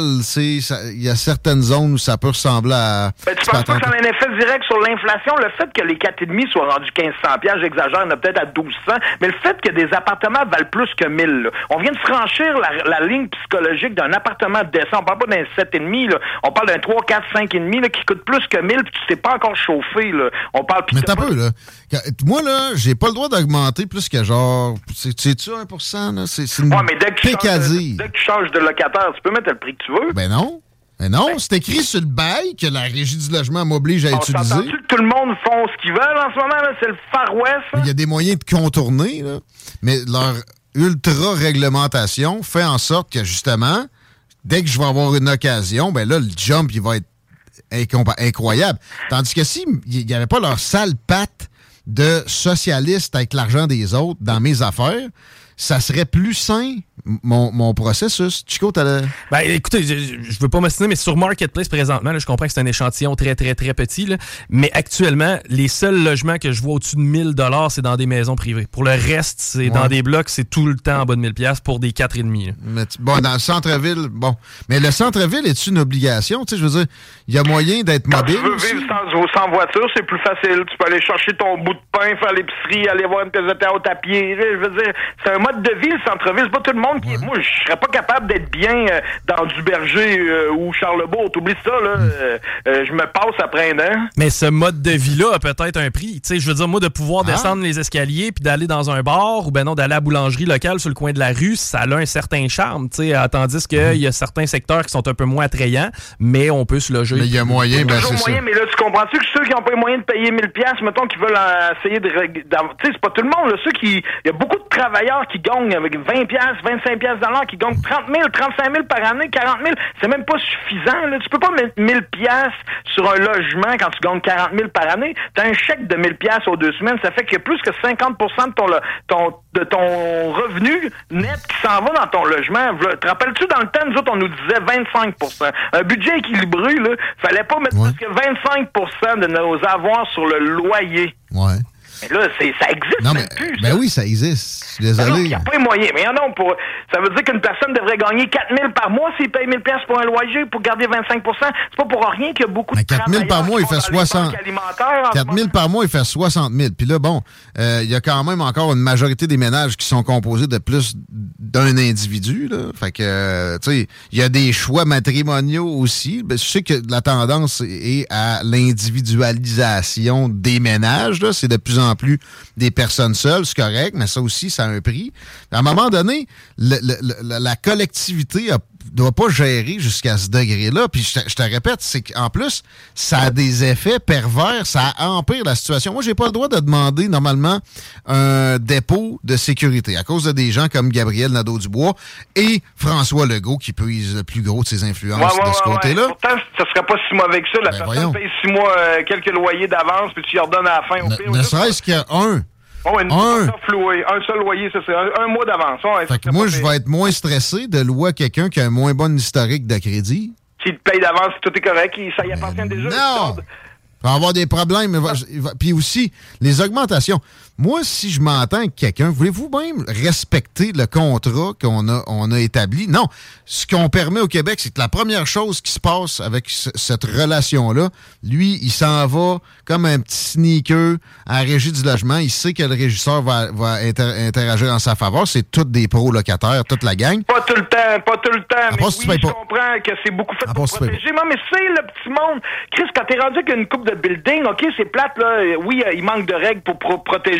il y a certaines zones où ça peut ressembler à... Ben, tu penses pas que ça a un effet direct sur l'inflation? Le fait que les quatre virgule cinq soient rendus quinze cents piastres, j'exagère, il y en a peut-être à douze cents, mais le fait que des appartements valent plus que mille, là. On vient de franchir la, la ligne psychologique d'un appartement décent. On parle pas d'un sept virgule cinq, là. On parle d'un trois, quatre, cinq virgule cinq, là, qui coûte plus que mille, puis tu sais pas encore chauffer, là. On parle... Mais t'as peu, là. Moi, là, j'ai pas le droit d'augmenter plus que genre... C'est-tu un pour cent, là? C'est une ouais, mais dès que, tu changes de, dès que tu changes de locataire, tu peux mettre le prix que tu veux. Ben non. Ben non, ben, c'est écrit sur le bail que la régie du logement m'oblige à on utiliser. Tu que tout le monde font ce qu'ils veulent en ce moment, là? C'est le Far West. Il y a des moyens de contourner, là. Mais leur ultra-réglementation fait en sorte que, justement, dès que je vais avoir une occasion, ben là, le jump, il va être incroyable. Tandis que si il n'y avait pas leur sale patte de socialiste avec l'argent des autres dans mes affaires, ça serait plus sain, mon, mon processus. Chico, t'as le... Ben, écoutez, je, je veux pas m'assiner, mais sur Marketplace, présentement, là, je comprends que c'est un échantillon très, très, très petit, là, mais actuellement, les seuls logements que je vois au-dessus de mille dollars, c'est dans des maisons privées. Pour le reste, c'est ouais. dans des blocs, c'est tout le temps en bas de mille dollars pour des quatre virgule cinq. Mais tu, bon, dans le centre-ville, bon. Mais le centre-ville, est-ce une obligation? Tu sais, je veux dire, il y a moyen d'être Quand mobile. Tu veux aussi? vivre sans, sans voiture, c'est plus facile. Tu peux aller chercher ton bout de pain, faire l'épicerie, aller voir une pièce de théâtre à pied. Je veux dire, c'est un mode de vie, le centre-ville. C'est pas tout le monde qui... Ouais. Moi, je serais pas capable d'être bien euh, dans Duberger euh, ou Charlebourg. T'oublies ça, là. Mm. Euh, euh, je me passe après un an. Mais ce mode de vie-là a peut-être un prix. Tu sais, je veux dire, moi, de pouvoir ah. descendre les escaliers puis d'aller dans un bar ou ben non, d'aller à la boulangerie locale sur le coin de la rue, ça a un certain charme, tu sais, tandis qu'il mm. y a certains secteurs qui sont un peu moins attrayants, mais on peut se loger. Mais il y a moyen, ben c'est moyen, ça. Mais là, tu comprends-tu que ceux qui n'ont pas les moyens de payer mille piastres, mettons, qui veulent euh, essayer de... Tu sais, c'est pas tout le monde, là. Ceux qui... Il y a beaucoup de travailleurs qui gagnent avec vingt piastres, vingt-cinq piastres dans l'heure, qui gagnent trente mille, trente-cinq mille par année, quarante mille. C'est même pas suffisant, là. Tu peux pas mettre mille piastres sur un logement quand tu gagnes quarante mille par année. T'as un chèque de mille piastres aux deux semaines. Ça fait qu'il y a plus que cinquante pour cent de ton, ton, de ton revenu net qui s'en va dans ton logement. Te rappelles-tu, dans le temps, nous autres, on nous disait vingt-cinq pour cent. Un budget équilibré, là, fallait pas mettre ouais. plus que vingt-cinq pour cent de nos avoirs sur le loyer. Ouais. Mais là, c'est, ça existe non, même mais, plus. Ben ça. oui, ça existe. Je suis désolé. Il n'y a pas les moyens. Mais non, pour, ça veut dire qu'une personne devrait gagner quatre mille par mois s'il paye mille piastres pour un loyer pour garder vingt-cinq pour cent. C'est pas pour rien qu'il y a beaucoup mais de quatre mille par mois, il fait soixante. quatre mille par mois, il fait soixante mille. Puis là, bon, euh, il y a quand même encore une majorité des ménages qui sont composés de plus d'un individu. Là. Fait que, euh, tu sais, il y a des choix matrimoniaux aussi. Ben, je sais que la tendance est à l'individualisation des ménages. Là. C'est de plus en plus des personnes seules, c'est correct, mais ça aussi, ça a un prix. À un moment donné, le, le, le, la collectivité ne doit pas gérer jusqu'à ce degré-là. Puis je te, je te répète, c'est qu'en plus, ça a des effets pervers, ça empire la situation. Moi, j'ai pas le droit de demander, normalement, un dépôt de sécurité à cause de des gens comme Gabriel Nadeau-Dubois et François Legault qui puise le plus gros de ses influences ouais, ouais, de ce ouais, côté-là. Ouais. Pourtant, ça serait pas si mauvais que ça. La ben, personne voyons. paye six mois, euh, quelques loyers d'avance, puis tu y redonnes à la fin. Au ne pire, ne serait-ce qu'il y a un. Oh, une un. Floué, un seul loyer, ça, c'est un, un mois d'avance. Ouais, fait que moi, je vais être moins stressé de louer à quelqu'un qui a un moins bon historique de crédit. Qui te paye d'avance, tout est correct, ça y appartient mais déjà. Non! Il va avoir des problèmes. Mais va, va, puis aussi, les augmentations. Moi, si je m'entends avec quelqu'un, voulez-vous même respecter le contrat qu'on a, on a établi? Non. Ce qu'on permet au Québec, c'est que la première chose qui se passe avec c- cette relation-là, lui, il s'en va comme un petit sneaker à la régie du logement. Il sait que le régisseur va, va inter- interagir en sa faveur. C'est tous des pros locataires, toute la gang. Pas tout le temps, pas tout le temps. Mais oui, je pas. comprends que c'est beaucoup fait pour protéger. Non, mais c'est le petit monde. Chris, quand t'es rendu avec une coupe de building, OK, c'est plate, là. Oui, il manque de règles pour pro- protéger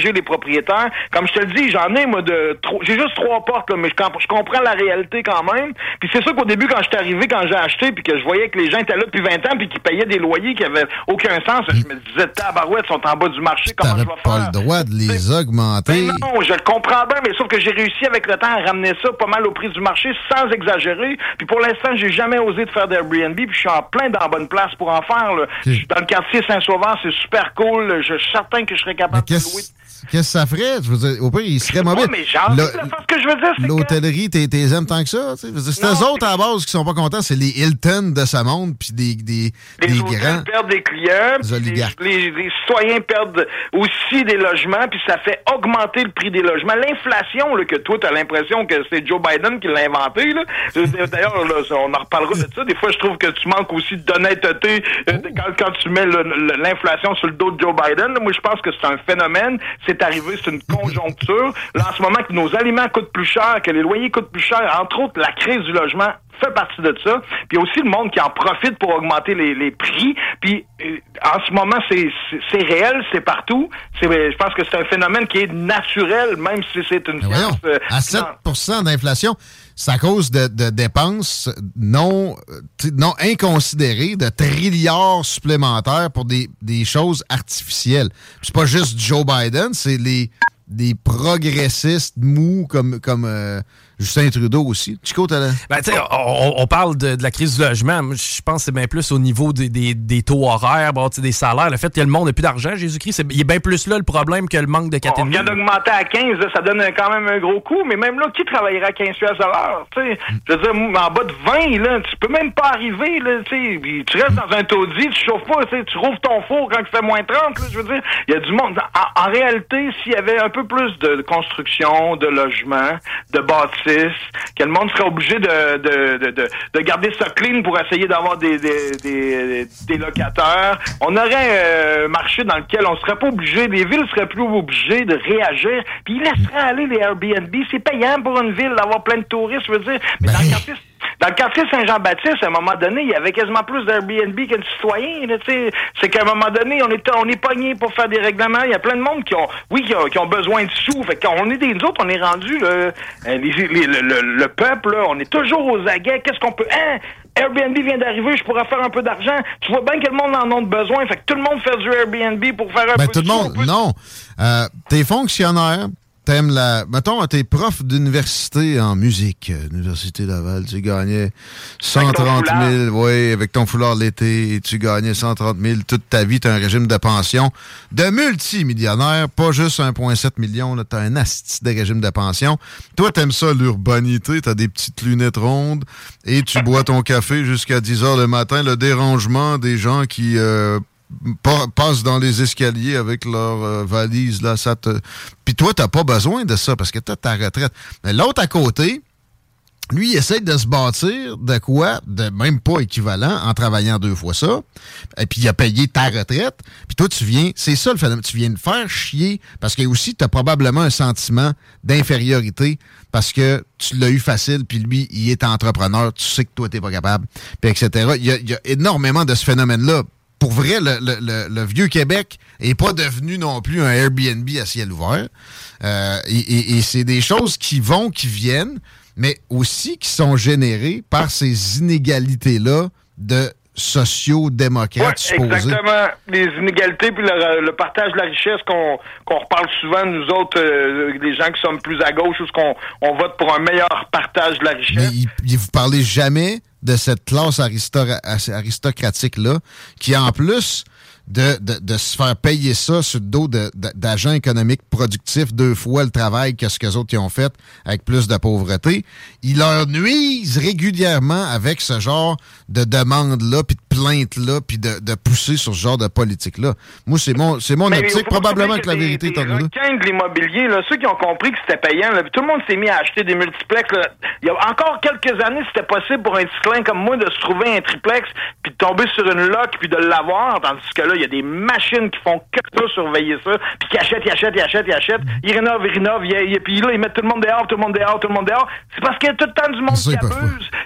protéger les propriétaires. Comme je te le dis, j'en ai, moi, de trop, j'ai juste trois portes, là, mais je, je comprends la réalité quand même. Puis c'est sûr qu'au début, quand j'étais arrivé, quand j'ai acheté, puis que je voyais que les gens étaient là depuis vingt ans, puis qu'ils payaient des loyers qui avaient aucun sens, mmh. je me disais, tabarouette, sont en bas du marché, comment je vais faire? T'avais pas le droit de les augmenter. Ben non, je le comprends bien, mais sauf que j'ai réussi avec le temps à ramener ça pas mal au prix du marché, sans exagérer. Puis pour l'instant, j'ai jamais osé de faire d'Airbnb, puis je suis en plein dans la bonne place pour en faire, là. Je suis dans le quartier Saint-Sauveur, c'est super cool, je suis certain que je serais capable de louer. Qu'est-ce que ça ferait? Je veux dire, au pire, il serait mobile. Ouais, mais j'ai envie de faire ce que je veux dire, c'est l'hôtellerie, que... t'es aimes tant que ça? C'est eux autres, à la base, qui sont pas contents, c'est les Hilton de ce monde, puis des, des, les des hôtels grands... perdent des clients, des oligarques. Les, les, les citoyens perdent aussi des logements, puis ça fait augmenter le prix des logements. L'inflation, là, que toi, t'as l'impression que c'est Joe Biden qui l'a inventé, là. D'ailleurs, là, on en reparlera de ça. Des fois, je trouve que tu manques aussi d'honnêteté oh. quand, quand tu mets l'inflation sur le dos de Joe Biden. Là. Moi, je pense que c'est un phénomène. C'est arrivé, c'est une conjoncture. Là, en ce moment, que nos aliments coûtent plus cher, que les loyers coûtent plus cher, entre autres, la crise du logement fait partie de ça. Puis il y a aussi le monde qui en profite pour augmenter les, les prix. Puis euh, en ce moment, c'est, c'est, c'est réel, c'est partout. C'est, je pense que c'est un phénomène qui est naturel, même si c'est une science... Euh, à sept pour cent d'inflation, c'est à cause de, de dépenses non, non inconsidérées, de trilliards supplémentaires pour des, des choses artificielles. Puis c'est pas juste Joe Biden, c'est les des progressistes mous comme... comme euh, Justin Trudeau aussi. Chico, t'as la... Ben, tu sais, on, on parle de, de la crise du logement. Moi, je pense que c'est bien plus au niveau des, des, des taux horaires, bon, des salaires. Le fait que le monde n'a plus d'argent, Jésus-Christ, c'est, il est bien plus là le problème que le manque de catégorie. On vient d'augmenter à quinze, là, ça donne quand même un gros coup, mais même là, qui travaillerait à quinze piastres à l'heure? T'sais? Je veux dire, en bas de vingt, là, tu peux même pas arriver. Là, t'sais, tu restes dans un taudis, tu chauffes pas, tu rouvres ton four quand il fait moins trente. Là, je veux dire, il y a du monde. En, en réalité, s'il y avait un peu plus de construction, de logement, de bâtisses, que le monde serait obligé de, de, de, de, de garder ça clean pour essayer d'avoir des, des, des, des locataires. On aurait un marché dans lequel on serait pas obligé, les villes seraient plus obligées de réagir, puis ils laisseraient aller les Airbnb. C'est payant pour une ville d'avoir plein de touristes, je veux dire. Mais dans le quartier... Dans le quartier Saint-Jean-Baptiste, à un moment donné, il y avait quasiment plus d'Airbnb que de citoyens. Là, c'est qu'à un moment donné, on est on est pogné pour faire des règlements. Il y a plein de monde qui ont, oui, qui ont, qui ont besoin de sous. Fait qu'on est des nous autres, on est rendus là, les, les, le, le, le peuple, là, on est toujours aux aguets. Qu'est-ce qu'on peut, hein? Airbnb vient d'arriver, je pourrais faire un peu d'argent. Tu vois bien que le monde en a besoin. Fait que tout le monde fait du Airbnb pour faire un ben, peu tout de le monde, sous, non. Euh, t'es fonctionnaire. T'aimes la... Mettons, à tes profs d'université en musique, euh, Université Laval, tu gagnais cent trente mille, oui, avec ton foulard l'été, tu gagnais cent trente mille toute ta vie, t'as un régime de pension de multimillionnaire, pas juste un virgule sept million, là, t'as un asti de régime de pension. Toi, t'aimes ça, l'urbanité, t'as des petites lunettes rondes et tu bois ton café jusqu'à dix heures le matin, le dérangement des gens qui... Euh, passent dans les escaliers avec leur euh, valise, là, ça te... Puis toi, t'as pas besoin de ça, parce que t'as ta retraite. Mais l'autre à côté, lui, il essaie de se bâtir de quoi, de même pas équivalent, en travaillant deux fois ça, et puis il a payé ta retraite, puis toi, tu viens, c'est ça le phénomène, tu viens de faire chier, parce que aussi, t'as probablement un sentiment d'infériorité, parce que tu l'as eu facile, puis lui, il est entrepreneur, tu sais que toi, t'es pas capable, puis et cetera. Il y a, il y a énormément de ce phénomène-là. Pour vrai, le, le, le, le Vieux-Québec n'est pas devenu non plus un Airbnb à ciel ouvert. Euh, et, et, et c'est des choses qui vont, qui viennent, mais aussi qui sont générées par ces inégalités-là de sociaux-démocrates ouais, supposés. Exactement. Les inégalités puis le, le partage de la richesse qu'on, qu'on reparle souvent, nous autres, euh, les gens qui sommes plus à gauche, ou qu'on on vote pour un meilleur partage de la richesse. Mais il, il, vous parlez jamais de cette classe aristo- aristocratique-là, qui en plus de, de, de se faire payer ça sur le dos de, de, d'agents économiques productifs deux fois le travail que ce qu'eux autres y ont fait avec plus de pauvreté, ils leur nuisent régulièrement avec ce genre de demande-là, puis de plainte-là, puis de, de pousser sur ce genre de politique-là. Moi, c'est mon, c'est mon optique. Probablement que, que la vérité est en nous. Les requins de l'immobilier, là, ceux qui ont compris que c'était payant, là, puis tout le monde s'est mis à acheter des multiplex. Là. Il y a encore quelques années, c'était possible pour un cyclin comme moi de se trouver un triplex, puis de tomber sur une loc, puis de l'avoir, tandis que là, il y a des machines qui font que ça, surveiller ça, puis qui achètent, ils achètent, ils achètent, ils achètent, ils rénovent, ils rénovent, ils, ils, puis là, ils mettent tout le monde dehors, tout le monde dehors, tout le monde dehors. C'est parce qu'il y a tout le temps du monde qui abuse.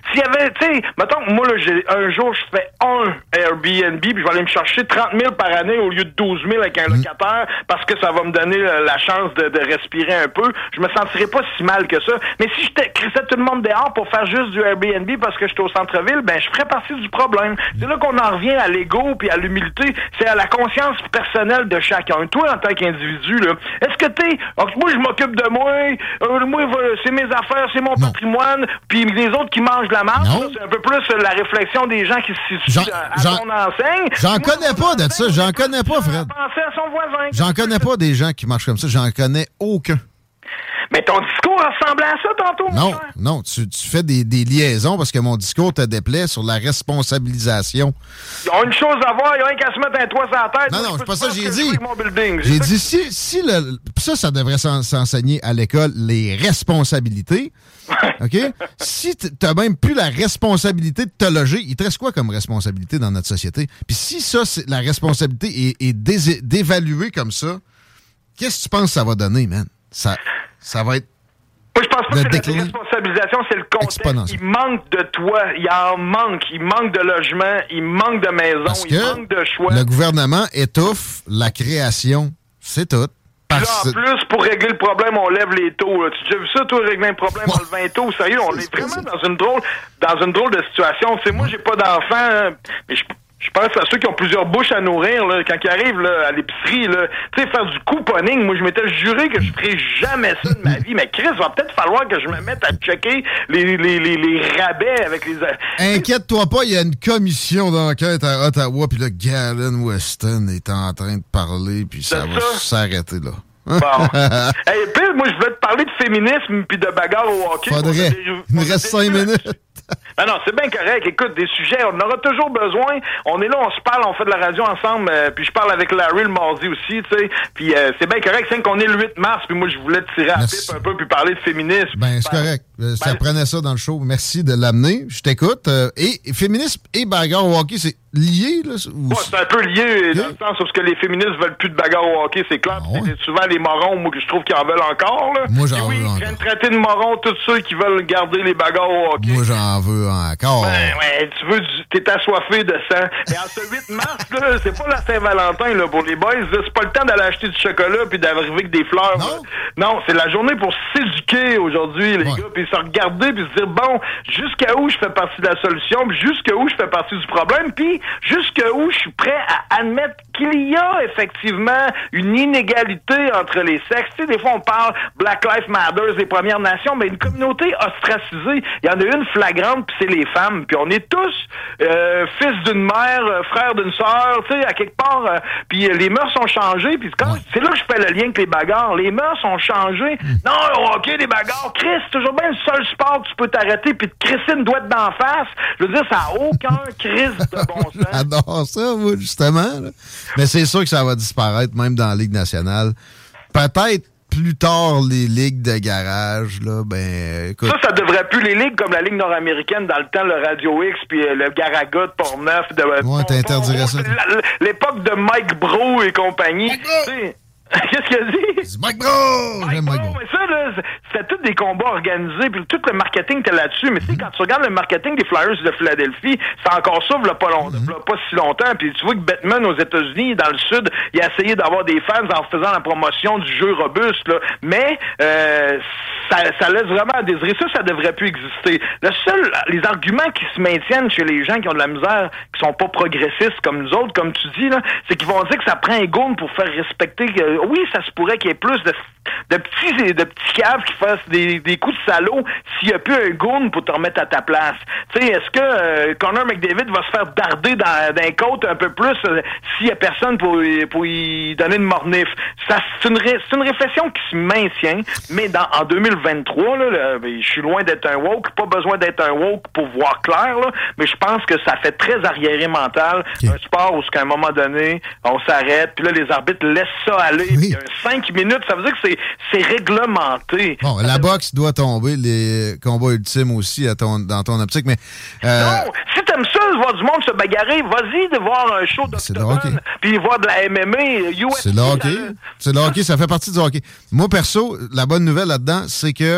S'il y avait, tu sais, mettons, moi, là, j'ai, un jour, je fais un Airbnb, puis je vais aller me chercher trente mille par année au lieu de douze mille avec un mmh. locataire, parce que ça va me donner la chance de, de respirer un peu. Je me sentirais pas si mal que ça. Mais si je crissais tout le monde dehors pour faire juste du Airbnb parce que j'étais au centre-ville, ben, je ferais partie du problème. C'est là qu'on en revient à l'ego puis à l'humilité. C'est à la conscience personnelle de chacun. Toi, en tant qu'individu, là, est-ce que t'es, donc, moi, je m'occupe de moi, euh, moi, c'est mes affaires, c'est mon non. patrimoine, puis les autres qui mangent de la marde, là, c'est un peu plus la réflexion des gens qui se situent à, à ton enseigne. J'en moi, connais pas de ça, j'en connais pas, Fred. Penser à son voisin. J'en connais pas des gens qui marchent comme ça, j'en connais aucun. Mais ton discours ressemblait à ça tantôt, mon Non, frère. non, tu, tu fais des, des liaisons parce que mon discours te déplaît sur la responsabilisation. Ils ont une chose à voir, ils ont rien qu'à se mettre un toit sur la tête. Non, non, c'est pas ça que j'ai dit. J'ai, j'ai dit, si, si le, ça, ça devrait s'enseigner à l'école, les responsabilités. OK? Si t'as même plus la responsabilité de te loger, il te reste quoi comme responsabilité dans notre société? Puis si ça, c'est, la responsabilité est, est dé- d'évaluer comme ça, qu'est-ce que tu penses que ça va donner, man? Ça, ça va être... Moi, je pense pas que la responsabilisation, c'est le contexte. Il manque de toit, il en manque. Il manque de logement, il manque de maison, Parce il que manque de choix. Le gouvernement étouffe la création, c'est tout. Parce... Là, en plus, pour régler le problème, on lève les taux. Là. Tu as déjà vu ça, toi, régler un problème en levant les taux? Sérieux, on est vraiment dans une drôle dans une drôle de situation. Tu sais, moi, j'ai pas d'enfant, hein, mais je... Je pense à ceux qui ont plusieurs bouches à nourrir, là, quand ils arrivent là, à l'épicerie, là, tu sais, faire du couponing. Moi, je m'étais juré que je ferais jamais ça de ma vie. Mais Chris, va peut-être falloir que je me mette à checker les, les, les, les rabais avec les... Inquiète-toi pas, il y a une commission d'enquête à Ottawa, puis là, Galen Weston est en train de parler, puis ça va ça? s'arrêter, là. Bon. Hey, puis, moi, je voulais te parler de féminisme puis de bagarre au hockey. Faudrait. Il me reste cinq minutes. Ben non, c'est bien correct. Écoute, des sujets, on en aura toujours besoin. On est là, on se parle, on fait de la radio ensemble. Euh, puis je parle avec Larry le mardi aussi, tu sais. Puis euh, c'est bien correct. C'est qu'on est le huit mars. Puis moi, je voulais te tirer à la pipe un peu puis parler de féminisme. Ben, c'est ben, correct. Ben, ça prenait ça dans le show. Merci de l'amener. Je t'écoute. Euh, et féminisme et bagarre au hockey, c'est lié, là? Ou... Ouais, c'est un peu lié, dans le sens parce que les féministes veulent plus de bagarre au hockey, c'est clair. Ah ouais. C'est souvent les morons, moi, que je trouve qu'ils en veulent encore, là. Moi, j'en oui, veux encore. Je viens de traiter de morons tous ceux qui veulent garder les bagarres au hockey. Moi, j'en veux encore. Ben, ouais, tu veux, du... t'es assoiffé de sang. Et en ce huit mars, là, c'est pas la Saint-Valentin, là, pour les boys, là, c'est pas le temps d'aller acheter du chocolat puis d'arriver avec des fleurs. Non, non, c'est la journée pour s'éduquer aujourd'hui, les ouais. gars, puis se regarder puis se dire, bon, jusqu'à où je fais partie de la solution, puis jusqu'à où je fais partie du problème, puis jusqu'à où je suis prêt à admettre qu'il y a effectivement une inégalité entre les sexes. Tu sais, des fois, on parle Black Lives Matter, les Premières Nations, mais une communauté ostracisée, il y en a une flagrante, puis c'est les femmes. Puis on est tous euh, fils d'une mère, euh, frère d'une sœur, tu sais, à quelque part. Euh, puis les mœurs ont changé. Puis quand, ouais. c'est là que je fais le lien avec les bagarres. Les mœurs ont changé. Mm. Non, OK, les bagarres. Chris, c'est toujours bien le seul sport que tu peux t'arrêter puis te crisser une douette d'en face. Je veux dire, ça n'a aucun crise de bon sens. J'adore ça, moi, justement. Là. Mais c'est sûr que ça va disparaître, même dans la Ligue nationale. Peut-être plus tard, les ligues de garage, là, ben, écoute. Ça, ça devrait plus les ligues comme la Ligue nord-américaine dans le temps, le Radio X, puis euh, le Garaga de Portneuf. De, ouais, t'interdirais ça. L'époque de Mike Bro et compagnie. Qu'est-ce qu'il a dit? C'est Mike Bro! Mike Bro, mais ça, là, c'était tous des combats organisés, puis tout le marketing était là-dessus. Mais tu sais, quand tu regardes le marketing des Flyers de Philadelphie, c'est encore ça, v'là pas, long, mm-hmm. v'là pas si longtemps. Puis tu vois que Batman, aux États-Unis, dans le Sud, il a essayé d'avoir des fans en faisant la promotion du jeu robuste, là. Mais euh, ça, ça laisse vraiment à désirer. Ça, ça devrait plus exister. Le seul, les arguments qui se maintiennent chez les gens qui ont de la misère, qui sont pas progressistes comme nous autres, comme tu dis, là, c'est qu'ils vont dire que ça prend un goon pour faire respecter... Euh, oui, ça se pourrait qu'il y ait plus de, de petits de petits caves qui fassent des, des coups de salaud s'il n'y a plus un goon pour te remettre à ta place. Tu sais, est-ce que euh, Connor McDavid va se faire darder dans, dans les côtes un peu plus euh, s'il n'y a personne pour, pour y donner une mornif? Ça, c'est, une ré, c'est une réflexion qui se maintient, mais dans, en deux mille vingt-trois, là, là, je suis loin d'être un woke, pas besoin d'être un woke pour voir clair, là, mais je pense que ça fait très arriéré mental, okay. Un sport où, à un moment donné, on s'arrête, puis là, les arbitres laissent ça aller. Oui. cinq minutes, ça veut dire que c'est, c'est réglementé. Bon, la boxe doit tomber, les combats ultimes aussi à ton, dans ton optique, mais... Euh... Non, si t'aimes ça, voir du monde se bagarrer, vas-y de voir un show d'octogone, puis voir de la M M A, U F C. C'est le hockey. Ça... C'est le hockey, ça fait partie du hockey. Moi, perso, la bonne nouvelle là-dedans, c'est que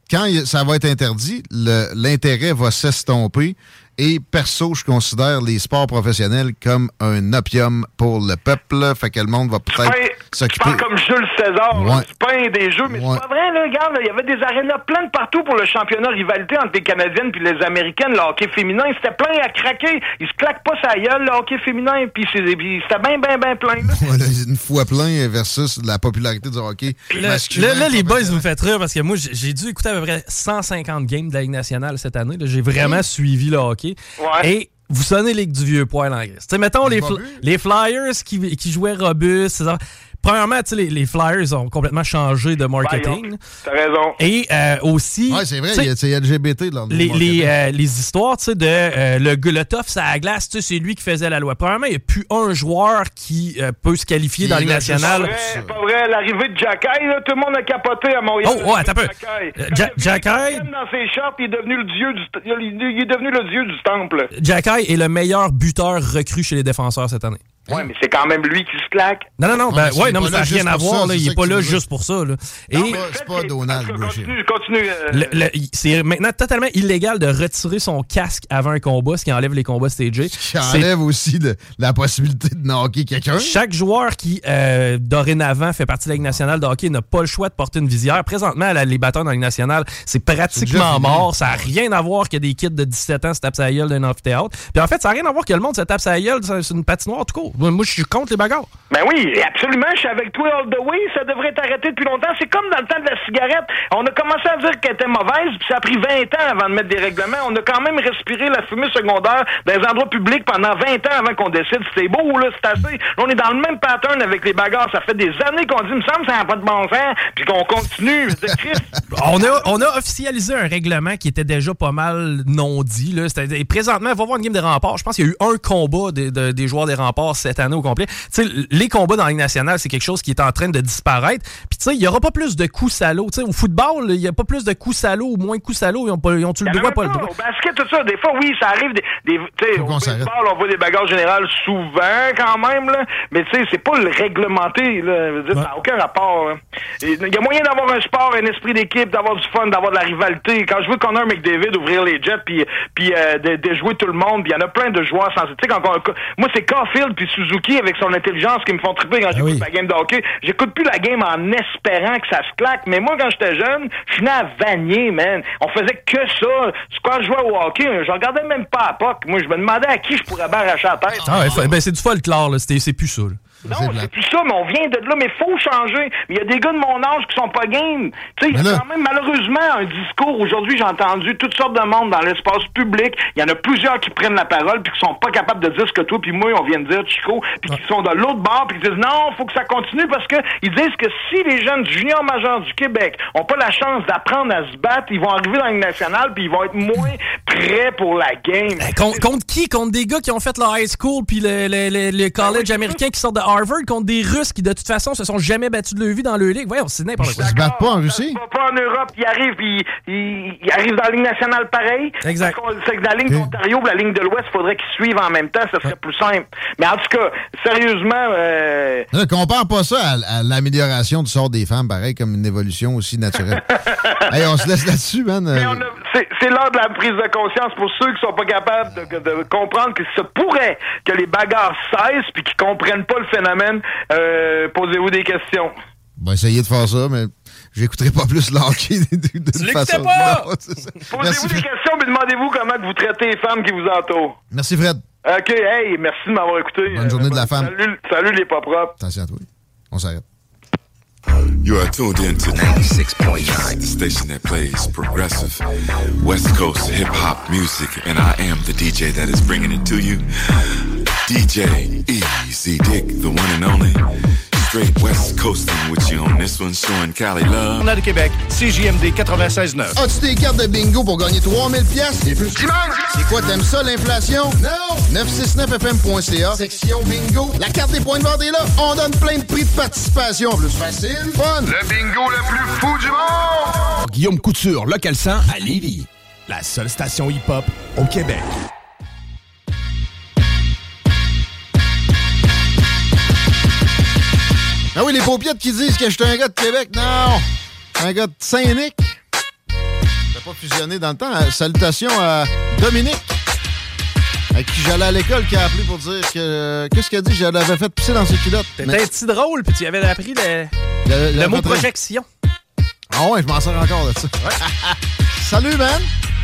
quand il, ça va être interdit, le, l'intérêt va s'estomper. Et perso, je considère les sports professionnels comme un opium pour le peuple. Fait que le monde va peut-être ben, s'occuper. Je parle comme Jules César, ouais. c'est pas un des jeux, mais ouais. c'est pas vrai, là, regarde, il y avait des arénas pleines partout pour le championnat rivalité entre les Canadiennes puis les Américaines, le hockey féminin, c'était plein à craquer. Ils se claquent pas sa gueule, le hockey féminin, puis c'était bien, bien, bien plein. Là. Ouais, là, une fois plein versus la popularité du hockey là, masculin. Là, là les boys, vous me faites rire parce que moi, j'ai dû écouter à peu près cent cinquante games de la Ligue nationale cette année. Là. J'ai vraiment oui. suivi le hockey. Ouais. Et vous sonnez les du vieux poil en Grèce. T'sais, mettons les, fl- les Flyers qui, qui jouaient robuste. Premièrement, les, les Flyers ont complètement changé de marketing. Ouais, t'as raison. Et euh, aussi... Oui, c'est vrai, il y a L G B T dans le les, les, euh, les histoires de euh, le, le tough sur la glace, c'est lui qui faisait la loi. Premièrement, il n'y a plus un joueur qui euh, peut se qualifier qui dans les nationales. C'est pas vrai, l'arrivée de Jacky, tout le monde a capoté à Montréal. Oh, ouais, attends un peu. Jacky... dans ses shorts, il est devenu le dieu du, il est devenu le dieu du temple. Jacky est le meilleur buteur recru chez les défenseurs cette année. Ouais, mais c'est quand même lui qui se claque. Non, non, non, ben, ouais, non, mais ça n'a rien à voir, ça, là. Il n'est pas là juste pour ça, là. Et. Non, c'est pas Donald Brashear. Continue, continue. Euh... Le, le, c'est maintenant totalement illégal de retirer son casque avant un combat, ce qui enlève les combats stagés. Ce qui enlève aussi de, la possibilité de knocker quelqu'un. Chaque joueur qui, euh, dorénavant, fait partie de la Ligue nationale de hockey n'a pas le choix de porter une visière. Présentement, la, les batteurs dans la Ligue nationale, c'est pratiquement c'est mort. Ça n'a rien à voir que des kids de dix-sept ans se tapent sa gueule d'un amphithéâtre. Puis en fait, ça n'a rien à voir que le monde se tape sa gueule sur une patinoire, tout court. Moi, je suis contre les bagarres. Ben oui, absolument, je suis avec toi all the way, ça devrait être arrêté depuis longtemps. C'est comme dans le temps de la cigarette. On a commencé à dire qu'elle était mauvaise, puis ça a pris vingt ans avant de mettre des règlements. On a quand même respiré la fumée secondaire dans les endroits publics pendant vingt ans avant qu'on décide. C'est beau, là, c'est assez. Là, on est dans le même pattern avec les bagarres. Ça fait des années qu'on dit, il me semble que ça n'a pas de bon sens, puis qu'on continue. on, a, on a officialisé un règlement qui était déjà pas mal non dit. Là. Et présentement, il va y avoir une game des remparts. Je pense qu'il y a eu un combat de, de, des joueurs des remparts cette année au complet. Tu sais, les combats dans la Ligue nationale, c'est quelque chose qui est en train de disparaître. Puis, tu sais, il n'y aura pas plus de coups salauds. Tu sais, au football, il n'y a pas plus de coups salauds ou moins de coups salauds. Ils ont, pas, ils ont-tu le droit, pas le droit? Au basket, tout ça, des fois, oui, ça arrive. Des, des, tu sais, au baseball, on voit des bagarres générales souvent, quand même, là. Mais, tu sais, c'est pas le réglementé, là. Je veux dire, ouais. Ça n'a aucun rapport. Il y a moyen d'avoir un sport, un esprit d'équipe, d'avoir du fun, d'avoir de la rivalité. Quand je vois Connor McDavid ouvrir les jets, puis, puis euh, de, de jouer tout le monde, puis il y en a plein de joueurs sans. Tu sais, quand, quand, moi, c'est Caulfield puis Suzuki avec son intelligence qui me font triper quand ah j'écoute oui. la game de hockey. J'écoute plus la game en espérant que ça se claque. Mais moi, quand j'étais jeune, je venais à Vanier, man. On faisait que ça. Quand je jouais au hockey, je regardais même pas à P O C. Moi, je me demandais à qui je pourrais bien arracher la tête. Ah ouais, ben c'est du folklore, là. C'est, c'est plus ça, là. Non, c'est, c'est plus ça, mais on vient de là, mais faut changer. Il y a des gars de mon âge qui sont pas game. Tu sais, il y a quand même malheureusement un discours. Aujourd'hui, j'ai entendu toutes sortes de monde dans l'espace public. Il y en a plusieurs qui prennent la parole puis qui sont pas capables de dire ce que toi puis moi on vient de dire, Chico, puis qui sont de l'autre bord puis qui disent non, faut que ça continue parce que ils disent que si les jeunes du junior majeur du Québec ont pas la chance d'apprendre à se battre, ils vont arriver dans la Ligue nationale puis ils vont être moins prêts pour la game. Eh, contre, contre qui? Contre des gars qui ont fait leur high school puis le, le, le, le college américain qui sortent de Harvard, contre des Russes qui, de toute façon, se sont jamais battus de leur vie dans leur ligue. Voyons, c'est n'importe quoi. Ils se battent pas en Russie? Ils pas en Europe, ils arrivent, puis ils, ils arrivent dans la Ligue nationale pareil. Exact. C'est que dans la ligne d'Ontario et la ligne de l'Ouest, il faudrait qu'ils suivent en même temps, ça serait plus simple. Mais en tout cas, sérieusement... Euh... Ne compare pas ça à, à l'amélioration du sort des femmes, pareil, comme une évolution aussi naturelle. Hey, on se laisse là-dessus, man. Mais on a, c'est, c'est l'heure de la prise de conscience pour ceux qui sont pas capables de, de, de comprendre que ça pourrait que les bagarres cessent puis qui comprennent pas le phénomène. Euh, posez-vous des questions. Ben, essayez de faire ça, mais j'écouterai pas plus l'hockey de, de, de façon. Pas! Non, posez-vous merci, des Fred. Questions, mais demandez-vous comment vous traitez les femmes qui vous entourent. Merci, Fred. OK, hey, merci de m'avoir écouté. Bonne journée euh, de la femme. Salut, salut les pas propres. Attention à toi. On s'arrête. You are tuned in to ninety-six point nine, the station that plays progressive West Coast hip-hop music, and I am the D J that is bringing it to you. D J Easy Dick, the one and only. Straight West Coasting with you on this one, showing Cali love. On a de Québec, C J M D quatre-vingt-seize neuf. As-tu des cartes de bingo pour gagner trois mille piastres? Et plus c'est quoi, t'aimes ça, l'inflation? Non! neuf cent soixante-neuf F M point C A, section bingo. La carte des points de vente est là. On donne plein de prix de participation. Plus facile, fun. Le bingo le plus fou du monde! Guillaume Couture, Local cent à Lévis. La seule station hip-hop au Québec. Ah oui, les paupiettes qui disent que je suis un gars de Québec. Non! Un gars de Saint-Nic. pas fusionné dans le temps. Euh, salutations à Dominique, avec qui j'allais à l'école, qui a appelé pour dire que... Euh, qu'est-ce qu'il a dit? Je l'avais fait pisser dans ses culottes. T'étais Mais... un petit drôle, puis tu avais appris le, le, le le mot projection. Ah ouais, je m'en sers encore de ça. Ouais. Salut, man!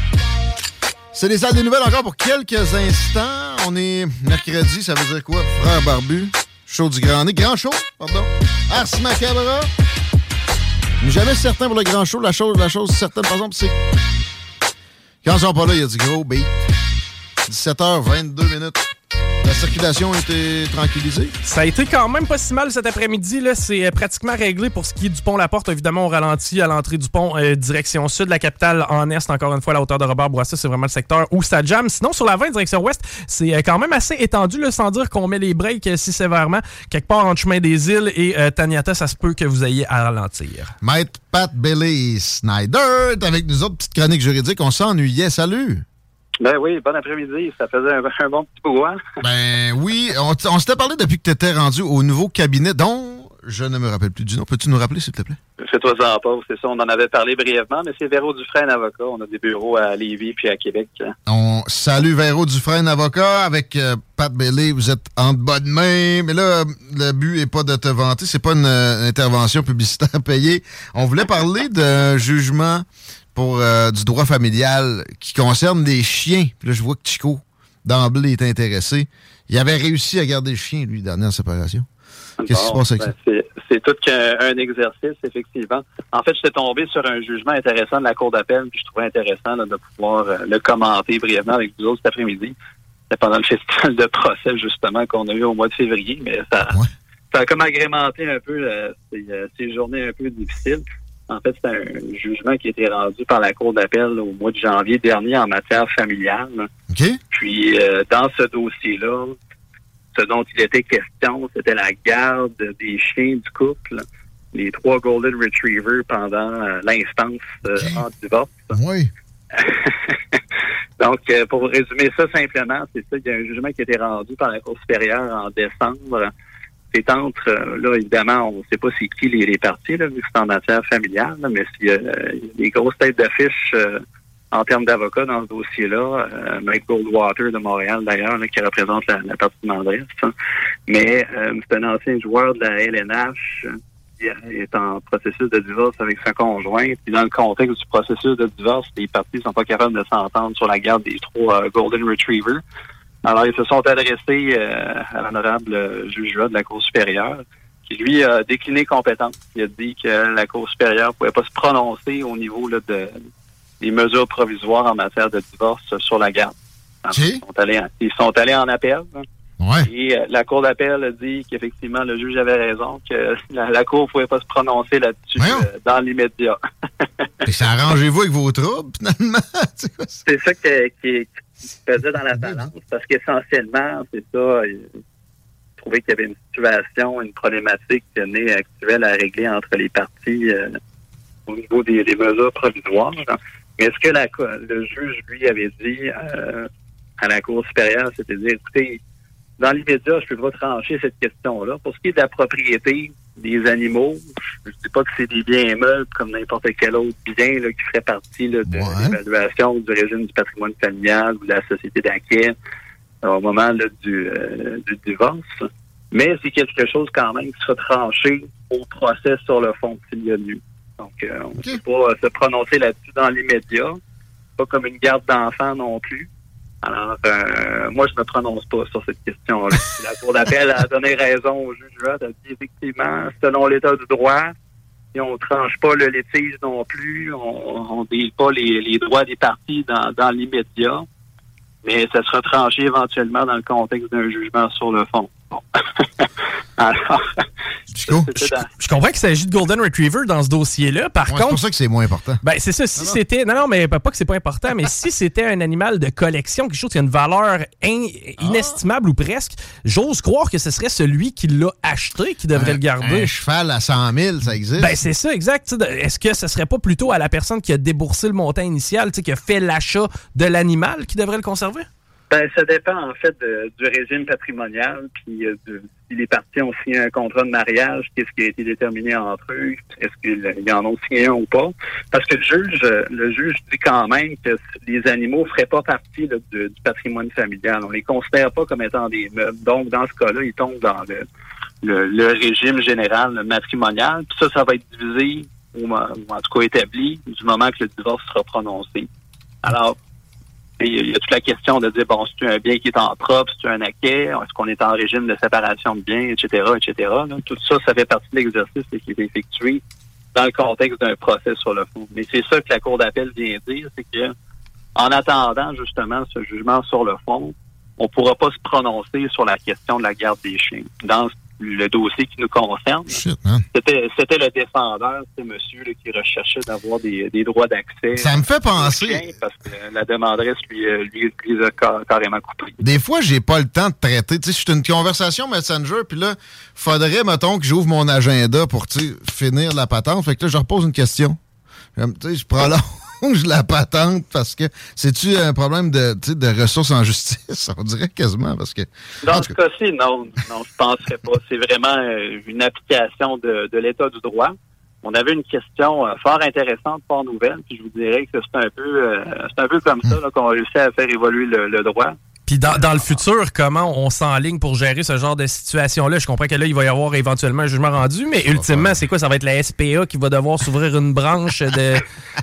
C'est les salles des nouvelles encore pour quelques instants. On est mercredi, ça veut dire quoi? Frère Barbu, show du Grand Nez. Grand show, pardon. Ars Macabra. Mais jamais certain pour le grand show. La chose, la chose certaine, par exemple, c'est quand ils sont pas là, il y a du gros beat. dix-sept heures vingt-deux minutes. La circulation a été tranquillisée. Ça a été quand même pas si mal cet après-midi. Là. C'est pratiquement réglé pour ce qui est du pont La Porte. Évidemment, on ralentit à l'entrée du pont euh, direction sud. La capitale en est, encore une fois, à la hauteur de Robert Bourassa. C'est vraiment le secteur où ça jamme. Sinon, sur la vingt direction ouest, c'est euh, quand même assez étendu, là, sans dire qu'on met les breaks euh, si sévèrement. Quelque part entre Chemin des Îles et euh, Taniata, ça se peut que vous ayez à ralentir. Maître Pat Billy Snyder est avec nous autres, petite chronique juridique. On s'ennuyait. Salut! Ben oui, bon après-midi. Ça faisait un, un bon petit brouhaha. Ben oui, on, on s'était parlé depuis que tu étais rendu au nouveau cabinet dont je ne me rappelle plus du nom. Peux-tu nous rappeler, s'il te plaît? Fais-toi ça en pause, c'est ça. On en avait parlé brièvement, mais c'est Véro Dufresne, avocat. On a des bureaux à Lévis puis à Québec. On salue Véro Dufresne, avocat. Avec euh, Pat Bailey, vous êtes en bonne main. Mais là, le but n'est pas de te vanter. C'est pas une euh, intervention publicitaire payée. On voulait parler d'un jugement pour euh, du droit familial qui concerne des chiens. Puis là, je vois que Chico, d'emblée, est intéressé. Il avait réussi à garder le chien, lui, dernière séparation. Qu'est-ce qui se passe avec ben, ça? C'est, c'est tout qu'un un exercice, effectivement. En fait, j'étais tombé sur un jugement intéressant de la Cour d'appel, puis je trouvais intéressant là, de pouvoir euh, le commenter brièvement avec vous autres cet après-midi. C'était pendant le festival de procès, justement, qu'on a eu au mois de février, mais ça, ouais. ça a comme agrémenté un peu euh, ces, euh, ces journées un peu difficiles. En fait, c'est un jugement qui a été rendu par la Cour d'appel au mois de janvier dernier en matière familiale. Okay. Puis, euh, dans ce dossier-là, ce dont il était question, c'était la garde des chiens du couple, les trois Golden Retrievers pendant euh, l'instance euh, okay. en divorce. Oui. Donc, euh, pour résumer ça simplement, c'est ça, il y a un jugement qui a été rendu par la Cour supérieure en décembre. C'est entre, euh, là, évidemment, on ne sait pas c'est qui les, les parties, là, vu que c'est en matière familiale, là, mais il y a euh, des grosses têtes d'affiche euh, en termes d'avocats dans ce dossier-là. Euh, Mike Goldwater de Montréal, d'ailleurs, là, qui représente la, la partie demandresse. Hein. Mais euh, c'est un ancien joueur de la L N H euh, qui est en processus de divorce avec sa conjointe. Puis dans le contexte du processus de divorce, les parties ne sont pas capables de s'entendre sur la garde des trois euh, Golden Retrievers. Alors, ils se sont adressés euh, à l'honorable juge de la Cour supérieure, qui, lui, a décliné compétence. Il a dit que la Cour supérieure ne pouvait pas se prononcer au niveau là, de, des mesures provisoires en matière de divorce sur la garde. Alors, okay. ils, sont allés en, ils sont allés en appel. Hein, ouais. Et euh, la Cour d'appel a dit qu'effectivement, le juge avait raison, que la, la Cour ne pouvait pas se prononcer là-dessus euh, dans l'immédiat. Et ça arrangez-vous avec vos troubles, finalement? C'est ça que, qui qui se faisait dans la balance, parce qu'essentiellement, c'est ça, il trouvait qu'il y avait une situation, une problématique actuelle à régler entre les parties euh, au niveau des, des mesures provisoires. Mais ce que la, le juge, lui, avait dit euh, à la Cour supérieure, c'était de dire, écoutez, dans l'immédiat, je ne peux pas trancher cette question-là. Pour ce qui est de la propriété des animaux, je ne dis pas que c'est des biens immeubles comme n'importe quel autre bien là, qui ferait partie là, de ouais. l'évaluation du régime du patrimoine familial ou de la société d'acquêt au moment là, du, euh, du divorce. Mais c'est quelque chose quand même qui sera tranché au procès sur le fond s'il y a lieu. Donc, euh, on ne okay. peut pas se prononcer là-dessus dans l'immédiat. Pas comme une garde d'enfants non plus. Alors, euh, moi, je ne me prononce pas sur cette question-là. La Cour d'appel a donné raison au juge. Elle a dit effectivement, selon l'état du droit, si on ne tranche pas le litige non plus, on ne délie pas les, les droits des parties dans, dans l'immédiat, mais ça sera tranché éventuellement dans le contexte d'un jugement sur le fond. Bon. Alors, Chico, je, je comprends qu'il s'agit de Golden Retriever dans ce dossier-là. Par ouais, contre, c'est pour ça que c'est moins important. Ben, c'est ça. Si non, non. c'était. Non, non, mais pas que c'est pas important, mais si c'était un animal de collection, quelque chose qui a une valeur in, inestimable ah. ou presque, j'ose croire que ce serait celui qui l'a acheté qui devrait un, le garder. Un cheval à cent mille, ça existe. Ben, c'est ça, exact. Est-ce que ce serait pas plutôt à la personne qui a déboursé le montant initial, qui a fait l'achat de l'animal qui devrait le conserver? Ben, ça dépend, en fait, de, du régime patrimonial, puis euh, de, si les parties ont signé un contrat de mariage, qu'est-ce qui a été déterminé entre eux, est-ce qu'ils en ont signé un ou pas. Parce que le juge, le juge dit quand même que les animaux ne feraient pas partie là, de, du patrimoine familial. On les considère pas comme étant des meubles. Donc, dans ce cas-là, ils tombent dans le, le, le régime général le matrimonial. Puis ça, ça va être divisé, ou, ou en tout cas établi, du moment que le divorce sera prononcé. Alors, il y a toute la question de dire, bon, c'est un bien qui est en propre, c'est un acquet, est-ce qu'on est en régime de séparation de biens, et cetera, et cetera. Là, tout ça, ça fait partie de l'exercice qui est effectué dans le contexte d'un procès sur le fond. Mais c'est ça que la Cour d'appel vient dire, c'est que en attendant justement ce jugement sur le fond, on ne pourra pas se prononcer sur la question de la garde des chiens. Dans le dossier qui nous concerne, Shit, c'était, c'était le défendeur, ce monsieur là, qui recherchait d'avoir des, des droits d'accès. Ça me fait penser. Chiens parce que la demanderesse lui, lui, lui les a carrément coupés. Des fois, j'ai pas le temps de traiter. Tu sais, c'est une conversation Messenger, puis là, faudrait, mettons, que j'ouvre mon agenda pour finir la patente. Fait que là, je repose une question. Tu sais, je prolonge la patente parce que c'est-tu un problème de, de ressources en justice? On dirait quasiment parce que. Dans ce cas-ci, non, non, je penserais pas. C'est vraiment euh, une application de, de l'état du droit. On avait une question euh, fort intéressante, fort nouvelle, puis je vous dirais que c'est un peu euh, c'est un peu comme ça là, qu'on a réussi à faire évoluer le, le droit. Puis dans, dans le futur, comment on s'enligne pour gérer ce genre de situation-là? Je comprends que là, il va y avoir éventuellement un jugement rendu, mais ultimement, c'est quoi? Ça va être la S P A qui va devoir s'ouvrir une branche de...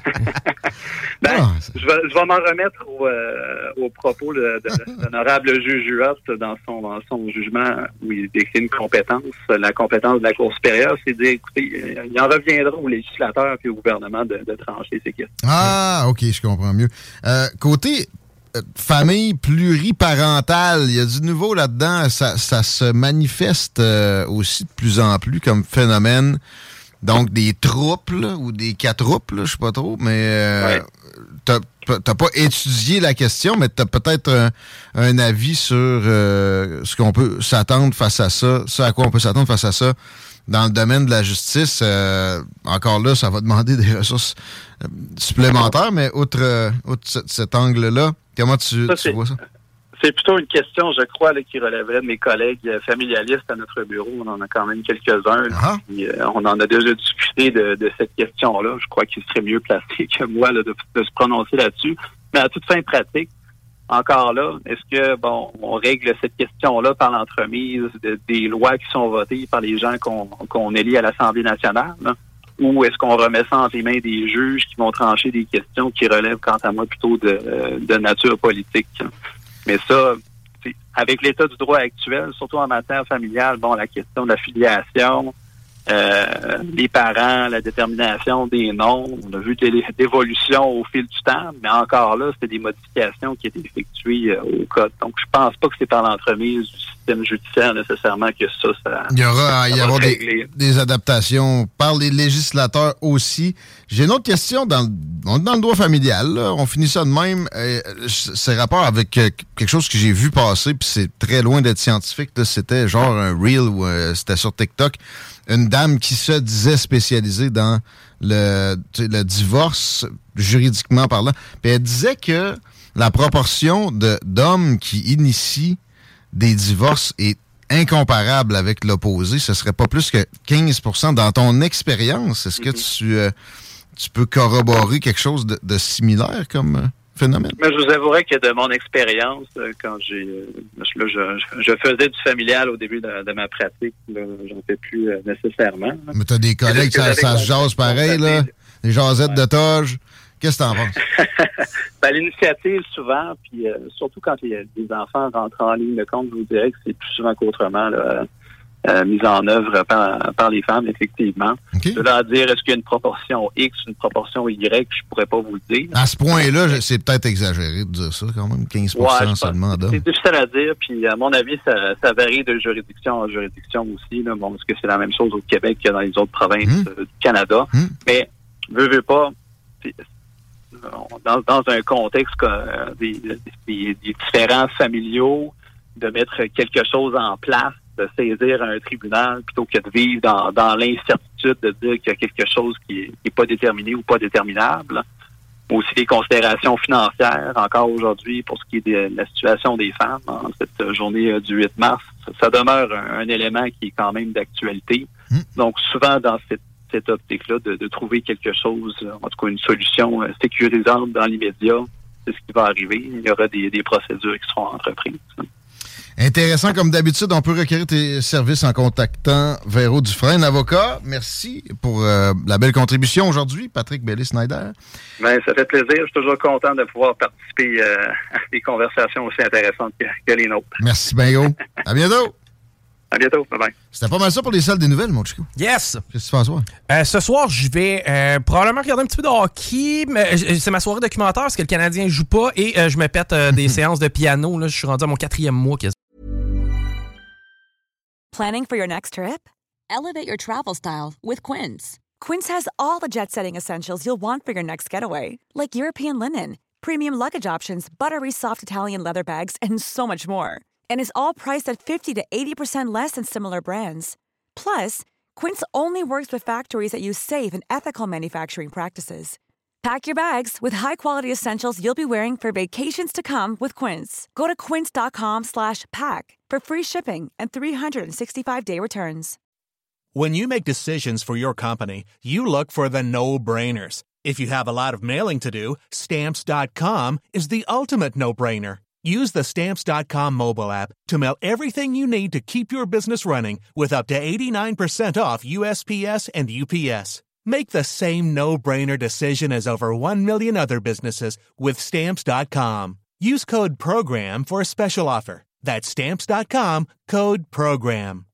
ben, ah, je, vais, je vais m'en remettre au, euh, au propos de, de l'honorable juge Huot dans son, dans son jugement où il décrit une compétence. La compétence de la Cour supérieure, c'est de dire, écoutez, il en reviendra aux législateurs et au gouvernement de, de trancher ces questions. Ah, OK, je comprends mieux. Euh, côté... famille pluriparentale, il y a du nouveau là-dedans. Ça, ça se manifeste euh, aussi de plus en plus comme phénomène. Donc, des trouples ou des quadruples, je sais pas trop, mais euh, ouais. t'as, t'as pas étudié la question, mais t'as peut-être un, un avis sur euh, ce qu'on peut s'attendre face à ça, ce à quoi on peut s'attendre face à ça. Dans le domaine de la justice, euh, encore là, ça va demander des ressources euh, supplémentaires, mais outre, euh, outre cet, cet angle-là, comment tu, ça, tu vois ça? C'est plutôt une question, je crois, là, qui relèverait de mes collègues familialistes à notre bureau. On en a quand même quelques-uns. Ah. Puis, euh, on en a déjà discuté de, de cette question-là. Je crois qu'il serait mieux placé que moi là, de, de se prononcer là-dessus. Mais à toute fin pratique, encore là, est-ce que, bon, on règle cette question-là par l'entremise de, des lois qui sont votées par les gens qu'on, qu'on élit à l'Assemblée nationale, là? Ou est-ce qu'on remet ça entre les mains des juges qui vont trancher des questions qui relèvent, quant à moi, plutôt de, de nature politique? Mais ça, avec l'état du droit actuel, surtout en matière familiale, bon, la question de la filiation, euh, les parents, la détermination des noms, on a vu des évolutions au fil du temps, mais encore là, c'était des modifications qui étaient effectuées euh, au code. Donc, je pense pas que c'est par l'entremise du système judiciaire nécessairement que ça, ça Il y aura, ça il y aura des, des adaptations par les législateurs aussi. J'ai une autre question dans, dans le droit familial. Là. On finit ça de même. Euh, c'est rapport avec euh, quelque chose que j'ai vu passer, puis c'est très loin d'être scientifique. Là. C'était genre un reel ou euh, c'était sur TikTok. Une dame qui se disait spécialisée dans le, le divorce, juridiquement parlant. Puis elle disait que la proportion de, d'hommes qui initient des divorces est incomparable avec l'opposé. Ce serait pas plus que quinze pour cent. Dans ton expérience, est-ce que tu, euh, tu peux corroborer quelque chose de, de similaire comme euh, phénomène? Mais je vous avouerai que de mon expérience, quand j'ai là, je, je faisais du familial au début de, de ma pratique, là, j'en fais plus euh, nécessairement. Mais t'as des collègues, ça, ça se jase pareil, là. Les jasettes ouais. de toge. Qu'est-ce que t'en penses? Ben, l'initiative, souvent, puis euh, surtout quand les, les enfants rentrent en ligne de compte, je vous dirais que c'est plus souvent qu'autrement là, euh, mise en œuvre par, par les femmes, effectivement. Okay. De leur dire, est-ce qu'il y a une proportion X, une proportion Y, je pourrais pas vous le dire. À ce point-là, c'est peut-être exagéré de dire ça, quand même, quinze pour cent ouais, seulement d'hommes. C'est difficile à dire, puis à mon avis, ça, ça varie de juridiction en juridiction aussi. Là. Bon, parce que c'est la même chose au Québec que dans les autres provinces mmh. euh, du Canada. Mmh. Mais, veux, veux pas, Dans, dans un contexte euh, des, des, des différents familiaux, de mettre quelque chose en place, de saisir un tribunal plutôt que de vivre dans, dans l'incertitude de dire qu'il y a quelque chose qui n'est pas déterminé ou pas déterminable. aussi des considérations financières, encore aujourd'hui, pour ce qui est de la situation des femmes en cette journée euh, du huit mars. Ça, ça demeure un, un élément qui est quand même d'actualité. Mmh. Donc, souvent, dans cette, cette optique-là, de, de trouver quelque chose, en tout cas une solution euh, sécurisante dans l'immédiat, c'est ce qui va arriver. Il y aura des, des procédures qui seront entreprises. Intéressant, comme d'habitude, on peut requérir tes services en contactant Véro Dufresne, avocat. Merci pour euh, la belle contribution aujourd'hui, Patrick Bailey-Snyder. Ben, ça fait plaisir. Je suis toujours content de pouvoir participer euh, à des conversations aussi intéressantes que, que les nôtres. Merci bien, gros. À bientôt. À bientôt. Bye-bye. C'était pas mal ça pour les salles des nouvelles, mon Chico. Yes! Qu'est-ce que tu fais ce soir? Euh, ce soir, je vais euh, probablement regarder un petit peu de hockey. Mais c'est ma soirée documentaire parce que le Canadien joue pas et euh, je me pète euh, des séances de piano. Là, je suis rendu à mon quatrième mois. Quasi. Planning for your next trip? Elevate your travel style with Quince. Quince has all the jet-setting essentials you'll want for your next getaway, like European linen, premium luggage options, buttery soft Italian leather bags, and so much more. And is all priced at fifty to eighty percent less than similar brands. Plus, Quince only works with factories that use safe and ethical manufacturing practices. Pack your bags with high-quality essentials you'll be wearing for vacations to come with Quince. Go to quince.com slash pack for free shipping and three sixty-five day returns. When you make decisions for your company, you look for the no-brainers. If you have a lot of mailing to do, Stamps dot com is the ultimate no-brainer. Use the Stamps dot com mobile app to mail everything you need to keep your business running with up to eighty-nine percent off U S P S and U P S. Make the same no-brainer decision as over one million other businesses with Stamps dot com. Use code PROGRAM for a special offer. That's Stamps dot com, code PROGRAM.